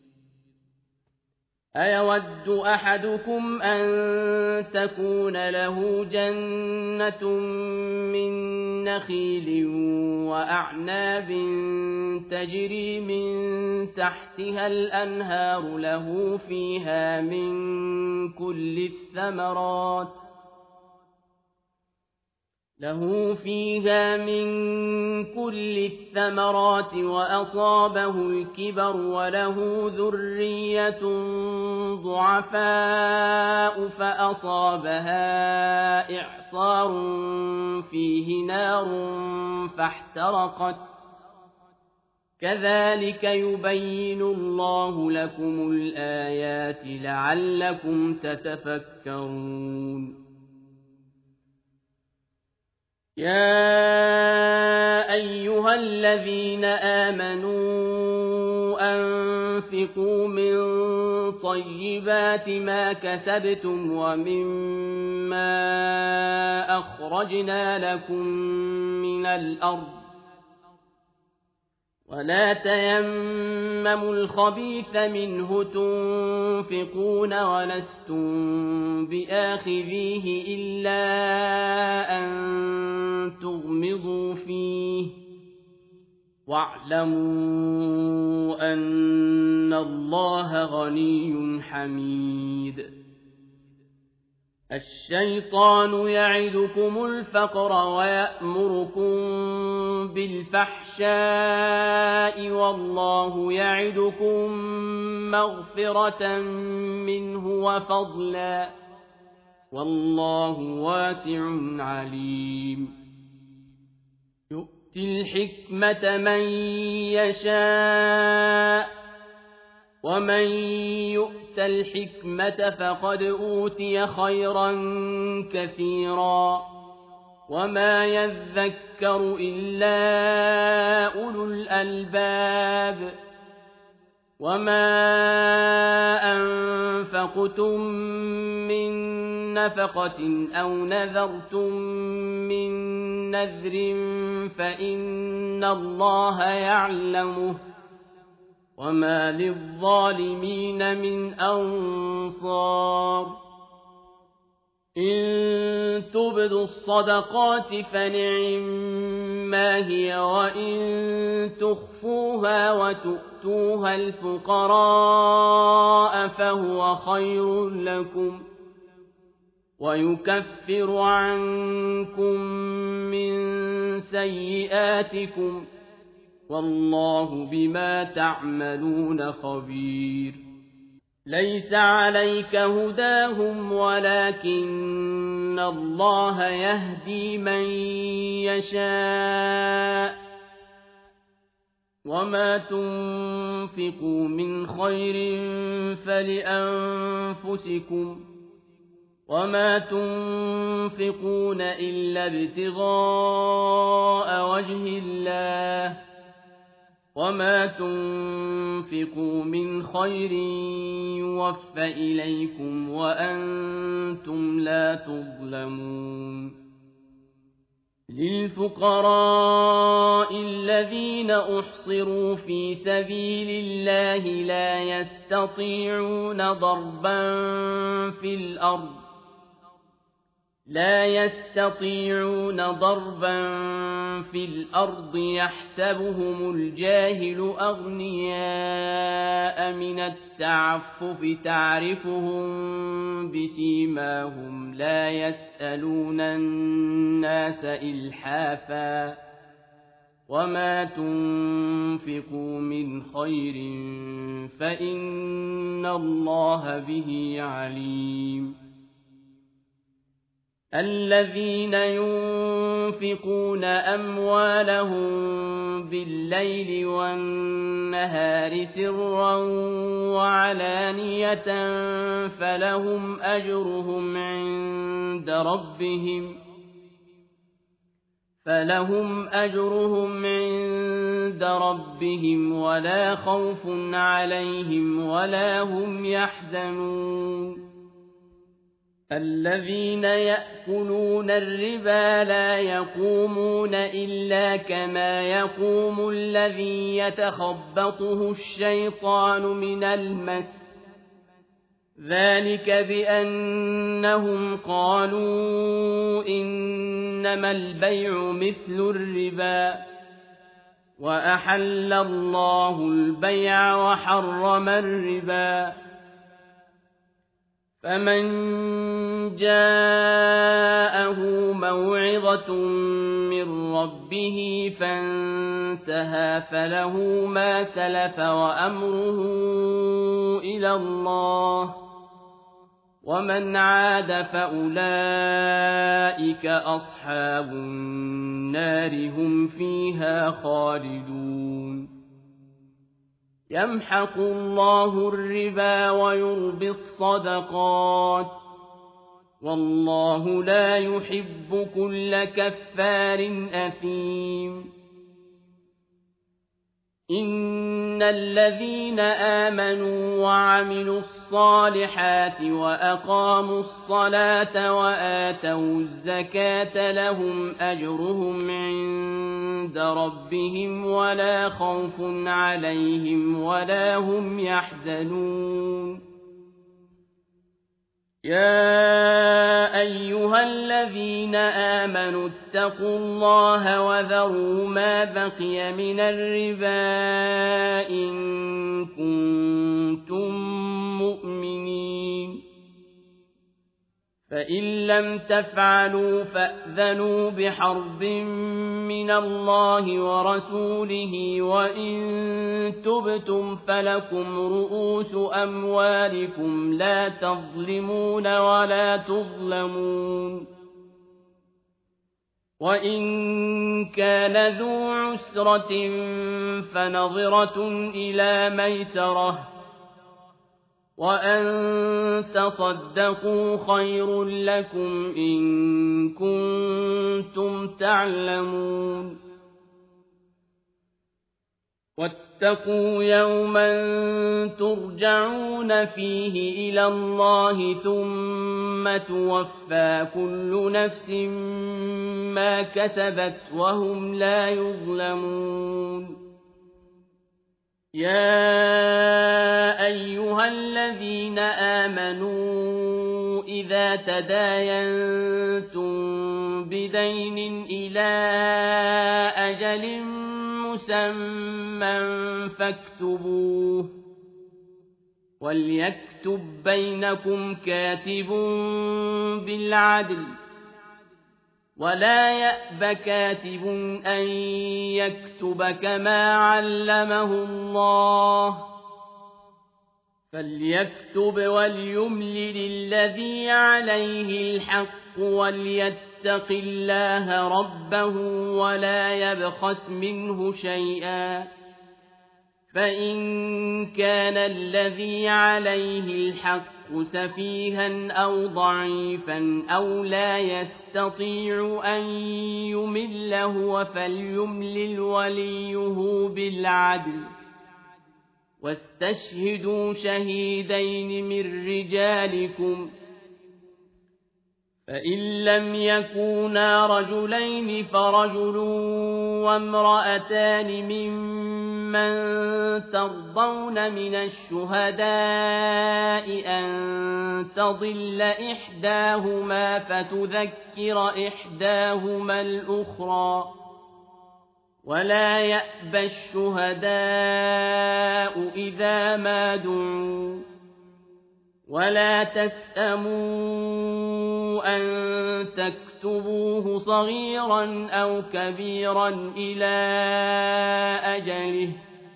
A: أيود أحدكم أن تكون له جنة من نخيل وأعناب تجري من تحتها الأنهار له فيها من كل الثمرات وأصابه الكبر وله ذرية ضعفاء فأصابها إعصار إعصار فيه نار فاحترقت كذلك يبين الله لكم الآيات لعلكم تتفكرون يا أيها الذين آمنوا أنفقوا من طيبات ما كسبتم ومما أخرجنا لكم من الأرض ولا تيمموا الخبيث منه تنفقون ولستم بآخذيه إلا أن تغمضوا فيه واعلموا أن الله غني حميد الشيطان يعدكم الفقر ويأمركم بالفحشاء والله يعدكم مغفرة منه وفضلا والله واسع عليم يؤتي الحكمة من يشاء ومن يؤت الحكمة فقد أوتي خيرا كثيرا وما يذكر إلا أولو الألباب وما أنفقتم من نفقة أو نذرتم من نذر فإن الله يعلمه وما للظالمين من أنصار إن تبدوا الصدقات فنعما هي وإن تخفوها وتؤتوها الفقراء فهو خير لكم ويكفر عنكم من سيئاتكم والله بما تعملون خبير ليس عليك هداهم ولكن الله يهدي من يشاء وما تنفقوا من خير فلأنفسكم وما تنفقون إلا ابتغاء وجه الله وما تنفقوا من خير يوفى إليكم وأنتم لا تظلمون للفقراء الذين أحصروا في سبيل الله لا يستطيعون ضربا في الأرض يحسبهم الجاهل أغنياء من التعفف تعرفهم بسيماهم لا يسألون الناس إلحافا وما تنفقوا من خير فإن الله به عليم الذين ينفقون أموالهم بالليل والنهار سرا وعلانية فلهم أجرهم عند ربهم ولا خوف عليهم ولا هم يحزنون الذين يأكلون الربا لا يقومون إلا كما يقوم الذي يتخبطه الشيطان من المس ذلك بأنهم قالوا إنما البيع مثل الربا وأحل الله البيع وحرم الربا فمن جاءه موعظة من ربه فانتهى فله ما سلف وأمره إلى الله ومن عاد فأولئك أصحاب النار هم فيها خالدون يمحق الله الربا ويربي الصدقات والله لا يحب كل كفار أثيم إن الذين آمنوا وعملوا الصالحات وأقاموا الصلاة وآتوا الزكاة لهم أجرهم عند ربهم ولا خوف عليهم ولا هم يحزنون يا أيها الذين آمنوا اتقوا الله وذروا ما بقي من الربا إن كنتم مؤمنين فإن لم تفعلوا فأذنوا بحرب من الله ورسوله وإن تبتم فلكم رؤوس أموالكم لا تظلمون ولا تظلمون وإن كان ذو عسرة فنظرة إلى ميسرة وأن تصدقوا خير لكم إن كنتم تعلمون واتقوا يوما ترجعون فيه إلى الله ثم توفى كل نفس ما كسبت وهم لا يظلمون يا أيها الذين آمنوا إذا تداينتم بدين إلى أجل مسمى فاكتبوه وليكتب بينكم كاتب بالعدل ولا يأب كاتب أن يكتب كما علمه الله فليكتب وليملل الذي عليه الحق وليتق الله ربه ولا يبخس منه شيئا فإن كان الذي عليه الحق سفيها أو ضعيفا أو لا يستطيع أن يمل هو فليملل وليه بالعدل واستشهدوا شهيدين من رجالكم فإن لم يكونا رجلين فرجل وامرأتان ممن ترضون من الشهداء أن تضل إحداهما فتذكر إحداهما الأخرى ولا يأبى الشهداء إذا ما دعوا ولا تسأموا أن تكتبوه صغيرا أو كبيرا إلى أجله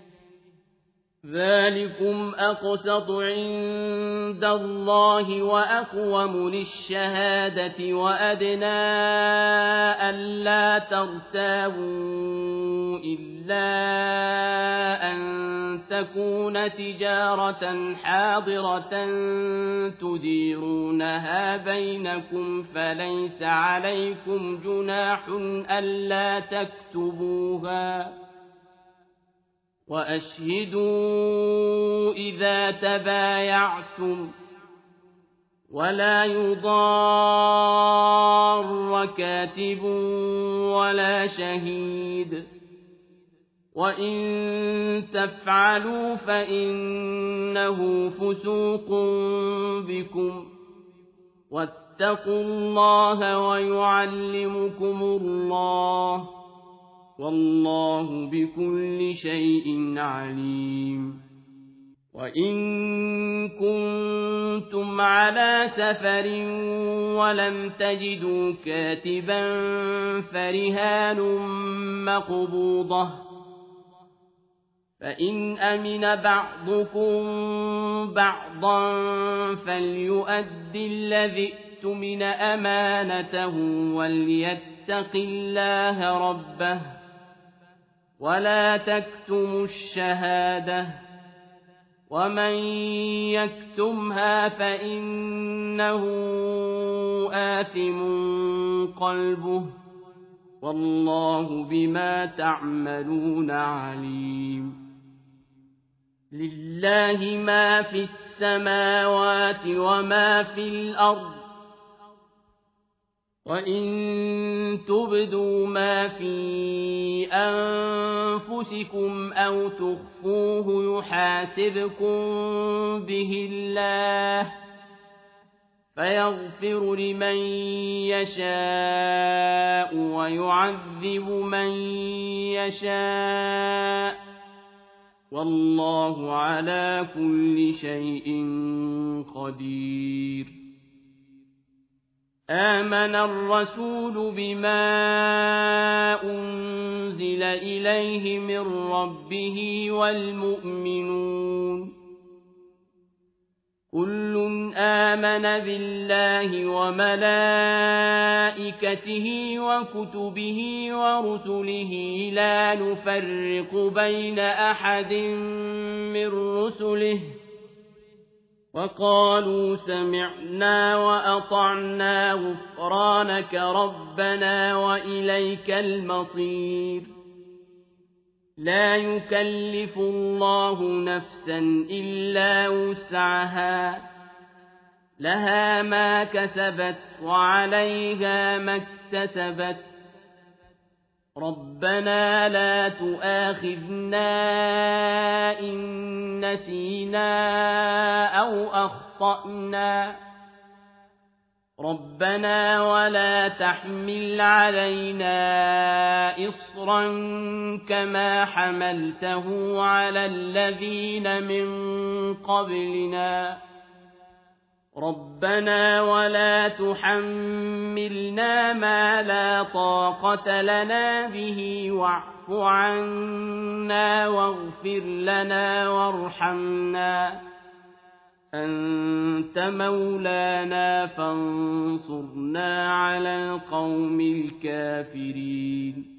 A: ذلكم أقسط عند الله وأقوم للشهادة وأدنى ألا ترتابوا إلا أن تكون تجارة حاضرة تديرونها بينكم فليس عليكم جناح ألا تكتبوها وأشهدوا إذا تبايعتم ولا يضار كاتب ولا شهيد وإن تفعلوا فإنه فسوق بكم واتقوا الله ويعلمكم الله والله بكل شيء عليم وإن كنتم على سفر ولم تجدوا كاتبا فرهان مقبوضة فإن أمن بعضكم بعضا فليؤد الذي اؤتمن أمانته وليتق الله ربه ولا تكتموا الشهادة ومن يكتمها فإنه آثم قلبه والله بما تعملون عليم لله ما في السماوات وما في الأرض وإن تبدوا ما في أنفسكم أو تخفوه يحاسبكم به الله فيغفر لمن يشاء ويعذب من يشاء والله على كل شيء قدير آمن الرسول بما أنزل إليه من ربه والمؤمنون كل آمن بالله وملائكته وكتبه ورسله لا نفرق بين أحد من رسله وقالوا سمعنا وأطعنا غفرانك ربنا وإليك المصير لا يكلف الله نفسا إلا وسعها لها ما كسبت وعليها ما اكتسبت ربنا لا تؤاخذنا إن نسينا أو أخطأنا ربنا ولا تحمل علينا إصرا كما حملته على الذين من قبلنا ربنا ولا تحملنا ما لا طاقة لنا به واعف عنا واغفر لنا وارحمنا أنت مولانا فانصرنا على القوم الكافرين